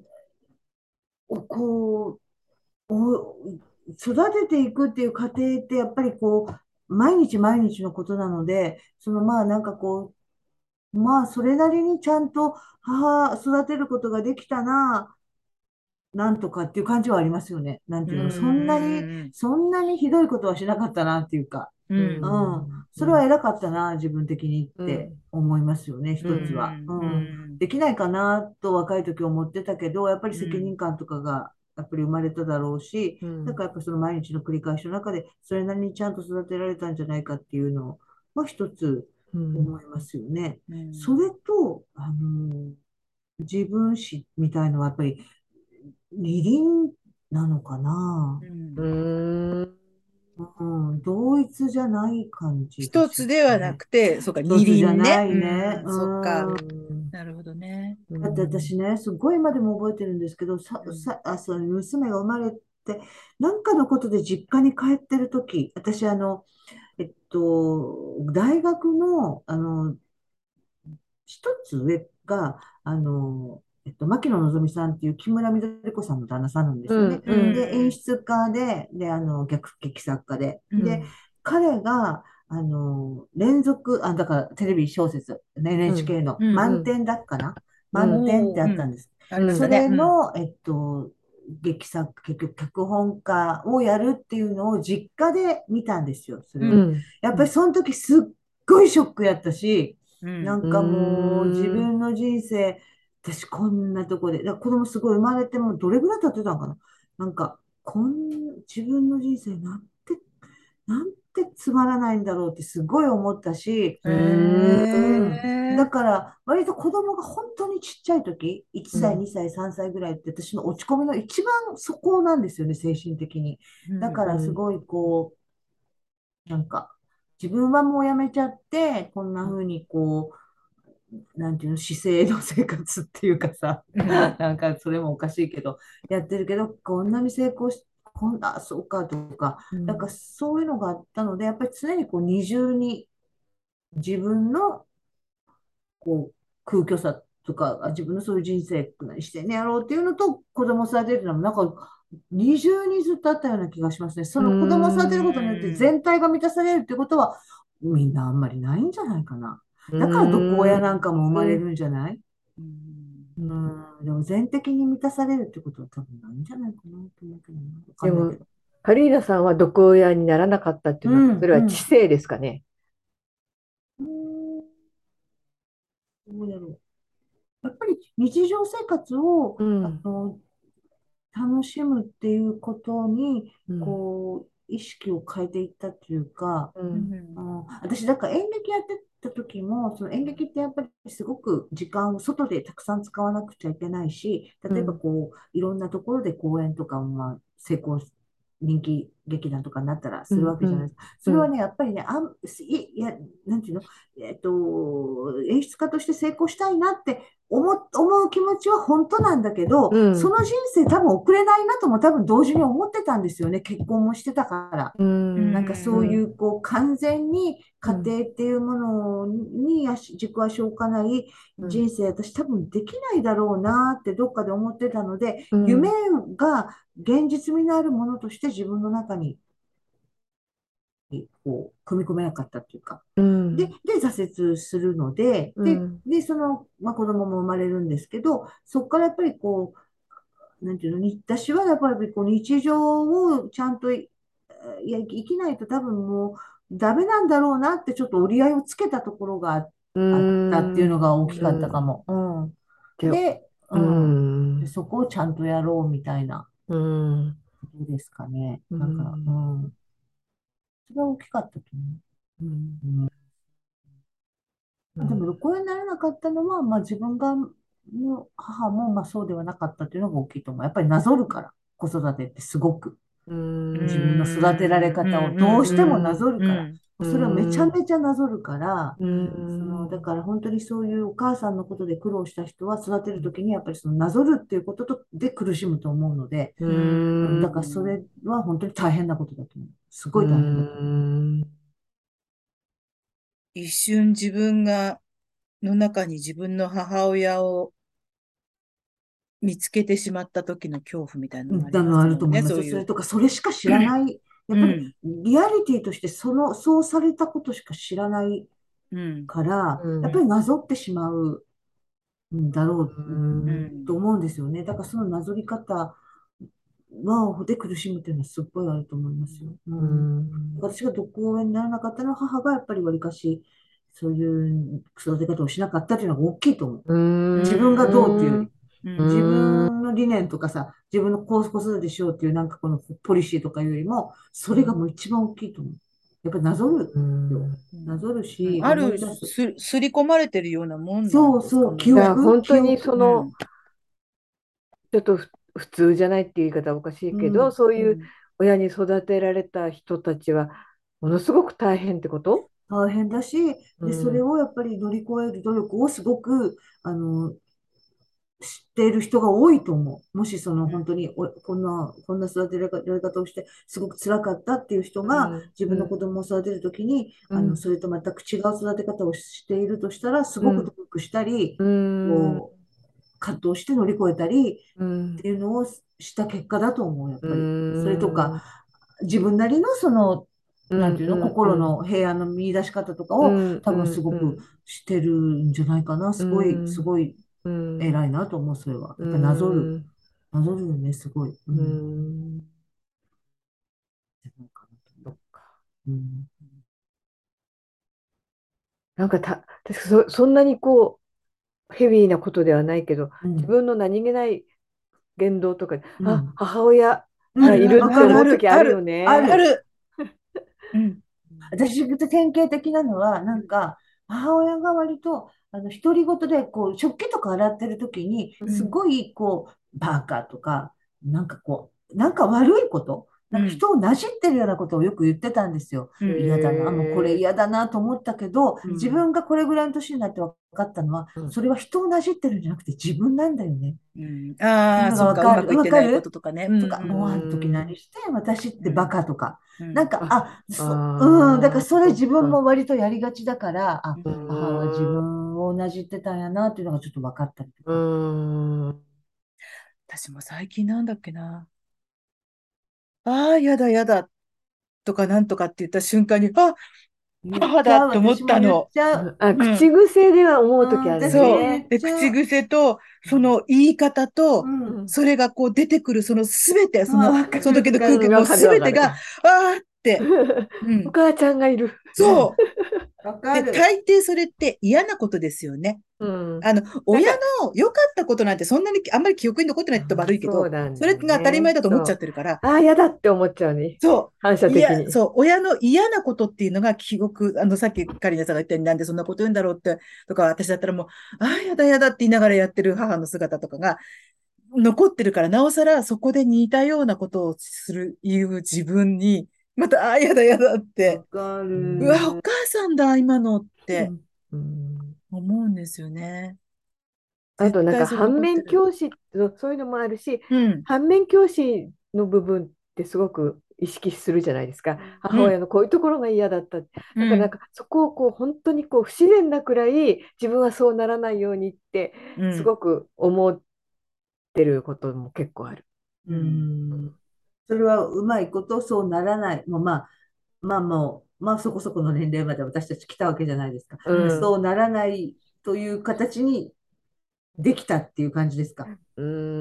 こう、育てていくっていう過程ってやっぱりこう、毎日毎日のことなので、まあなんかこまあそれなりにちゃんと育てることができたな、なんとかっていう感じはありますよね。なんうんていうの、 うんそんなにひどいことはしなかったなっていうか、 うんううん。 うん。 ん、うん、 それは偉かったな、自分的にってうん、 思いますよね、 うん一つは。ううん。 んできないかなと若い時思ってたけど、やっぱり責任うん感とかがやっぱり生まれただろうし、 うん、 だからやっぱその毎日の繰り返しの中で、それなりにちゃんと育てられたんじゃないかっていうのは一つうん、 思いますよね。 うそれん。 と、自分史みたいのはやっぱり二輪なのかな。 ううんん、 うん、同一じゃない感じが一しつではなますね。 くて、そうか、二一つじゃ輪ね。 ないうね。 ん、そっか。 うん。 うなるほどね。 だってん、 私ね、すごい今でも覚えてるんですけど、 うん、 そう娘が生まれて、なんかのことで実家に帰ってる時、私大学の、一つ上が、牧野のぞみさんっていう木村緑子さんの旦那さんなんでうすよね。 ん、 ううん、 で、演ん、 出家で、劇作家で。で、 うん、 彼が、連続、だからテレビ小説、ねうん、 NHK のうん、 満点だっかな満点ってあうん。 ったんです。そありましたね。うん。 れの、劇作、結局脚本家をやるっていうのを実家で見たんですよ、それを。 うん。 やっうん。 ぱりその時すっごいショックやったし、 うん。 なんかもう自分の人生、私こんなとこで、だから子供すごい生まれてもどれぐらい経ってたのかな。なんか、自分の人生なんてつまらないんだろうってすごい思ったし、 へうん。だえ。 から、割と子供が本当にちっちゃい時、1歳、 うん 2歳、3歳ぐらいって私の落ち込みの一番底なんですよね、精神的に。だかうん。 らすごいなんか、自分はもうやめちゃって、こんな風になんていうの、姿勢の生活っていうかさ、 うん。 なんかそれもおかしいけど、やってるけど、こんなに成功し、そうかとか、なんかそういうのがあったので、やっぱり常に二重に自分の空虚さとか、自分のそういう人生にしてねやろうっていうのと、子供を育てるのも、なんか、二重にずっとあったような気がしますね。そうの子供を育てることによってん。 全体が満たされるってことは、みんなあんまりないんじゃないかな。 うだから毒ん。 親なんかも生まれるんじゃない？ うん。 うん、でも全的に満たされるってことは多分ないんじゃないかなと思うけどな。わかでも、 んないけど。 カリーナさんは毒親にならなかったっていうのは、 うん、 それは知うん。 性ですかね。 うん、どうやろう。やっぱり日常生活を、 うん。 楽しむっていうことに、 うん。 意識を変えていったっていうか、 ううん。 ん。 私、だから演劇やってた時も、その演劇ってやっぱりすごく時間を外でたくさん使わなくちゃいけないし、例えばうん。 いろんなところで公演とかも、人気劇団とかになったらするうん。うん。 わけじゃないですか。そうん。 れはね、やっぱりね、なんていうの、演出家として成功したいなって思う気持ちは本当なんだけど、 うん。 その人生多分送れないなとも多分同時に思ってたんですよね。結婚もしてたから。 うなんかん。 そういうん。 う、完全に家うん。 庭っていうものに軸足を置かないうん。 人生、私多分できないだろうなってどっかで思ってたので、夢うん。 が現実味のあるものとして自分の中に組み込めなかったっていうか。 うん。 で、挫折するので、で、子供も生まれるんですけど、そこからやっぱりなんていうの、私はやっぱり日常をちゃんと生きないと多分もうダメなんだろうなってちょっと折り合いをつけたところがうあったっていうん。 のが大きかったかうん。 も。うん。 で、 で、 うで、 ん。 そこをちゃんとやろうみたいなうん。 ことですかね。 うなんか、うん。 ん。それは大きかったとうん。 思う。でも、これにならなかったのは、自分の母も、そうではなかったというのが大きいと思う。やっぱりなぞるから、子育てってすごく。 うう自分のん。 育てられん。う方をどうしてもなん。 ぞるから。 うん。 それをめちゃうん。 めちゃなぞるから、 うだん。 から本当にそういうお母さんのことで苦労した人は育てるときにやっぱりそのなぞるっていうことで苦しむと思うので、 うだからそん。 れは本当に大変なことだと思う。すうごい大変だと思う。 ん。 一瞬自分の中に自分の母親を見つけてしまった時の恐怖みたいなのもありまあすもんね、 ると思いますよ。 そういう。 それとか、それしか知らない。やっぱりうん。 リアリティとしてそうされたことしか知らないうん。 から、やっぱりうん。 なぞってしまうんだろううとん。 思うんですよね。だからそのなぞり方で苦しむっていうのはすっごいあると思いますよ。 うん。 私が独親にならなかったのは母がやっぱりわりかしそういう育て方をしなかったっていうのが大きいと思う。 うう自分がどうっていうよん。 り。 う自ん。 分の理念とかさ、自分の子育てしようっていうなんかこのポリシーとかよりも、それがもう一番大きいと思う。やっぱりなぞるうよ。 ん。 なぞるし、 うん。ある、 思い出す。 すり込まれてるようなもんなんですそうそう、 かね。 本当に記憶。 うん。 ちょっと普通じゃないっていう言い方はおかしいけど、 うん。 そういううん。 親に育てられた人たちは、ものすごく大変ってこと？ 大変だし、で、それうん。 をやっぱり乗り越える努力をすごく、知っている人が多いと思う。もしその本当にこんな育てられ方をしてすごく辛かったっていう人がうん。 自分の子うん。 供を育てるときに、 うん。 それと全く違う育て方をしているとしたら、すごく努うん。 力したり、 うん。 こ葛藤して乗り越えたりっうん。 ていうのをした結果だと思う、やっうぱり。それとか、 ん。 自分なりのうん。 なんていうの、心うん。 の平安の見出し方とかをうん。 多分すうん。 ごくうん。 してるんじゃないかな。 うすごい、すん。 ごい偉いなと思う、それは。 うやっぱなぞる。 ん。 なぞるよね、すごい。 うん。 じゃないかなと思そっか。 う。 なんか確かそんなにこう、ヘビーなことではないけど、自うん。 分の何気ない言動とかで、あ、 うん。 母親うん。 がいるってあるあるわかる。 思う時あるよあるあね。 る。 ある。うん。 私が典型的なのは、なんか、母親が割と、独り言で、こう、食器とか洗ってる時に、 うん。 すごい、こう、バカとか、なんかこう、なんか悪いこと、なんかうん。 人をなじってるようなことをよく言ってたんですよ。 うん。 嫌だな、もうこれへえ。 嫌だなと思ったけど、自うん。 分がこれぐらいの年になって分かったのは、 うん。 それは人をなじってるんじゃなくて自分なんだよね。 うん。ああ、 っていうのがそっか。うま分かる。 くいってないこ分かるととかね。うん。 とか、 うもうあの時何ん。 して、私ってバうん。 カとか。 うん。 なんか、 あ、 だからああ、 それ自分もそっか。 割とやりがちだから、 うう母は自ん。 分をなじってたんやなっていうのがちょっと分かったりとうか。 ん。 私も最近なんだっけな。ああ、やだやだとかなんとかって言った瞬間に、あ、 言っ母ちゃう。 だって思っ私も言ったの。 ちゃう。 あ、 うん。 口癖では思うう時あるそう。 私も言ね。 っで、 ちゃう。 口癖と、そうん。 の言い方と、 うん。 うん。 それがこう出てくる、そのすべて、 あ、わかそのるわかる。 時の空気、 うん、 もうわかるわかる。 すべてが、あーって、うおん。 母ちゃんがいる。 うん。 そう。 わかで、 る。 大抵それって嫌なことですよね。 うん。 親なんか、 の良かったことなんてそんなにあんまり記憶に残ってないって言うと悪いけど、 そうなんだよそれが当たり前ね。 だと思っちゃそう。 ってるから、 ああ、嫌だって思っちゃうね。 そ反う。いや、 射的に。 そう、親の嫌なことっていうのが記憶、さっきカリナさんが言ったようになんでそんなこと言うんだろうって、とか、私だったらもう、ああ、やだやだって言いながらやってる母の姿とかが残ってるから、なおさらそこで似たようなことを言う自分に、また、ああ、やだやだっわて、 かううわ、おん。 る。 母さんだ、今のってうんうん。 思うんですよね。絶あとなんか対それ残ってる。 そういうのもあるし、 うん、 反面教師の部分ってすごく意識するじゃないですか。母うん、 親のこういうところが嫌だった。 うん、 だからなんかそこをこう本当にこう不自然なくらい自分はそうならないようにってすうん、 ごく思ってることも結構ある。 うん。それはうまいことそうならない。もうそこそこの年齢まで私たち来たわけじゃないですか。 ううん。 ん。 そうならないという形にできたっていう感じですか。 うん、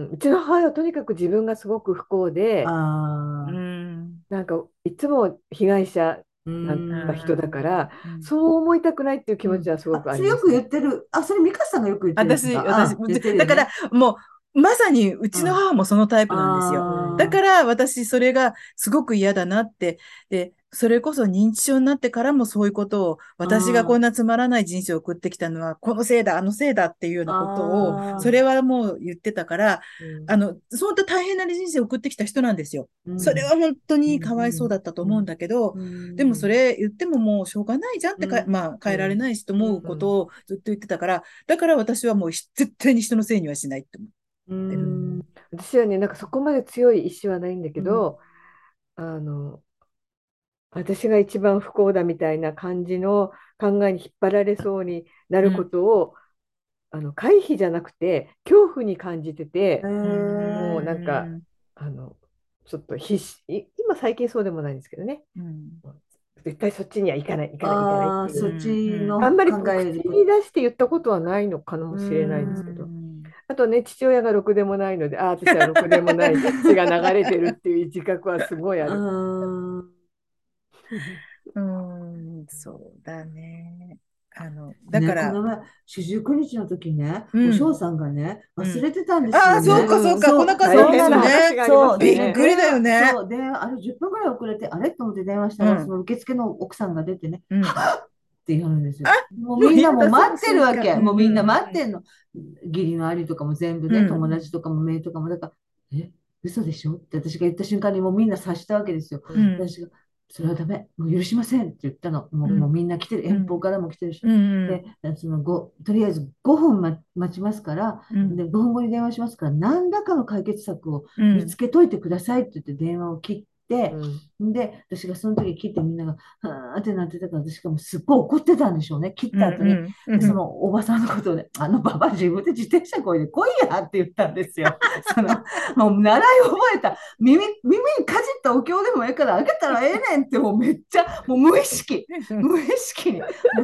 うちの母親はとにかく自分がすごく不幸あで、 うあ、 ん。 なんかいつも被害者うーだった人だかん、 ら、 うん。 そう思いたくないっていう気うん。 持ちはすごくあそれよく言りますね。 ってる。それ美香さんがよく言ってるやつだ。 私、 言ってるだからよね。 もう、まさにううん。 ちの母もそのタイプなんですよ。だあから私、それがすごく嫌だなって。で、それこそ認知症になってからもそういうことを、 あ、 私がこんあなつまらない人生を送ってきたのは、このせいだ、あのせいだっていうようあ、 なことを、それああ、 はもう言ってたから、 うん。 本当大変な人生を送ってきた人なんですよ。 うん、 それは本当うにかわいそうん、 だったと思うんうん、 だけど、 うでもそん、 れ言ってももうしょうがないじゃんってうん、 まあ変えられないしと思うこうん、 とをずっと言ってたから、だから私はもう絶対に人のせいにはしないって思っうてる。 ん、 私はね、なんかそこまで強い意志はないんだけうん、 ど、あの、私が一番不幸だみたいな感じの考えに引っ張られそうになるこうん。 とを、回避じゃなくて、恐怖に感じてへて、 うーもうなんか、 ん。 あの、ちょっと今最近そうでもないんですけどね、 うん。 絶対そっちには行かないっていう。 そっちうん。うん。 あんまりの考口えること。 に出して言ったことはないのかうもしれないんですけど。 ん。 あとね、父親がろくでもないので、私はろくでもない血が流れてるっていう自覚はすごいあうる。 ん。 うーん、そうだね。だかね、こら、 の前、四十九日の時ね、 うん、 お嬢さんがね、 うん。 忘れてたんですああ、 よね。 そうか、そうか。来そう、 なかったんです大変なよね。 話がありまそう、 したね。 電話、あれ10分ぐらい遅れて、あれと思って電話したら、そうん、 の受付の奥さんが出てね、 うん。 って言うんですあ、 よ。もうもうみんなやだ、そう、 もう待ってそうか。うん、 るわけ。 うん、 もうみんなうん、 待ってんの。義理の兄とかも全部ね、 うん。 友達とかも姪とかも、だから、嘘でしょって私が言った瞬間にもうみんな察したわけですよ。 うん。 うん、 私が、それはダメ、もう許しませんって言ったの。もううん、 みんな来てる、 うん、 遠方からも来てるし。 うん、うん、 で、とりあえず5分待ちますから、 うん、 で、5分後に電話しますから、何らかの解決策を見つうん、 けといてくださいって言って電話を切って、 て、で、私がその時切ってみんなが、はーってなってたから、私がもうすっごい怒ってたんでしょうね、切った後に。で、そのおばさんのことで、ババ自分で自転車こいで来いやって言ったんですよ。もう習い覚えた、耳にかじったお経でもええから開けたらええねんって、もうめっちゃ、もう無意識に、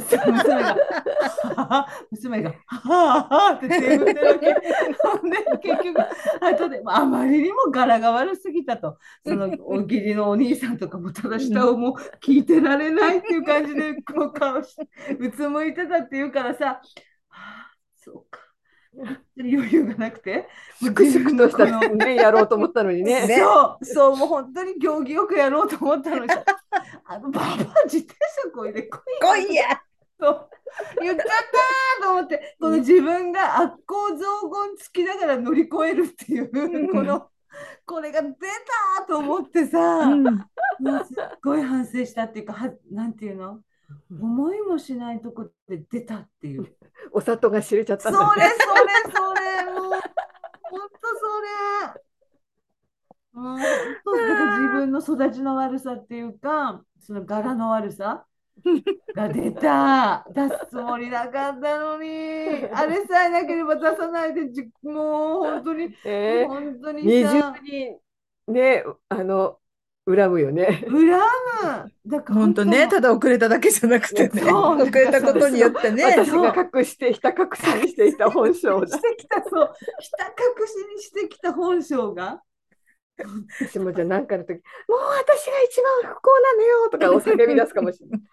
娘が、はははって手振ってるわけ。ほんで、結局、後で、あまりにも柄が悪すぎたと、そのお義理のお兄さんとかもただ下をもう聞いてられないっていう感じで、こう顔して、うつむいてたっていうからさ、はあ、そうか。余裕がなくて、 粛々としたね、やろうと思ったのにね。 そう、もう本当に行儀よくやろうと思ったのにさ、ババ自転車こいで来いやと言っちゃったと思って、この自分が悪行雑言つきながら乗り越えるっていう、これが出たと思ってさ、もうすっごい反省したっていうか、なんていうの、思いもしないとこで出たっていう。 お里が知れちゃったんだね。 それ、もう、本当それ。もう本当、だから自分の育ちの悪さっていうか、その柄の悪さが出すつもりなかったのに、あれさえなければ出さないで、もう本当に、本当に二重さ、 にね、恨むよね。 恨む。だから本当ね、ただ遅れただけじゃなくてね、遅れたことによってね、 私が隠して、ひた隠しにしていた本性だ。 してきた、そう、ひた隠しにしてきた本性が。 私もじゃあ何かの時、もう私が一番不幸なのよとかお叫び出すかもしれない。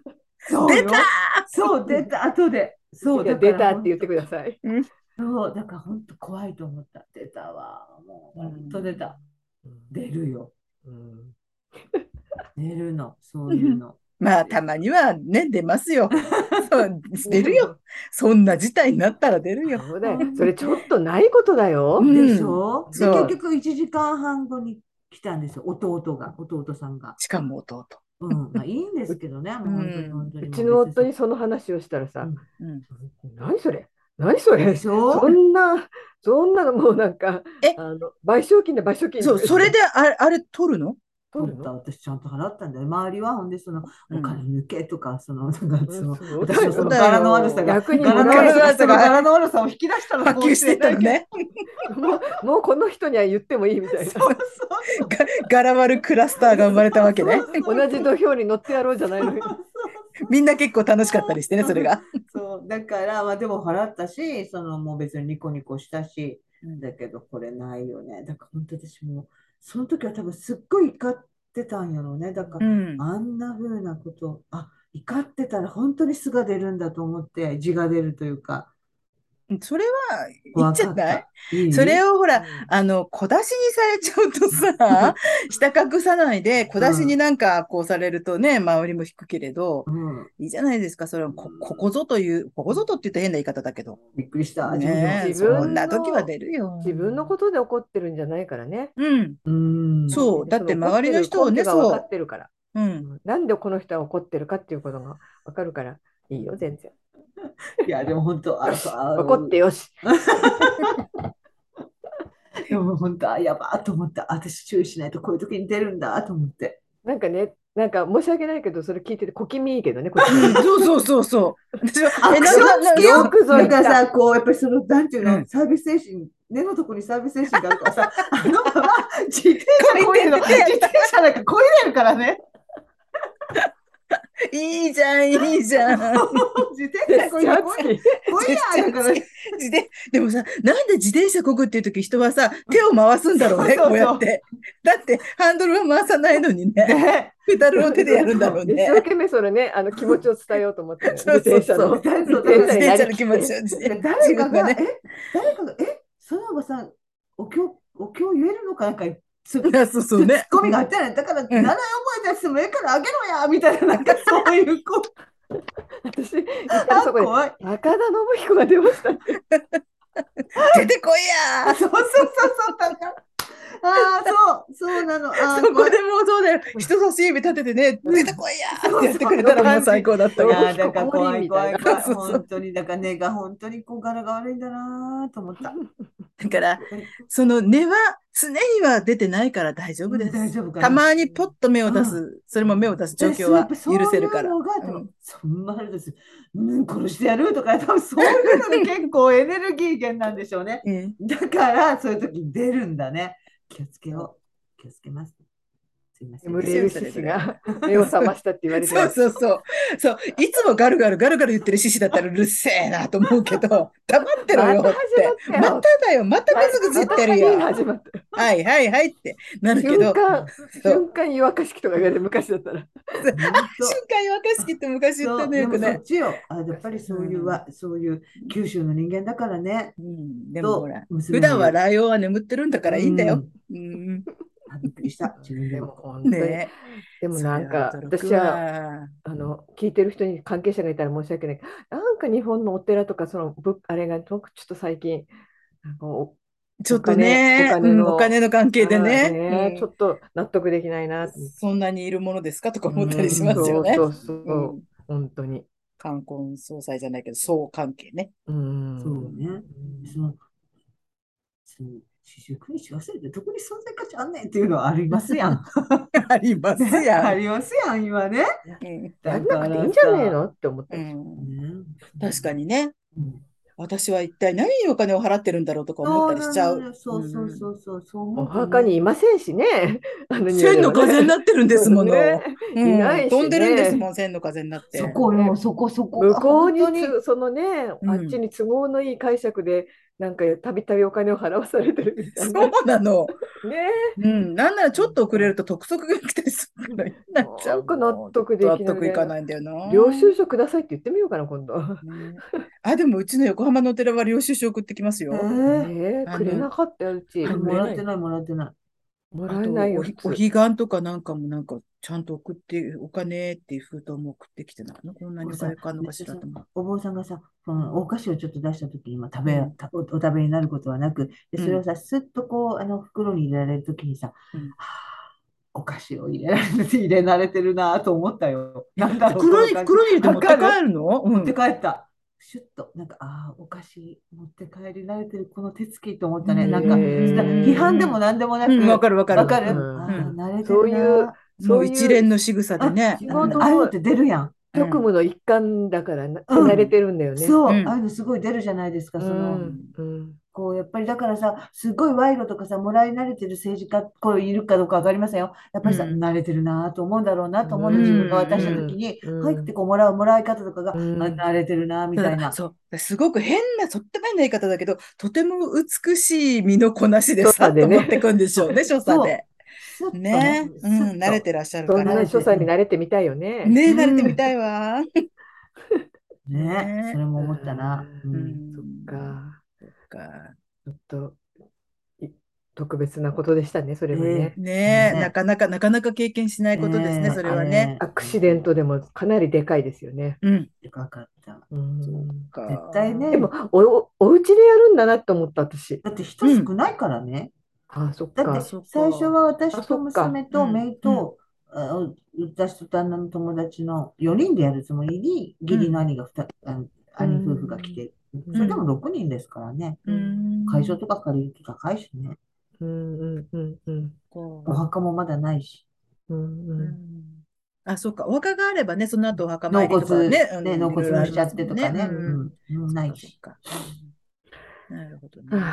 出た後で。そうだ出たって言ってください。 そう、だから本当怖いと思った。出たわ。もう本当出た。出るよ。出るの、そういうの。 まあ、たまにはね、出ますよ。出るよ。そんな事態になったら出るよ。 そうだよ。それちょっとないことだよ。 でしょ。で、結局1時間半後に来たんですよ。弟さんが。 しかも弟。 まあいいんですけどね、もう本当に。 うちの夫にその話をしたらさ、何それそんなのもうなんか、賠償金。 そう、それであれ取るの？ 私ちゃんと払ったんだよ。周りはほんでお金抜けとか、私の柄の悪さを引き出したの波及してたのね。 もうこの人には言ってもいいみたいな。 柄悪クラスターが生まれたわけね。 同じ土俵に乗ってやろうじゃないのよ。 みんな結構楽しかったりしてね、それが。 そうだからでも払ったし、もう別にニコニコしたし、だけどこれないよね。だから本当私もその時は多分すっごい怒ってたんやろうね。だから、あんな風なこと、怒ってたら本当に素が出るんだと思って、字が出るというか。 それはいいんじゃない？それをほら、小出しにされちゃうとさ、下隠さないで、小出しになんかこうされるとね、周りも引くけれど、いいじゃないですか。それはここぞとって言ったら変な言い方だけど。 びっくりした。 そんな時は出るよ。 自分のことで怒ってるんじゃないからね。 そう。だって周りの人をね、 そう。分かってるから。なんでこの人は怒ってるかっていうことが分かるから、いいよ、全然。 いや、でも本当、 怒ってよし。 でも本当、やばーと思った。私注意しないとこういう時に出るんだと思って。 なんかね、申し訳ないけど、それ聞いてて小気味いいけどね、 そう。 私はアクション付きよくぞだからさ、やっぱりなんていうの、サービス精神、根のとこにサービス精神があるからさ、自転車こいでるの、自転車なんかこいでるからね。 いいじゃん。自転車こいやから。でもさ、なんで自転車こぐっていう時人はさ、手を回すんだろうね、こうやって。だってハンドルは回さないのにね。ペダルを手でやるんだろうね。 一生懸命それね、気持ちを伝えようと思って、自転車の気持ちを。 誰かが、そのおばさん、お経言えるのかなんかツッコミがあったね。だから、習い覚えたやつもええからあげろやみたいな、なんかそういう子。 私、そこで、赤田信彦が出ました。 出てこいやそう。 そうなの。 そこでもうそうだよ。人差し指立ててね、出てこいやーってやってくれたらもう最高だったそうよ。 だから怖い怖い怖い。 そうそう本当に、だから根が本当にこう柄が悪いんだなと思った。 だから、その根は常には出てないから大丈夫で大す。 丈夫かな。 たまにポッと目を出うん。 す、それも目を出す状況やっはぱそう許せるから。 いうのが、 うん。 そんなあれです。殺してやるとか、多分そういうので結構エネルギー源なんでしょうね。だから、そういう時に出るんだね。気をつけよう。気をつけます。すいません。 眠れる獅子が目を覚ましたって言われてそうます。 そうそう。そう。いつもガルガルガルガル言ってる獅子だったらうるせえなと思うけど、黙ってろまたよって。また始まったよ。 だよ。またぐずぐず言ってるまたよ。 始まった。 はいはいはいってなるけど、 瞬間、 そう。 瞬間湯沸かし器とか言われて昔だったら。 瞬間湯沸かし器って昔言ったそう、 ね、 でもそっよくね。 ちよ。やっぱりそういうそういう九州の人間だからね。 でもほら、 娘普段はも言う。 ライオンは眠ってるんだからいいんだよ。 びっくりした。自分ででもも。 本当に、 ねでもそれはなんか驚く私はわ。 聞いてる人に関係者がいたら申し訳ないけど、なんか日本のお寺とかそのあれがちょっと最近なんかちょっとおね、 金お金のの関係でね、 ちょっと納得できないなと思って。 そんなにいるものですかとか思ったりしますよね。 そうそうそう、本当に。 冠婚葬祭じゃないけど、相関係ね。 そうね。四十九日忘れて、どこに存在価値あんねんっていうのはありますやん。 ありますやん。 ありますやん、今ね。 やんなくていいんじゃねえのって思った。 確かにね。私は一体何にお金を払ってるんだろうとか思ったりしちゃう。 そうそうそうそう、そうお墓にいませんしね。 千の風になってるんですもの。 いないしね。 飛んでるんですもん、千の風になって。 そこよ、そこ。 向こうにそのね、あっちに都合のいい解釈で、なんかたびたびお金を払わされてるみたいな。 そうなの。 ね。 なんならちょっと遅れると督促が来たりするからなっちゃう。 なんか納得できない。 納得いかないんだよな。 領収書くださいって言ってみようかな、今度。 でもうちの横浜のお寺は領収書送ってきますよ。 くれなかったよ、うち。 もらってない、もらってない。 もらえないよ。 お彼岸とかなんかもなんかちゃんと送って、お金っていう封筒も送ってきてないの。こんなにお金かかるのかしらと思う。 お坊さんがさ、お菓子をちょっと出したときに、お食べになることはなく、それをさ、すっとこう、袋に入れられるときにさ、お菓子を入れられてるなと思ったよ。なんだろう、 袋に入れて持って帰るの？ 持って帰った。シュッと、なんか、お菓子持って帰り慣れてるこの手つきと思ったね。なんか、批判でもなんでもなく、 わかる。 慣れてそうるいう、 もう一連の仕草でね。 ああいうのって出るやん。 職務の一環だから慣れてるんだよね。 そう、ああいうのすごい出るじゃないですか。こう、やっぱりだからさ、すごい賄賂とかさ、もらい慣れてる政治家、これいるかどうかわかりませんよ。やっぱりさ、慣れてるなと思うんだろうなと思うの、自分が渡した時に、入ってこうもらい方とかが、慣れてるなみたいな。 そう、すごくとっても変な言い方だけど、とても美しい身のこなしでさっと持ってくんでしょうね、所作で。ね、慣れてらっしゃるから。 そんな所作に慣れてみたいよね。 ね、慣れてみたいわ。 ね、それも思ったな。 そっか。ちょっと特別なことでしたね、それはね。 なかなか経験しないことですね、それはね。 アクシデントでもかなりでかいですよね。 でかかった。 絶対ね。 でもお家でやるんだなと思った、私。 だって人少ないからね。 そっか。 だって最初は私と娘と姪と私と旦那の友達の4人でやるつもりに義理の兄夫婦が来て、それでも6人ですからね。会場とか借りると高いしね。お墓もまだないし。 そうか。お墓があればね、その後お墓参りとかね。 納骨もしちゃってとかね。ないし。 なるほどね。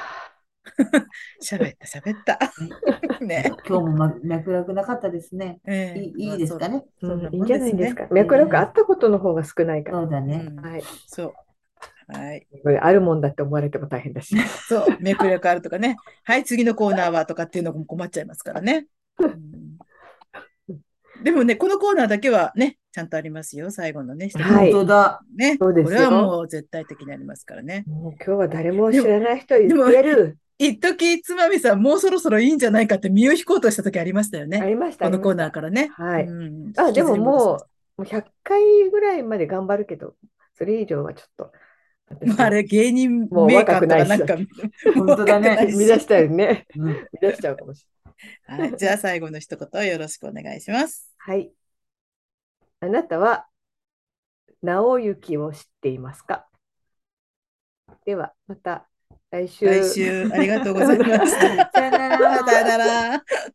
喋った。 ね。今日も脈絡なかったですね。いいですかね。 いいんじゃないですか。脈絡あったことの方が少ないから。 そうだね。 はい。そう。はい。 これあるもんだって思われても大変だし。 そう。脈絡あるとかね。はい、次のコーナーはとかっていうのも困っちゃいますからね。でもね、このコーナーだけはね、ちゃんとありますよ。最後のね。 本当だ。 ね。これはもう絶対的にありますからね。 もう今日は誰も知らない人言ってやる。 一時つまみさん、もうそろそろいいんじゃないかって身を引こうとした時ありましたよね。 ありました。 このコーナーからね。 はい。でももう100回ぐらいまで頑張るけど、それ以上はちょっと。 あれ、芸人メーカーとかなんか、 本当だね。 見出したよね。見出しちゃうかもしれない。 はい。じゃあ最後の一言よろしくお願いします。 はい。あなたは直行を知っていますか？では、また来来週。 週ありがとうございました。 さよなさよなら。 ら。